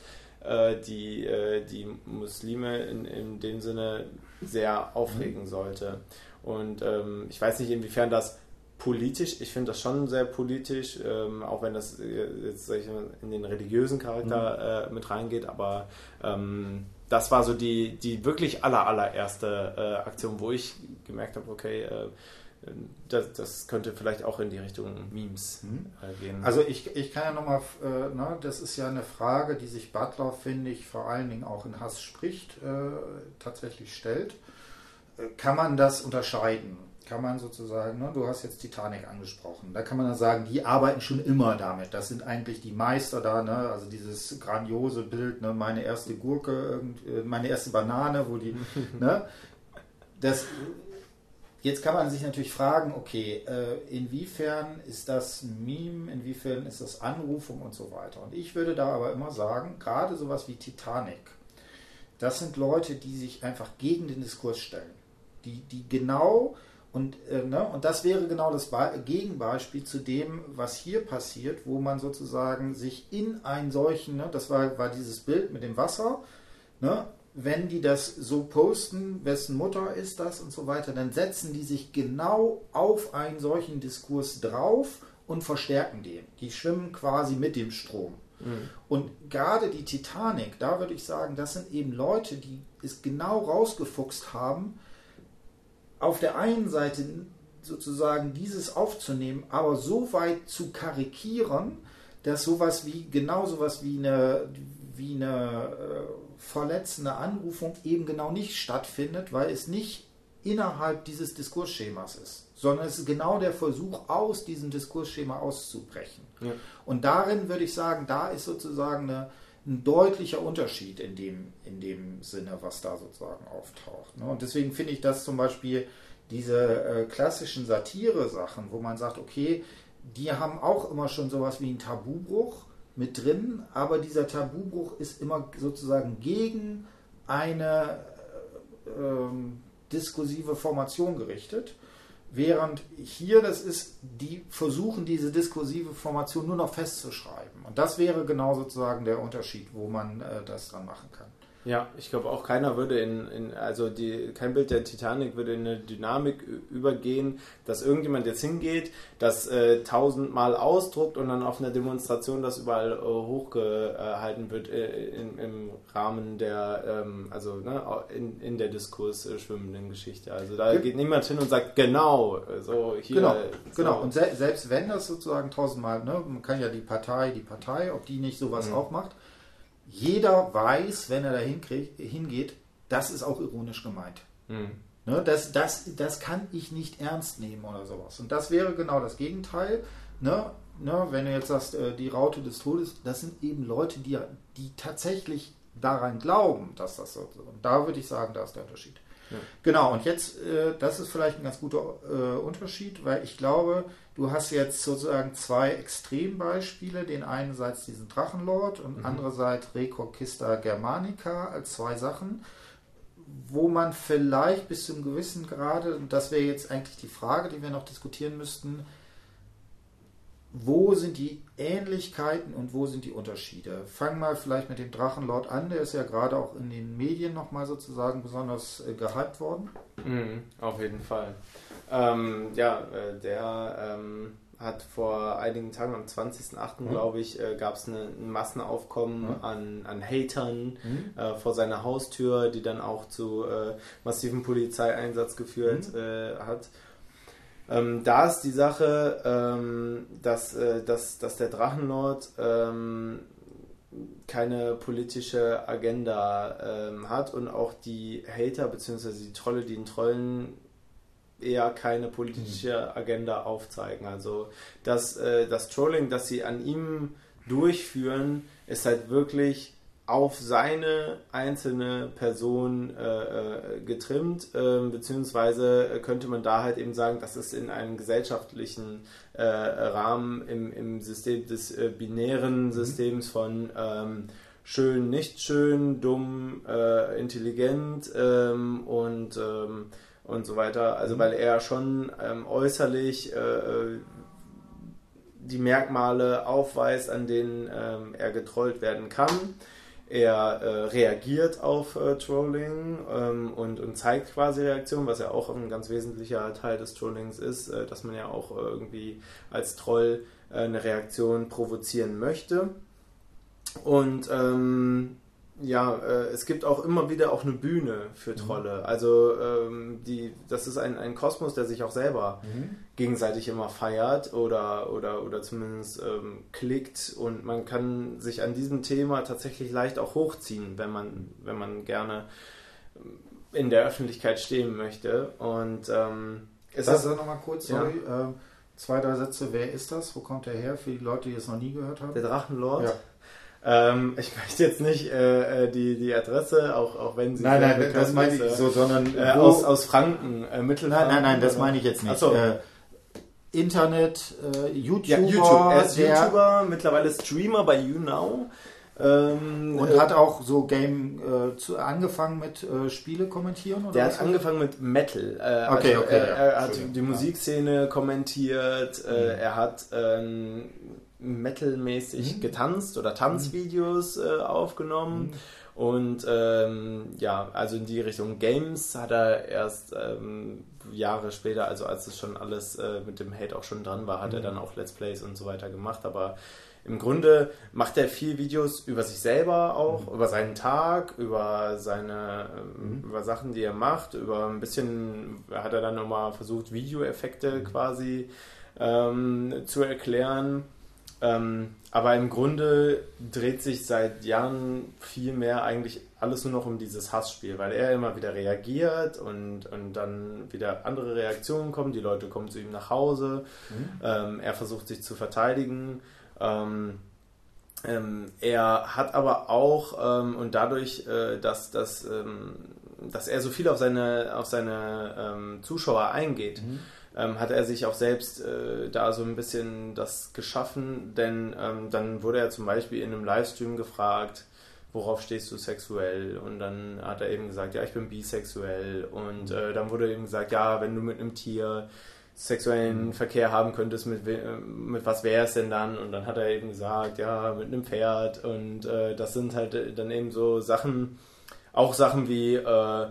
die, die Muslime in, in dem Sinne sehr aufregen sollte. Und ähm, ich weiß nicht, inwiefern das politisch. Ich finde das schon sehr politisch, ähm, auch wenn das jetzt sag ich mal, in den religiösen Charakter mhm. äh, mit reingeht, aber ähm, das war so die, die wirklich aller, allererste äh, Aktion, wo ich gemerkt habe, okay, äh, das, das könnte vielleicht auch in die Richtung Memes mhm. äh, gehen. Also ich, ich kann ja nochmal, äh, ne, das ist ja eine Frage, die sich Butler, finde ich, vor allen Dingen auch in Hass spricht, äh, tatsächlich stellt. Äh, kann man das unterscheiden? Kann man sozusagen, ne, du hast jetzt Titanic angesprochen, da kann man dann sagen, die arbeiten schon immer damit. Das sind eigentlich die Meister da, ne? Also dieses grandiose Bild, ne? Meine erste Gurke, meine erste Banane, wo die, ne? Das, jetzt kann man sich natürlich fragen, okay, äh, inwiefern ist das ein Meme, inwiefern ist das Anrufung und so weiter. Und ich würde da aber immer sagen, gerade sowas wie Titanic, das sind Leute, die sich einfach gegen den Diskurs stellen. Die, die genau... Und, äh, ne, und das wäre genau das Be- Gegenbeispiel zu dem, was hier passiert, wo man sozusagen sich in einen solchen, ne, das war, war dieses Bild mit dem Wasser, ne, wenn die das so posten, wessen Mutter ist das und so weiter, dann setzen die sich genau auf einen solchen Diskurs drauf und verstärken den. Die schwimmen quasi mit dem Strom. Mhm. Und gerade die Titanic, da würde ich sagen, das sind eben Leute, die es genau rausgefuchst haben, auf der einen Seite sozusagen dieses aufzunehmen, aber so weit zu karikieren, dass sowas wie, genau sowas wie eine, wie eine äh, verletzende Anrufung eben genau nicht stattfindet, weil es nicht innerhalb dieses Diskursschemas ist, sondern es ist genau der Versuch, aus diesem Diskursschema auszubrechen. Ja. Und darin würde ich sagen, da ist sozusagen eine ein deutlicher Unterschied in dem, in dem Sinne, was da sozusagen auftaucht. Ne? Und deswegen finde ich das zum Beispiel diese äh, klassischen Satire-Sachen, wo man sagt, okay, die haben auch immer schon sowas wie einen Tabubruch mit drin, aber dieser Tabubruch ist immer sozusagen gegen eine äh, äh, diskursive Formation gerichtet. Während hier das ist, die versuchen diese diskursive Formation nur noch festzuschreiben. Und das wäre genau sozusagen der Unterschied, wo man äh, das dran machen kann. Ja, ich glaube auch keiner würde in, in also die, kein Bild der Titanic würde in eine Dynamik übergehen, dass irgendjemand jetzt hingeht, das äh, tausendmal ausdruckt und dann auf einer Demonstration das überall äh, hochgehalten wird äh, in, im Rahmen der, ähm, also ne, in, in der Diskurs äh, schwimmenden Geschichte. Also da ja. geht niemand hin und sagt, genau, so hier. Genau, so. genau. Und se- selbst wenn das sozusagen tausendmal, ne, man kann ja die Partei, die Partei, ob die nicht sowas mhm. auch macht, jeder weiß, wenn er da hingeht, das ist auch ironisch gemeint. Mhm. Ne, das, das, das kann ich nicht ernst nehmen oder sowas. Und das wäre genau das Gegenteil. Ne, ne, wenn du jetzt sagst, äh, die Raute des Todes, das sind eben Leute, die, die tatsächlich daran glauben, dass das so ist. Und da würde ich sagen, da ist der Unterschied. Ja. Genau, und jetzt, äh, das ist vielleicht ein ganz guter äh, Unterschied, weil ich glaube, du hast jetzt sozusagen zwei Extrembeispiele, den einerseits diesen Drachenlord und mhm. andererseits Reconquista Germanica als zwei Sachen, wo man vielleicht bis zu einem gewissen Grade, und das wäre jetzt eigentlich die Frage, die wir noch diskutieren müssten, wo sind die Ähnlichkeiten und wo sind die Unterschiede? Fang mal vielleicht mit dem Drachenlord an, der ist ja gerade auch in den Medien nochmal sozusagen besonders äh, gehypt worden. Mhm, auf jeden Fall. Ähm, ja, äh, der ähm, hat vor einigen Tagen, am zwanzigsten achten Mhm. glaube ich, äh, gab es ein Massenaufkommen mhm. an, an Hatern mhm. äh, vor seiner Haustür, die dann auch zu äh, massiven Polizeieinsatz geführt mhm. äh, hat. Ähm, da ist die Sache, ähm, dass, äh, dass, dass der Drachenlord ähm, keine politische Agenda ähm, hat und auch die Hater bzw. die Trolle, die ihn trollen, eher keine politische Agenda aufzeigen. Also das, äh, das Trolling, das sie an ihm durchführen, ist halt wirklich auf seine einzelne Person äh, getrimmt, äh, beziehungsweise könnte man da halt eben sagen, das ist in einem gesellschaftlichen äh, Rahmen im, im System des äh, binären mhm. Systems von ähm, schön, nicht schön, dumm, äh, intelligent ähm, und, ähm, und so weiter. Also mhm. weil er schon ähm, äußerlich äh, die Merkmale aufweist, an denen ähm, er getrollt werden kann. er äh, reagiert auf äh, Trolling ähm, und, und zeigt quasi Reaktionen, was ja auch ein ganz wesentlicher Teil des Trollings ist, äh, dass man ja auch äh, irgendwie als Troll äh, eine Reaktion provozieren möchte. Und ähm, ja, äh, es gibt auch immer wieder auch eine Bühne für Trolle. Mhm. Also ähm, die, das ist ein, ein Kosmos, der sich auch selber mhm. gegenseitig immer feiert oder, oder, oder zumindest ähm, klickt, und man kann sich an diesem Thema tatsächlich leicht auch hochziehen, wenn man, wenn man gerne in der Öffentlichkeit stehen möchte. Und ähm, es ist nochmal kurz, sorry, ja. ähm, zwei, drei Sätze, wer ist das? Wo kommt der her? Für die Leute, die es noch nie gehört haben. Der Drachenlord. Ja. Ähm, ich möchte jetzt nicht äh, die, die Adresse, auch, auch wenn sie... Nein, nein, das meine ich so, sondern... Äh, aus, aus Franken, äh, Mittelfranken. Nein, nein, nein, das meine ich jetzt nicht. So. Äh, Internet, äh, YouTuber... Ja, YouTube. Er ist der, YouTuber, mittlerweile Streamer bei YouNow. Ähm, und äh, hat auch so Game äh, zu, angefangen mit äh, Spiele kommentieren? Oder der was? hat angefangen mit Metal. Äh, okay, also, okay. Er, er ja. hat die Musikszene kommentiert, mhm. äh, er hat... Ähm, Metal-mäßig mhm. getanzt oder Tanzvideos äh, aufgenommen mhm. und ähm, ja, also in die Richtung Games hat er erst ähm, Jahre später, also als es schon alles äh, mit dem Hate auch schon dran war, hat mhm. er dann auch Let's Plays und so weiter gemacht, aber im Grunde macht er viel Videos über sich selber auch, mhm. über seinen Tag, über seine ähm, mhm. über Sachen, die er macht, über ein bisschen hat er dann nochmal versucht, Videoeffekte mhm. quasi ähm, zu erklären. Ähm, aber im Grunde dreht sich seit Jahren viel mehr eigentlich alles nur noch um dieses Hassspiel, weil er immer wieder reagiert und, und dann wieder andere Reaktionen kommen, die Leute kommen zu ihm nach Hause, mhm. ähm, er versucht sich zu verteidigen, ähm, ähm, er hat aber auch, ähm, und dadurch, äh, dass, dass, ähm, dass er so viel auf seine, auf seine ähm, Zuschauer eingeht, mhm. Ähm, hat er sich auch selbst äh, da so ein bisschen das geschaffen, denn ähm, dann wurde er zum Beispiel in einem Livestream gefragt, worauf stehst du sexuell? Und dann hat er eben gesagt, ja, ich bin bisexuell. Und äh, dann wurde eben gesagt, ja, wenn du mit einem Tier sexuellen mhm. Verkehr haben könntest, mit, mit was wäre es denn dann? Und dann hat er eben gesagt, ja, mit einem Pferd. Und äh, das sind halt dann eben so Sachen, auch Sachen wie... Äh,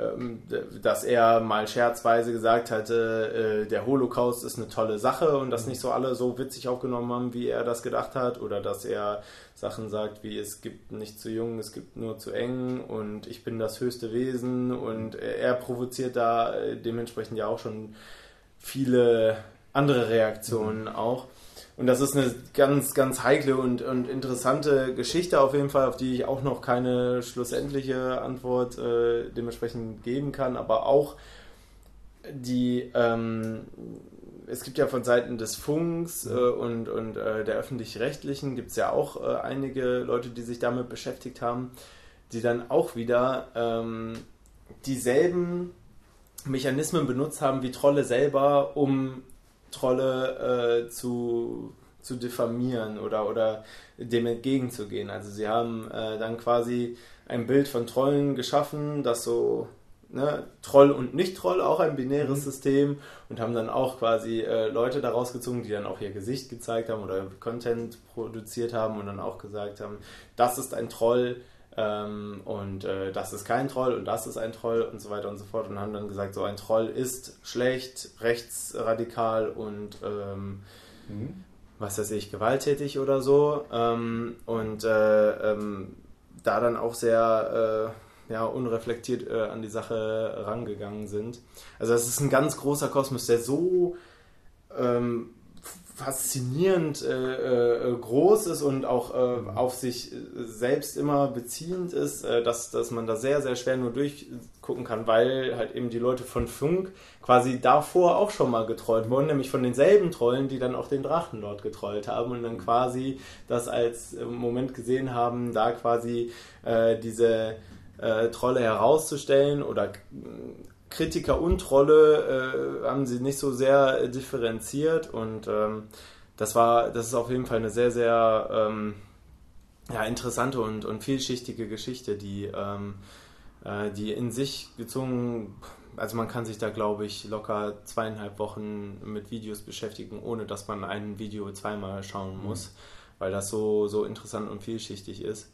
dass er mal scherzweise gesagt hatte, der Holocaust ist eine tolle Sache und dass nicht so alle so witzig aufgenommen haben, wie er das gedacht hat, oder dass er Sachen sagt wie, es gibt nicht zu jung, es gibt nur zu eng und ich bin das höchste Wesen, und er provoziert da dementsprechend ja auch schon viele andere Reaktionen mhm. auch. Und das ist eine ganz, ganz heikle und, und interessante Geschichte auf jeden Fall, auf die ich auch noch keine schlussendliche Antwort äh, dementsprechend geben kann. Aber auch die, ähm, es gibt ja von Seiten des Funks äh, und, und äh, der Öffentlich-Rechtlichen gibt es ja auch äh, einige Leute, die sich damit beschäftigt haben, die dann auch wieder ähm, dieselben Mechanismen benutzt haben wie Trolle selber, um Trolle äh, zu, zu diffamieren oder, oder dem entgegenzugehen. Also sie haben äh, dann quasi ein Bild von Trollen geschaffen, das so, ne, Troll und Nicht-Troll, auch ein binäres mhm. System, und haben dann auch quasi äh, Leute daraus gezogen, die dann auch ihr Gesicht gezeigt haben oder Content produziert haben und dann auch gesagt haben, das ist ein Troll, Ähm, und äh, das ist kein Troll und das ist ein Troll und so weiter und so fort, und haben dann gesagt, so ein Troll ist schlecht, rechtsradikal und ähm, mhm. was weiß ich, gewalttätig oder so, ähm, und äh, ähm, da dann auch sehr äh, ja, unreflektiert äh, an die Sache rangegangen sind. Also es ist ein ganz großer Kosmos, der so ähm, faszinierend äh, äh, groß ist und auch äh, auf sich selbst immer beziehend ist, äh, dass, dass man da sehr, sehr schwer nur durchgucken kann, weil halt eben die Leute von Funk quasi davor auch schon mal getrollt wurden, nämlich von denselben Trollen, die dann auch den Drachenlord getrollt haben und dann quasi das als äh, Moment gesehen haben, da quasi äh, diese äh, Trolle herauszustellen, oder Kritiker und Trolle äh, haben sie nicht so sehr äh, differenziert, und ähm, das war, das ist auf jeden Fall eine sehr, sehr ähm, ja, interessante und, und vielschichtige Geschichte, die, ähm, äh, die in sich gezogen, also man kann sich da, glaube ich, locker zweieinhalb Wochen mit Videos beschäftigen, ohne dass man ein Video zweimal schauen muss, mhm. weil das so, so interessant und vielschichtig ist.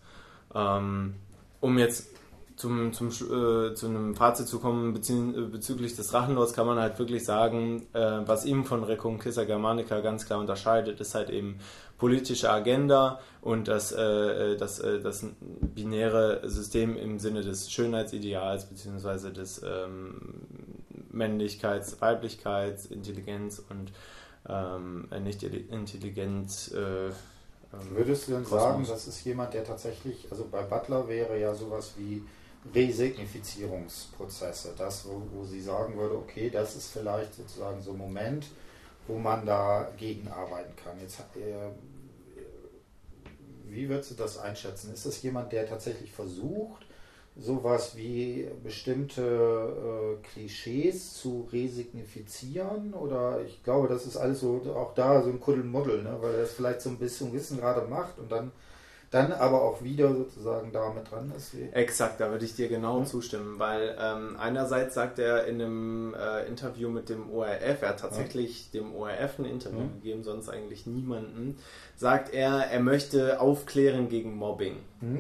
Ähm, um jetzt zum, zum, äh, zu einem Fazit zu kommen bezü- bezüglich des Drachenlords, kann man halt wirklich sagen, äh, was ihm von Reconquista Germanica ganz klar unterscheidet, ist halt eben politische Agenda und das, äh, das, äh, das binäre System im Sinne des Schönheitsideals beziehungsweise des ähm, Männlichkeits, Weiblichkeits, Intelligenz und ähm, nicht Intelligenz. Äh, ähm, Würdest du denn Kosmos. sagen, das ist jemand, der tatsächlich, also bei Butler wäre ja sowas wie Resignifizierungsprozesse, das, wo, wo sie sagen würde, okay, das ist vielleicht sozusagen so ein Moment, wo man dagegen arbeiten kann. Jetzt, äh, wie würdest du das einschätzen? Ist das jemand, der tatsächlich versucht, sowas wie bestimmte äh, Klischees zu resignifizieren? Oder ich glaube, das ist alles so, auch da so ein Kuddelmuddel, ne? Weil er es vielleicht so ein bisschen Wissen gerade macht und dann dann aber auch wieder sozusagen damit dran ist. Exakt, da würde ich dir genau mhm. zustimmen, weil ähm, einerseits sagt er in einem äh, Interview mit dem O R F, er hat tatsächlich ja. dem O R F ein Interview mhm. gegeben, sonst eigentlich niemanden, sagt er, er möchte aufklären gegen Mobbing. Mhm.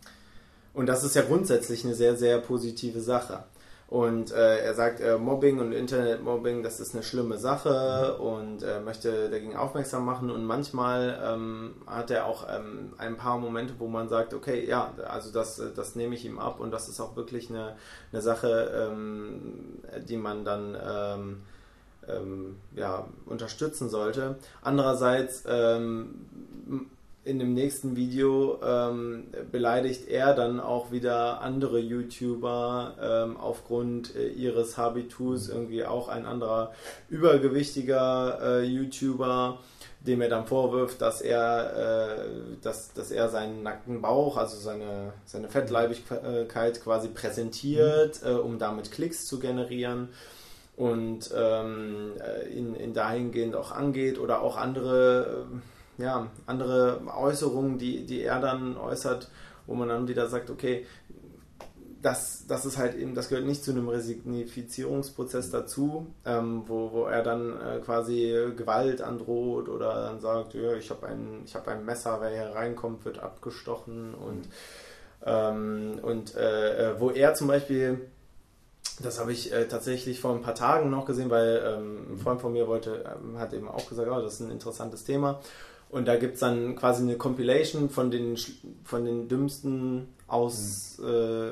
Und das ist ja grundsätzlich eine sehr, sehr positive Sache. Und äh, er sagt, äh, Mobbing und Internetmobbing, das ist eine schlimme Sache und er äh, möchte dagegen aufmerksam machen. Und manchmal ähm, hat er auch ähm, ein paar Momente, wo man sagt, okay, ja, also das, das nehme ich ihm ab und das ist auch wirklich eine, eine Sache, ähm, die man dann ähm, ähm, ja, unterstützen sollte. Andererseits ähm, in dem nächsten Video ähm, beleidigt er dann auch wieder andere YouTuber ähm, aufgrund äh, ihres Habitus, irgendwie auch ein anderer übergewichtiger äh, YouTuber, dem er dann vorwirft, dass er, äh, dass, dass er seinen nackten Bauch, also seine, seine Fettleibigkeit quasi präsentiert, äh, um damit Klicks zu generieren und ähm, ihn, ihn dahingehend auch angeht oder auch andere äh, ja, andere Äußerungen, die, die er dann äußert, wo man dann wieder sagt, okay, das, das ist halt eben, das gehört nicht zu einem Resignifizierungsprozess dazu, ähm, wo, wo er dann äh, quasi Gewalt androht oder dann sagt, ja, ich habe ein, ich hab ein Messer, wer hier reinkommt, wird abgestochen und, ähm, und äh, wo er zum Beispiel, das habe ich äh, tatsächlich vor ein paar Tagen noch gesehen, weil ähm, ein Freund von mir wollte, ähm, hat eben auch gesagt, oh, das ist ein interessantes Thema. Und da gibt es dann quasi eine Compilation von den, von den dümmsten aus, mhm. äh,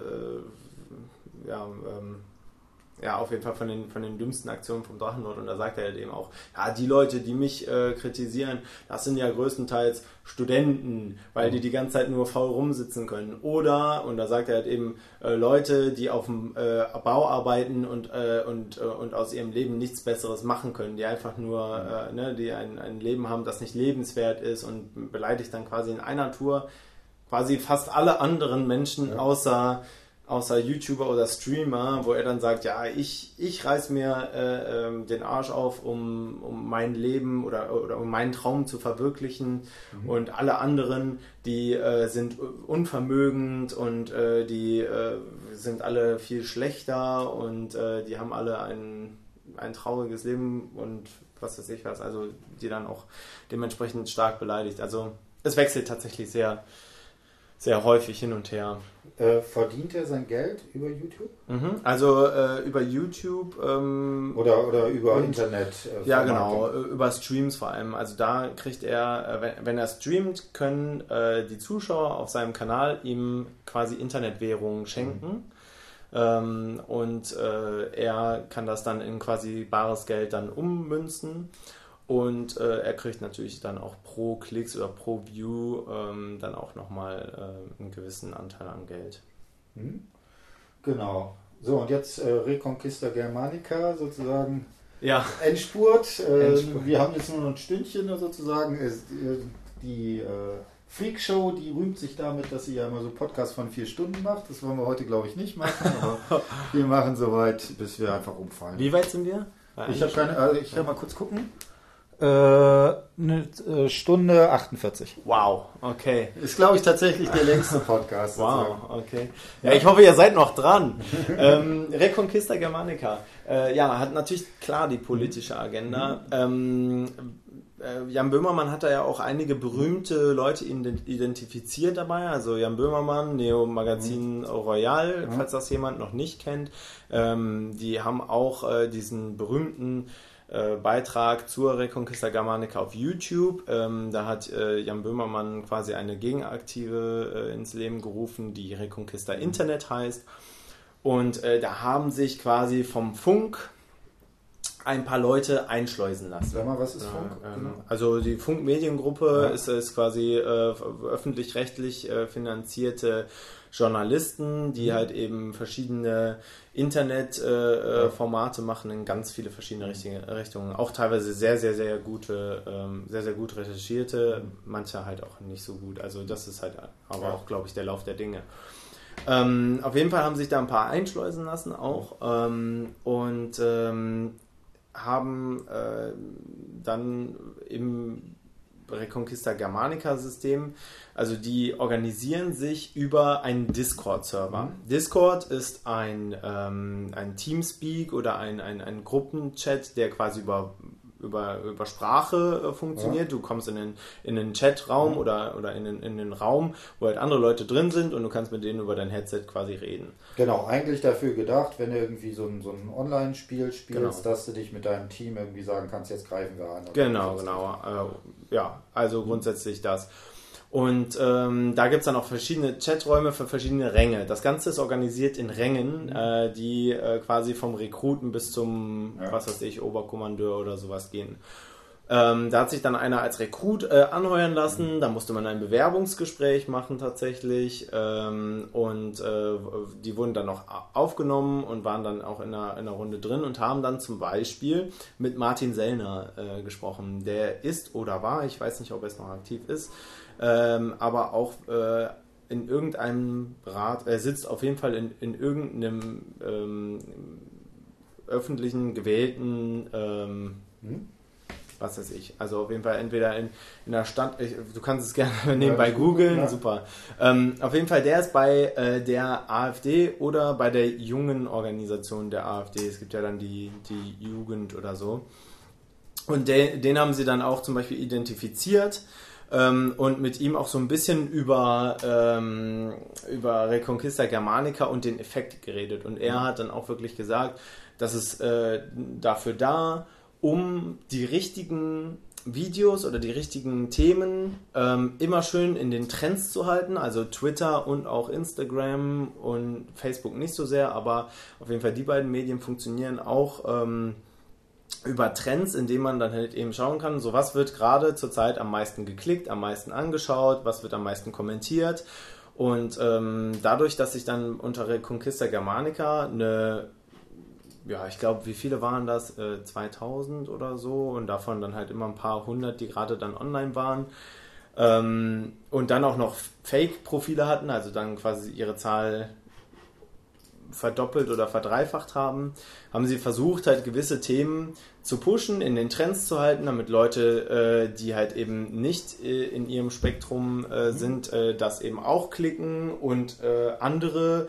ja, ähm, ja, auf jeden Fall von den, von den dümmsten Aktionen vom Drachenlord. Und da sagt er halt eben auch, ja, die Leute, die mich äh, kritisieren, das sind ja größtenteils Studenten, weil die die ganze Zeit nur faul rumsitzen können. Oder, und da sagt er halt eben, äh, Leute, die auf dem äh, Bau arbeiten und, äh, und, äh, und aus ihrem Leben nichts Besseres machen können, die einfach nur, äh, ne, die ein, ein Leben haben, das nicht lebenswert ist und beleidigt dann quasi in einer Tour quasi fast alle anderen Menschen ja. außer außer YouTuber oder Streamer, wo er dann sagt, ja, ich, ich reiß mir äh, ähm, den Arsch auf, um, um mein Leben oder, oder um meinen Traum zu verwirklichen mhm. und alle anderen, die äh, sind unvermögend und äh, die äh, sind alle viel schlechter und äh, die haben alle ein, ein trauriges Leben und was weiß ich was, also die dann auch dementsprechend stark beleidigt. Also es wechselt tatsächlich sehr sehr häufig hin und her. Äh, verdient er sein Geld über YouTube? Mhm. Also äh, über YouTube ähm, oder, oder über und, Internet? Äh, ja, genau, über Streams vor allem. Also da kriegt er, äh, wenn, wenn er streamt, können äh, die Zuschauer auf seinem Kanal ihm quasi Internetwährungen schenken. Mhm. Ähm, und äh, er kann das dann in quasi bares Geld dann ummünzen. Und äh, er kriegt natürlich dann auch pro Klicks oder pro View ähm, dann auch nochmal äh, einen gewissen Anteil an Geld. Hm. Genau. So, und jetzt äh, Reconquista Germanica sozusagen. Ja. Endspurt. Äh, Endspurt. Wir haben jetzt nur noch ein Stündchen sozusagen. Es, äh, die äh, Freak Show, die rühmt sich damit, dass sie ja immer so Podcasts von vier Stunden macht. Das wollen wir heute, glaube ich, nicht machen. Aber wir machen soweit, bis wir einfach umfallen. Wie weit sind wir? Ich habe keine. Also ich kann mal kurz gucken. Eine Stunde achtundvierzig. Wow, okay. Ist, glaube ich, tatsächlich der längste Podcast. Wow, okay. Ja, ich hoffe, ihr seid noch dran. ähm, Reconquista Germanica. Äh, ja, hat natürlich klar die politische Agenda. Mhm. Ähm, äh, Jan Böhmermann hat da ja auch einige berühmte Leute identifiziert dabei. Also Jan Böhmermann, Neo Magazin mhm. Royal, mhm. falls das jemand noch nicht kennt. Ähm, die haben auch äh, diesen berühmten äh, Beitrag zur Reconquista Germanica auf YouTube. Ähm, da hat äh, Jan Böhmermann quasi eine Gegenaktive äh, ins Leben gerufen, die Reconquista Internet heißt. Und äh, da haben sich quasi vom Funk ein paar Leute einschleusen lassen. Sag mal, was ist Funk? Äh, ähm, also die Funk-Mediengruppe ja. ist, ist quasi äh, öffentlich-rechtlich äh, finanzierte Journalisten, die mhm. halt eben verschiedene Internetformate äh, ja. machen in ganz viele verschiedene Richtungen. Auch teilweise sehr, sehr, sehr gute, ähm, sehr, sehr gut recherchierte, mhm. manche halt auch nicht so gut. Also das ist halt aber ja. auch, glaube ich, der Lauf der Dinge. Ähm, auf jeden Fall haben sich da ein paar einschleusen lassen auch ähm, und ähm, haben äh, dann im Reconquista Germanica System, also die organisieren sich über einen Discord-Server. Mhm. Discord ist ein, ähm, ein Teamspeak oder ein, ein, ein Gruppenchat, der quasi über Über, über Sprache äh, funktioniert. Ja. Du kommst in den, in den Chatraum ja. oder, oder in, den, in den Raum, wo halt andere Leute drin sind und du kannst mit denen über dein Headset quasi reden. Genau, eigentlich dafür gedacht, wenn du irgendwie so ein, so ein Online-Spiel spielst, genau. dass du dich mit deinem Team irgendwie sagen kannst, jetzt greifen wir an. Genau, genau. Äh, ja, also mhm. grundsätzlich das. Und ähm, da gibt es dann auch verschiedene Chaträume für verschiedene Ränge. Das Ganze ist organisiert in Rängen, mhm. äh, die äh, quasi vom Rekruten bis zum, ja. was weiß ich, Oberkommandeur oder sowas gehen. Ähm, da hat sich dann einer als Rekrut äh, anheuern lassen, mhm. da musste man ein Bewerbungsgespräch machen tatsächlich ähm, und äh, die wurden dann noch aufgenommen und waren dann auch in einer, in einer Runde drin und haben dann zum Beispiel mit Martin Sellner äh, gesprochen. Der ist oder war, ich weiß nicht, ob er es noch aktiv ist, ähm, aber auch äh, in irgendeinem Rat, er sitzt auf jeden Fall in, in irgendeinem ähm, öffentlichen, gewählten ähm, hm? was weiß ich, also auf jeden Fall entweder in, in der Stadt, ich, du kannst es gerne nebenbei ja, googeln, ja. super. Ähm, auf jeden Fall, der ist bei äh, der AfD oder bei der jungen Organisation der AfD, es gibt ja dann die, die Jugend oder so. Und de, den haben sie dann auch zum Beispiel identifiziert ähm, und mit ihm auch so ein bisschen über, ähm, über Reconquista Germanica und den Effekt geredet. Und er hat dann auch wirklich gesagt, dass es äh, dafür da um die richtigen Videos oder die richtigen Themen ähm, immer schön in den Trends zu halten, also Twitter und auch Instagram und Facebook nicht so sehr, aber auf jeden Fall die beiden Medien funktionieren auch ähm, über Trends, indem man dann halt eben schauen kann, so was wird gerade zurzeit am meisten geklickt, am meisten angeschaut, was wird am meisten kommentiert und ähm, dadurch, dass sich dann unter Reconquista Germanica eine ja, ich glaube, wie viele waren das? Äh, zweitausend oder so und davon dann halt immer ein paar hundert, die gerade dann online waren ähm, und dann auch noch Fake-Profile hatten, also dann quasi ihre Zahl verdoppelt oder verdreifacht haben, haben sie versucht, halt gewisse Themen zu pushen, in den Trends zu halten, damit Leute, äh, die halt eben nicht äh, in ihrem Spektrum äh, sind, äh, das eben auch klicken und äh, andere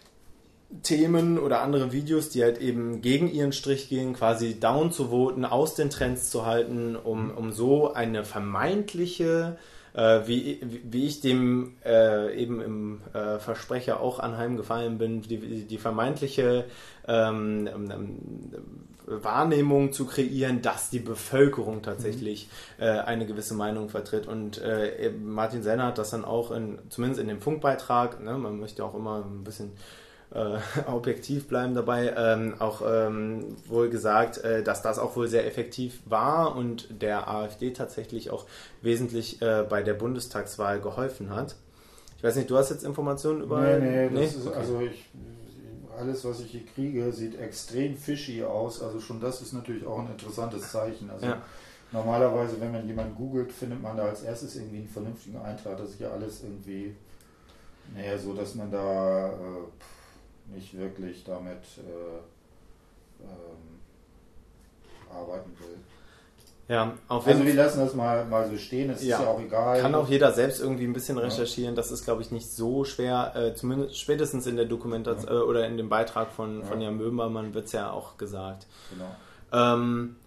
Themen oder andere Videos, die halt eben gegen ihren Strich gehen, quasi down zu voten, aus den Trends zu halten, um, um so eine vermeintliche, äh, wie, wie ich dem äh, eben im äh, Versprecher auch anheimgefallen bin, die, die vermeintliche ähm, ähm, Wahrnehmung zu kreieren, dass die Bevölkerung tatsächlich mhm. äh, eine gewisse Meinung vertritt. Und äh, Martin Sellner hat das dann auch, in, zumindest in dem Funkbeitrag, ne, man möchte auch immer ein bisschen Äh, objektiv bleiben dabei, ähm, auch ähm, wohl gesagt, äh, dass das auch wohl sehr effektiv war und der AfD tatsächlich auch wesentlich äh, bei der Bundestagswahl geholfen hat. Ich weiß nicht, du hast jetzt Informationen über... Nee, nee, nee? Das ist, okay. also ich, alles, was ich hier kriege, sieht extrem fishy aus, also schon das ist natürlich auch ein interessantes Zeichen. Also ja. Normalerweise, wenn man jemanden googelt, findet man da als erstes irgendwie einen vernünftigen Eintrag, das ist ja alles irgendwie, naja, so, dass man da äh, nicht wirklich damit äh, ähm, arbeiten will. Ja, auf also wir lassen das mal, mal so stehen, es ja, ist ja auch egal. Kann auch jeder selbst irgendwie ein bisschen recherchieren, ja. Das ist, glaube ich, nicht so schwer, äh, zumindest spätestens in der Dokumentation ja. äh, oder in dem Beitrag von, ja. von Jan Böhmermann wird es ja auch gesagt. Genau. Ähm,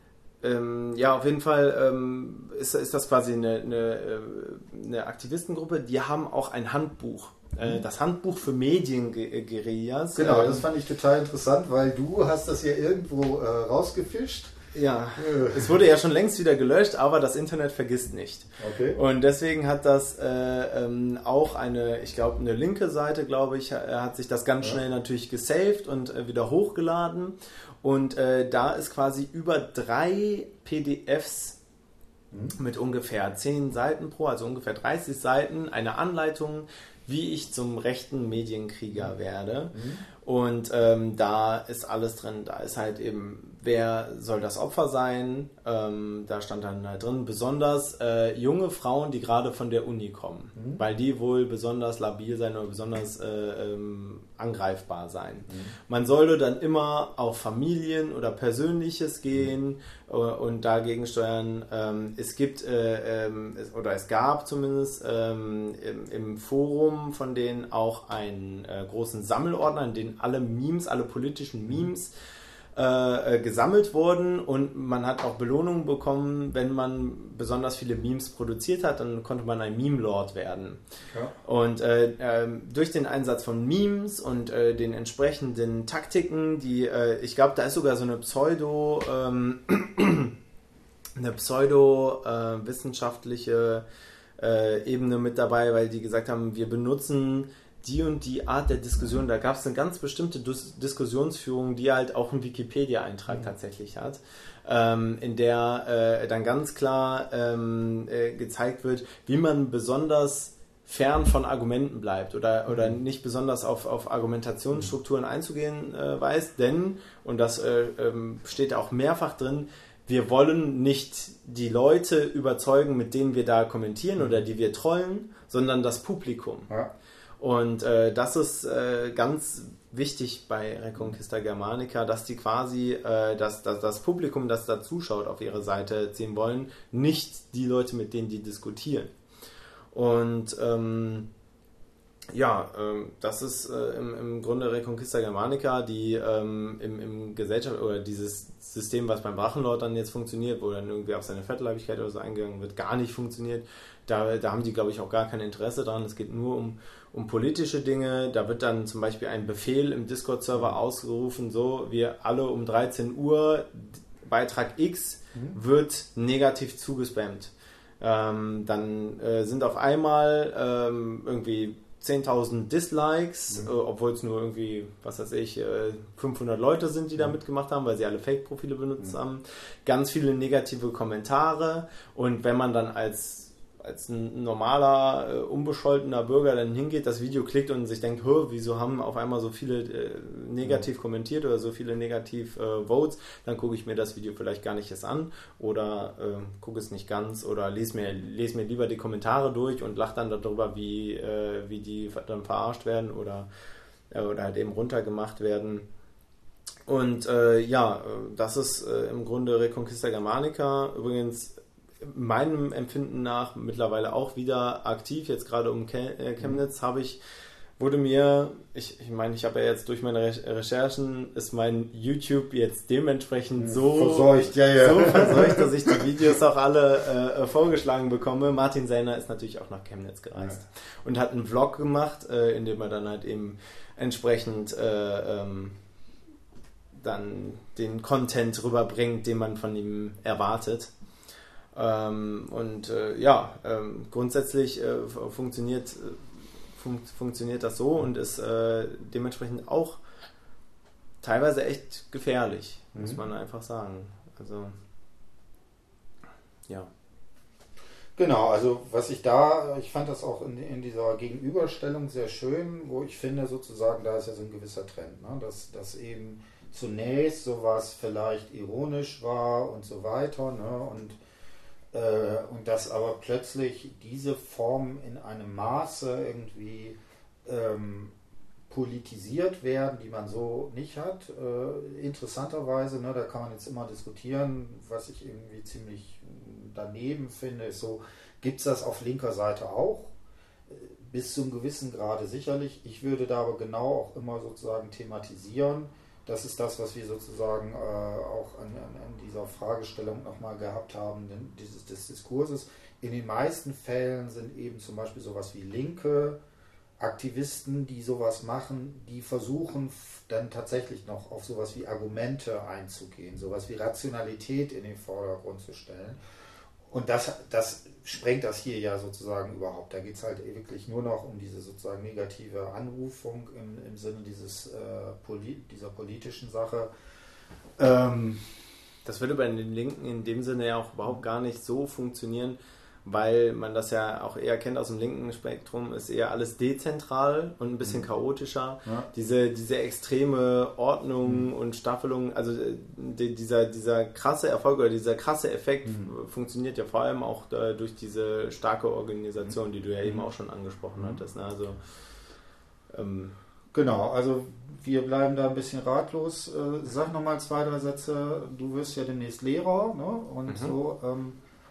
ähm, ja, auf jeden Fall ähm, ist, ist das quasi eine, eine, eine Aktivistengruppe, die haben auch ein Handbuch. Äh, das Handbuch für Medienguerillas. Genau, ähm, das fand ich total interessant, weil du hast das ja irgendwo äh, rausgefischt. Ja, es wurde ja schon längst wieder gelöscht, aber das Internet vergisst nicht. Okay. Und deswegen hat das äh, ähm, auch eine, ich glaube, eine linke Seite, glaube ich, hat sich das ganz schnell natürlich gesaved und äh, wieder hochgeladen. Und äh, da ist quasi über drei P D Fs mhm. mit ungefähr zehn Seiten pro, also ungefähr dreißig Seiten, eine Anleitung, wie ich zum rechten Medienkrieger mhm. werde. Mhm. Und ähm, da ist alles drin. Da ist halt eben, wer soll das Opfer sein? Ähm, da stand dann halt drin, besonders äh, junge Frauen, die gerade von der Uni kommen. Mhm. Weil die wohl besonders labil sein oder besonders äh, ähm, angreifbar sein. Mhm. Man sollte dann immer auf Familien oder Persönliches gehen mhm. und dagegen steuern. Ähm, es gibt, äh, ähm, oder es gab zumindest ähm, im, im Forum von denen auch einen äh, großen Sammelordner, in den alle Memes, alle politischen Memes äh, gesammelt wurden und man hat auch Belohnungen bekommen, wenn man besonders viele Memes produziert hat, dann konnte man ein Meme-Lord werden. Ja. Und äh, äh, durch den Einsatz von Memes und äh, den entsprechenden Taktiken, die, äh, ich glaube, da ist sogar so eine Pseudo, ähm, eine pseudo-wissenschaftliche äh, Ebene mit dabei, weil die gesagt haben, wir benutzen die und die Art der Diskussion, da gab es eine ganz bestimmte Dis- Diskussionsführung, die halt auch einen Wikipedia-Eintrag mhm. tatsächlich hat, ähm, in der äh, dann ganz klar ähm, äh, gezeigt wird, wie man besonders fern von Argumenten bleibt oder, oder nicht besonders auf, auf Argumentationsstrukturen einzugehen äh, weiß, denn, und das äh, ähm, steht auch mehrfach drin, wir wollen nicht die Leute überzeugen, mit denen wir da kommentieren oder die wir trollen, sondern das Publikum. Ja. Und äh, das ist äh, ganz wichtig bei Reconquista Germanica, dass die quasi äh, das, das, das Publikum, das da zuschaut, auf ihre Seite ziehen wollen, nicht die Leute, mit denen die diskutieren. Und ähm, ja, ähm, das ist äh, im, im Grunde Reconquista Germanica, die ähm, im, im Gesellschaft oder dieses System, was beim Drachenlord dann jetzt funktioniert, wo dann irgendwie auf seine Fettleibigkeit oder so eingegangen wird, gar nicht funktioniert. Da, da haben die, glaube ich, auch gar kein Interesse dran. Es geht nur um, um politische Dinge. Da wird dann zum Beispiel ein Befehl im Discord-Server ausgerufen, so, wir alle um dreizehn Uhr, Beitrag X mhm. wird negativ zugespammt. Ähm, dann äh, sind auf einmal ähm, irgendwie zehntausend Dislikes, mhm. äh, obwohl es nur irgendwie, was weiß ich, äh, fünfhundert Leute sind, die da mitgemacht haben, weil sie alle Fake-Profile benutzt mhm. haben. Ganz viele negative Kommentare und wenn man dann als als ein normaler, äh, unbescholtener Bürger dann hingeht, das Video klickt und sich denkt, wieso haben auf einmal so viele äh, negativ kommentiert oder so viele negativ äh, Votes, dann gucke ich mir das Video vielleicht gar nicht erst an oder äh, gucke es nicht ganz oder lese mir, lese mir lieber die Kommentare durch und lache dann darüber, wie, äh, wie die dann verarscht werden oder, äh, oder halt eben runtergemacht werden. Und äh, ja, das ist äh, im Grunde Reconquista Germanica. Übrigens meinem Empfinden nach mittlerweile auch wieder aktiv. Jetzt gerade um Chemnitz habe ich, wurde mir, ich, ich meine, ich habe ja jetzt durch meine Re- Recherchen, ist mein YouTube jetzt dementsprechend so verseucht, ja, ja. so verseucht, dass ich die Videos auch alle äh, vorgeschlagen bekomme. Martin Sellner ist natürlich auch nach Chemnitz gereist ja. und hat einen Vlog gemacht, äh, in dem er dann halt eben entsprechend äh, ähm, dann den Content rüberbringt, den man von ihm erwartet. Ähm, und äh, ja, ähm, grundsätzlich äh, funktioniert, fun- funktioniert das so und ist äh, dementsprechend auch teilweise echt gefährlich, mhm. muss man einfach sagen. Also, ja. Genau, also was ich da, ich fand das auch in, in dieser Gegenüberstellung sehr schön, wo ich finde sozusagen, da ist ja so ein gewisser Trend, ne? dass, dass eben zunächst sowas vielleicht ironisch war und so weiter, ne? und Und dass aber plötzlich diese Formen in einem Maße irgendwie ähm, politisiert werden, die man so nicht hat. Äh, interessanterweise, ne, da kann man jetzt immer diskutieren, was ich irgendwie ziemlich daneben finde, ist so, gibt es das auf linker Seite auch? Bis zu einem gewissen Grade sicherlich. Ich würde da aber genau auch immer sozusagen thematisieren, das ist das, was wir sozusagen äh, auch an, an, an dieser Fragestellung nochmal gehabt haben, denn dieses des Diskurses. In den meisten Fällen sind eben zum Beispiel sowas wie Linke, Aktivisten, die sowas machen, die versuchen dann tatsächlich noch auf sowas wie Argumente einzugehen, sowas wie Rationalität in den Vordergrund zu stellen. Und das, das sprengt das hier ja sozusagen überhaupt. Da geht es halt wirklich nur noch um diese sozusagen negative Anrufung im, im Sinne dieses, äh, Poli- dieser politischen Sache. Ähm, das würde bei den Linken in dem Sinne ja auch überhaupt gar nicht so funktionieren, weil man das ja auch eher kennt aus dem linken Spektrum, ist eher alles dezentral und ein bisschen mhm. chaotischer. Ja. Diese, diese extreme Ordnung mhm. und Staffelung, also die, dieser, dieser krasse Erfolg oder dieser krasse Effekt mhm. funktioniert ja vor allem auch da, durch diese starke Organisation, die du ja mhm. eben auch schon angesprochen mhm. hattest. Ne? Also, ähm, genau, also wir bleiben da ein bisschen ratlos. Äh, sag nochmal zwei, drei Sätze. Du wirst ja demnächst Lehrer, ne? Und mhm. so... Ähm,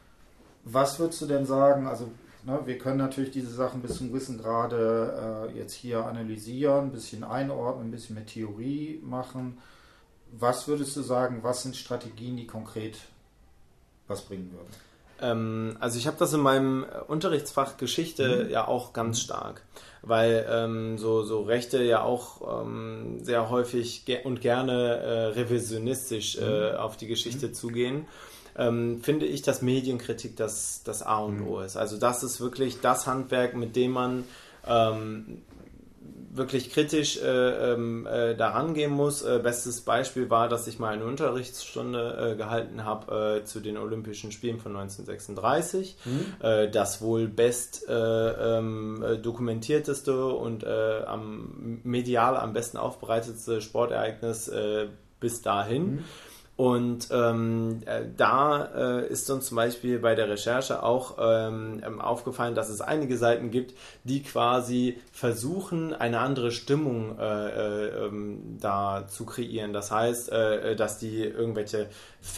was würdest du denn sagen, also ne, wir können natürlich diese Sachen bis zum gewissen Grade äh, jetzt hier analysieren, ein bisschen einordnen, ein bisschen mit Theorie machen. Was würdest du sagen, was sind Strategien, die konkret was bringen würden? Ähm, also ich habe das in meinem Unterrichtsfach Geschichte mhm. ja auch ganz stark, weil ähm, so, so Rechte ja auch ähm, sehr häufig ge- und gerne äh, revisionistisch äh, mhm. auf die Geschichte mhm. zugehen. Ähm, finde ich, dass Medienkritik das, das A und O ist. Also das ist wirklich das Handwerk, mit dem man ähm, wirklich kritisch äh, äh, daran gehen muss. Äh, bestes Beispiel war, dass ich mal eine Unterrichtsstunde äh, gehalten habe äh, zu den Olympischen Spielen von neunzehnhundertsechsunddreißig. Mhm. Äh, das wohl best äh, ähm, dokumentierteste und äh, am medial am besten aufbereitetste Sportereignis äh, bis dahin. Mhm. Und ähm, äh, da äh, ist uns zum Beispiel bei der Recherche auch ähm, aufgefallen, dass es einige Seiten gibt, die quasi versuchen, eine andere Stimmung äh, äh, da zu kreieren. Das heißt, äh, dass die irgendwelche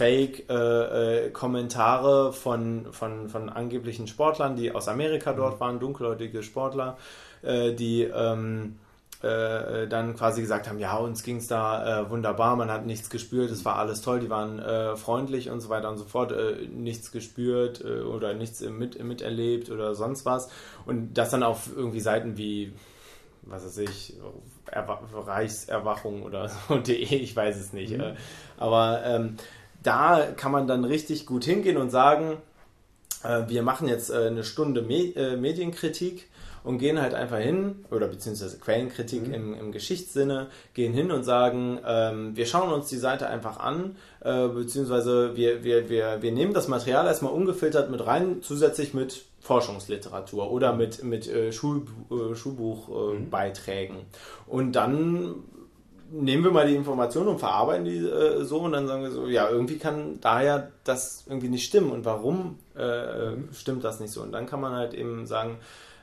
Fake-Kommentare äh, von, von, von angeblichen Sportlern, die aus Amerika dort waren, dunkelhäutige Sportler, äh, die... Ähm, Äh, dann quasi gesagt haben, ja, uns ging es da äh, wunderbar, man hat nichts gespürt, es war alles toll, die waren äh, freundlich und so weiter und so fort, äh, nichts gespürt äh, oder nichts mit, miterlebt oder sonst was. Und das dann auf irgendwie Seiten wie, was weiß ich, Erwa- Reichserwachung oder so, de, ich weiß es nicht. Mhm. Äh, aber ähm, da kann man dann richtig gut hingehen und sagen, äh, wir machen jetzt äh, eine Stunde Me- äh, Medienkritik und gehen halt einfach hin, oder beziehungsweise Quellenkritik mhm. im, im Geschichtssinne, gehen hin und sagen, ähm, wir schauen uns die Seite einfach an, äh, beziehungsweise wir, wir, wir, wir nehmen das Material erstmal ungefiltert mit rein, zusätzlich mit Forschungsliteratur oder mit, mit äh, Schul, äh, Schulbuchbeiträgen. Äh, mhm. Und dann nehmen wir mal die Informationen und verarbeiten die äh, so und dann sagen wir so, ja, irgendwie kann daher das irgendwie nicht stimmen und warum äh, mhm. stimmt das nicht so? Und dann kann man halt eben sagen,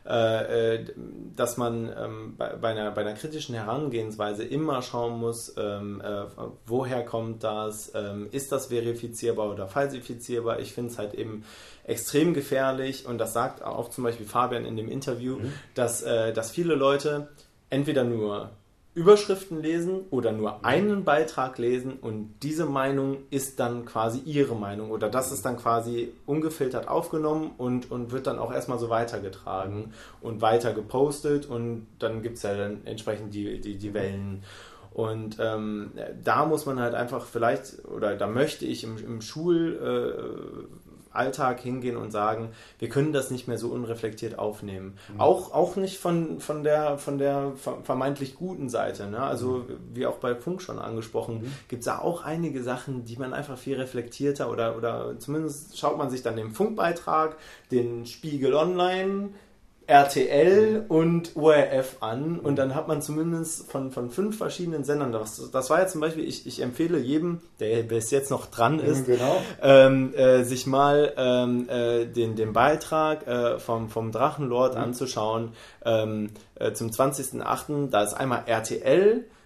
dass man ähm, bei, bei, einer, bei einer kritischen Herangehensweise immer schauen muss, ähm, äh, woher kommt das, ähm, ist das verifizierbar oder falsifizierbar. Ich finde es halt eben extrem gefährlich und das sagt auch zum Beispiel Fabian in dem Interview, mhm. dass, äh, dass viele Leute entweder nur Überschriften lesen oder nur einen Beitrag lesen und diese Meinung ist dann quasi ihre Meinung oder das ist dann quasi ungefiltert aufgenommen und, und wird dann auch erstmal so weitergetragen und weiter gepostet und dann gibt es ja dann entsprechend die, die, die Wellen. Und ähm, da muss man halt einfach vielleicht, oder da möchte ich im, im Schulalltag äh, hingehen und sagen, wir können das nicht mehr so unreflektiert aufnehmen. Mhm. Auch, auch nicht von, von, der, von der vermeintlich guten Seite. Ne? Also mhm. wie auch bei Funk schon angesprochen, mhm. gibt es da auch einige Sachen, die man einfach viel reflektierter oder, oder zumindest schaut man sich dann den Funkbeitrag, den Spiegel Online, R T L und O R F an und dann hat man zumindest von, von fünf verschiedenen Sendern, das, das war ja zum Beispiel, ich, ich empfehle jedem, der bis jetzt noch dran ist, genau. ähm, äh, sich mal ähm, äh, den, den Beitrag äh, vom, vom Drachenlord mhm. anzuschauen ähm, äh, zum zwanzigsten achten Da ist einmal R T L,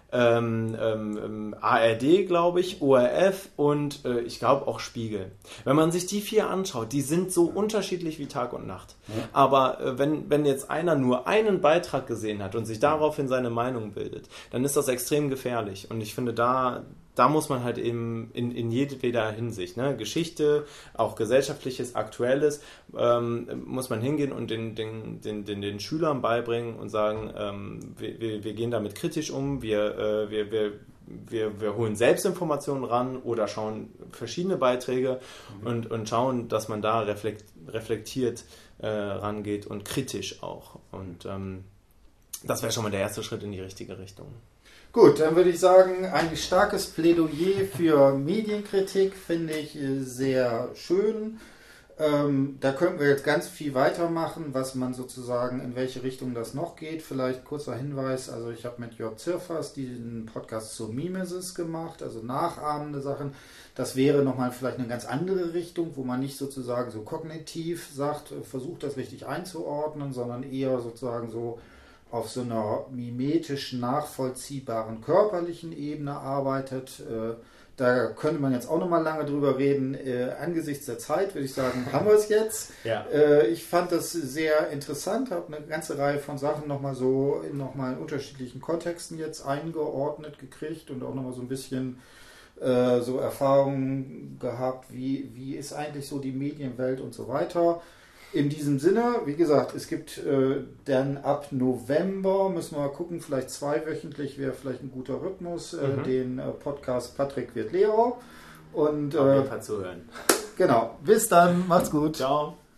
ähm, ähm, A R D, glaube ich, O R F und äh, ich glaube auch Spiegel. Wenn man sich die vier anschaut, die sind so unterschiedlich wie Tag und Nacht. Ja. Aber äh, wenn, wenn jetzt einer nur einen Beitrag gesehen hat und sich daraufhin seine Meinung bildet, dann ist das extrem gefährlich. Und ich finde, da... Da muss man halt eben in, in jedweder Hinsicht, ne? Geschichte, auch gesellschaftliches, aktuelles, ähm, muss man hingehen und den, den, den, den, den Schülern beibringen und sagen, ähm, wir, wir, wir gehen damit kritisch um, wir, äh, wir, wir, wir, wir holen Selbstinformationen ran oder schauen verschiedene Beiträge mhm. und, und schauen, dass man da reflekt, reflektiert äh, rangeht und kritisch auch. Und ähm, das wäre schon mal der erste Schritt in die richtige Richtung. Gut, dann würde ich sagen, ein starkes Plädoyer für Medienkritik finde ich sehr schön. Ähm, da könnten wir jetzt ganz viel weitermachen, was man sozusagen, in welche Richtung das noch geht. Vielleicht kurzer Hinweis, also ich habe mit Jörg Zirfers diesen Podcast zur Mimesis gemacht, also nachahmende Sachen. Das wäre nochmal vielleicht eine ganz andere Richtung, wo man nicht sozusagen so kognitiv sagt, versucht das richtig einzuordnen, sondern eher sozusagen so auf so einer mimetisch nachvollziehbaren körperlichen Ebene arbeitet. Äh, da könnte man jetzt auch noch mal lange drüber reden. Äh, angesichts der Zeit würde ich sagen, haben wir es jetzt. Ja. Äh, ich fand das sehr interessant, habe eine ganze Reihe von Sachen noch mal so in noch mal in unterschiedlichen Kontexten jetzt eingeordnet gekriegt und auch noch mal so ein bisschen äh, so Erfahrungen gehabt, wie, wie ist eigentlich so die Medienwelt und so weiter. In diesem Sinne, wie gesagt, es gibt äh, dann ab November, müssen wir mal gucken, vielleicht zweiwöchentlich wäre vielleicht ein guter Rhythmus, äh, mhm. den äh, Podcast Patrick wird Lehrer. Und, auf jeden äh, Fall zuhören. Genau, bis dann, macht's gut. Ciao.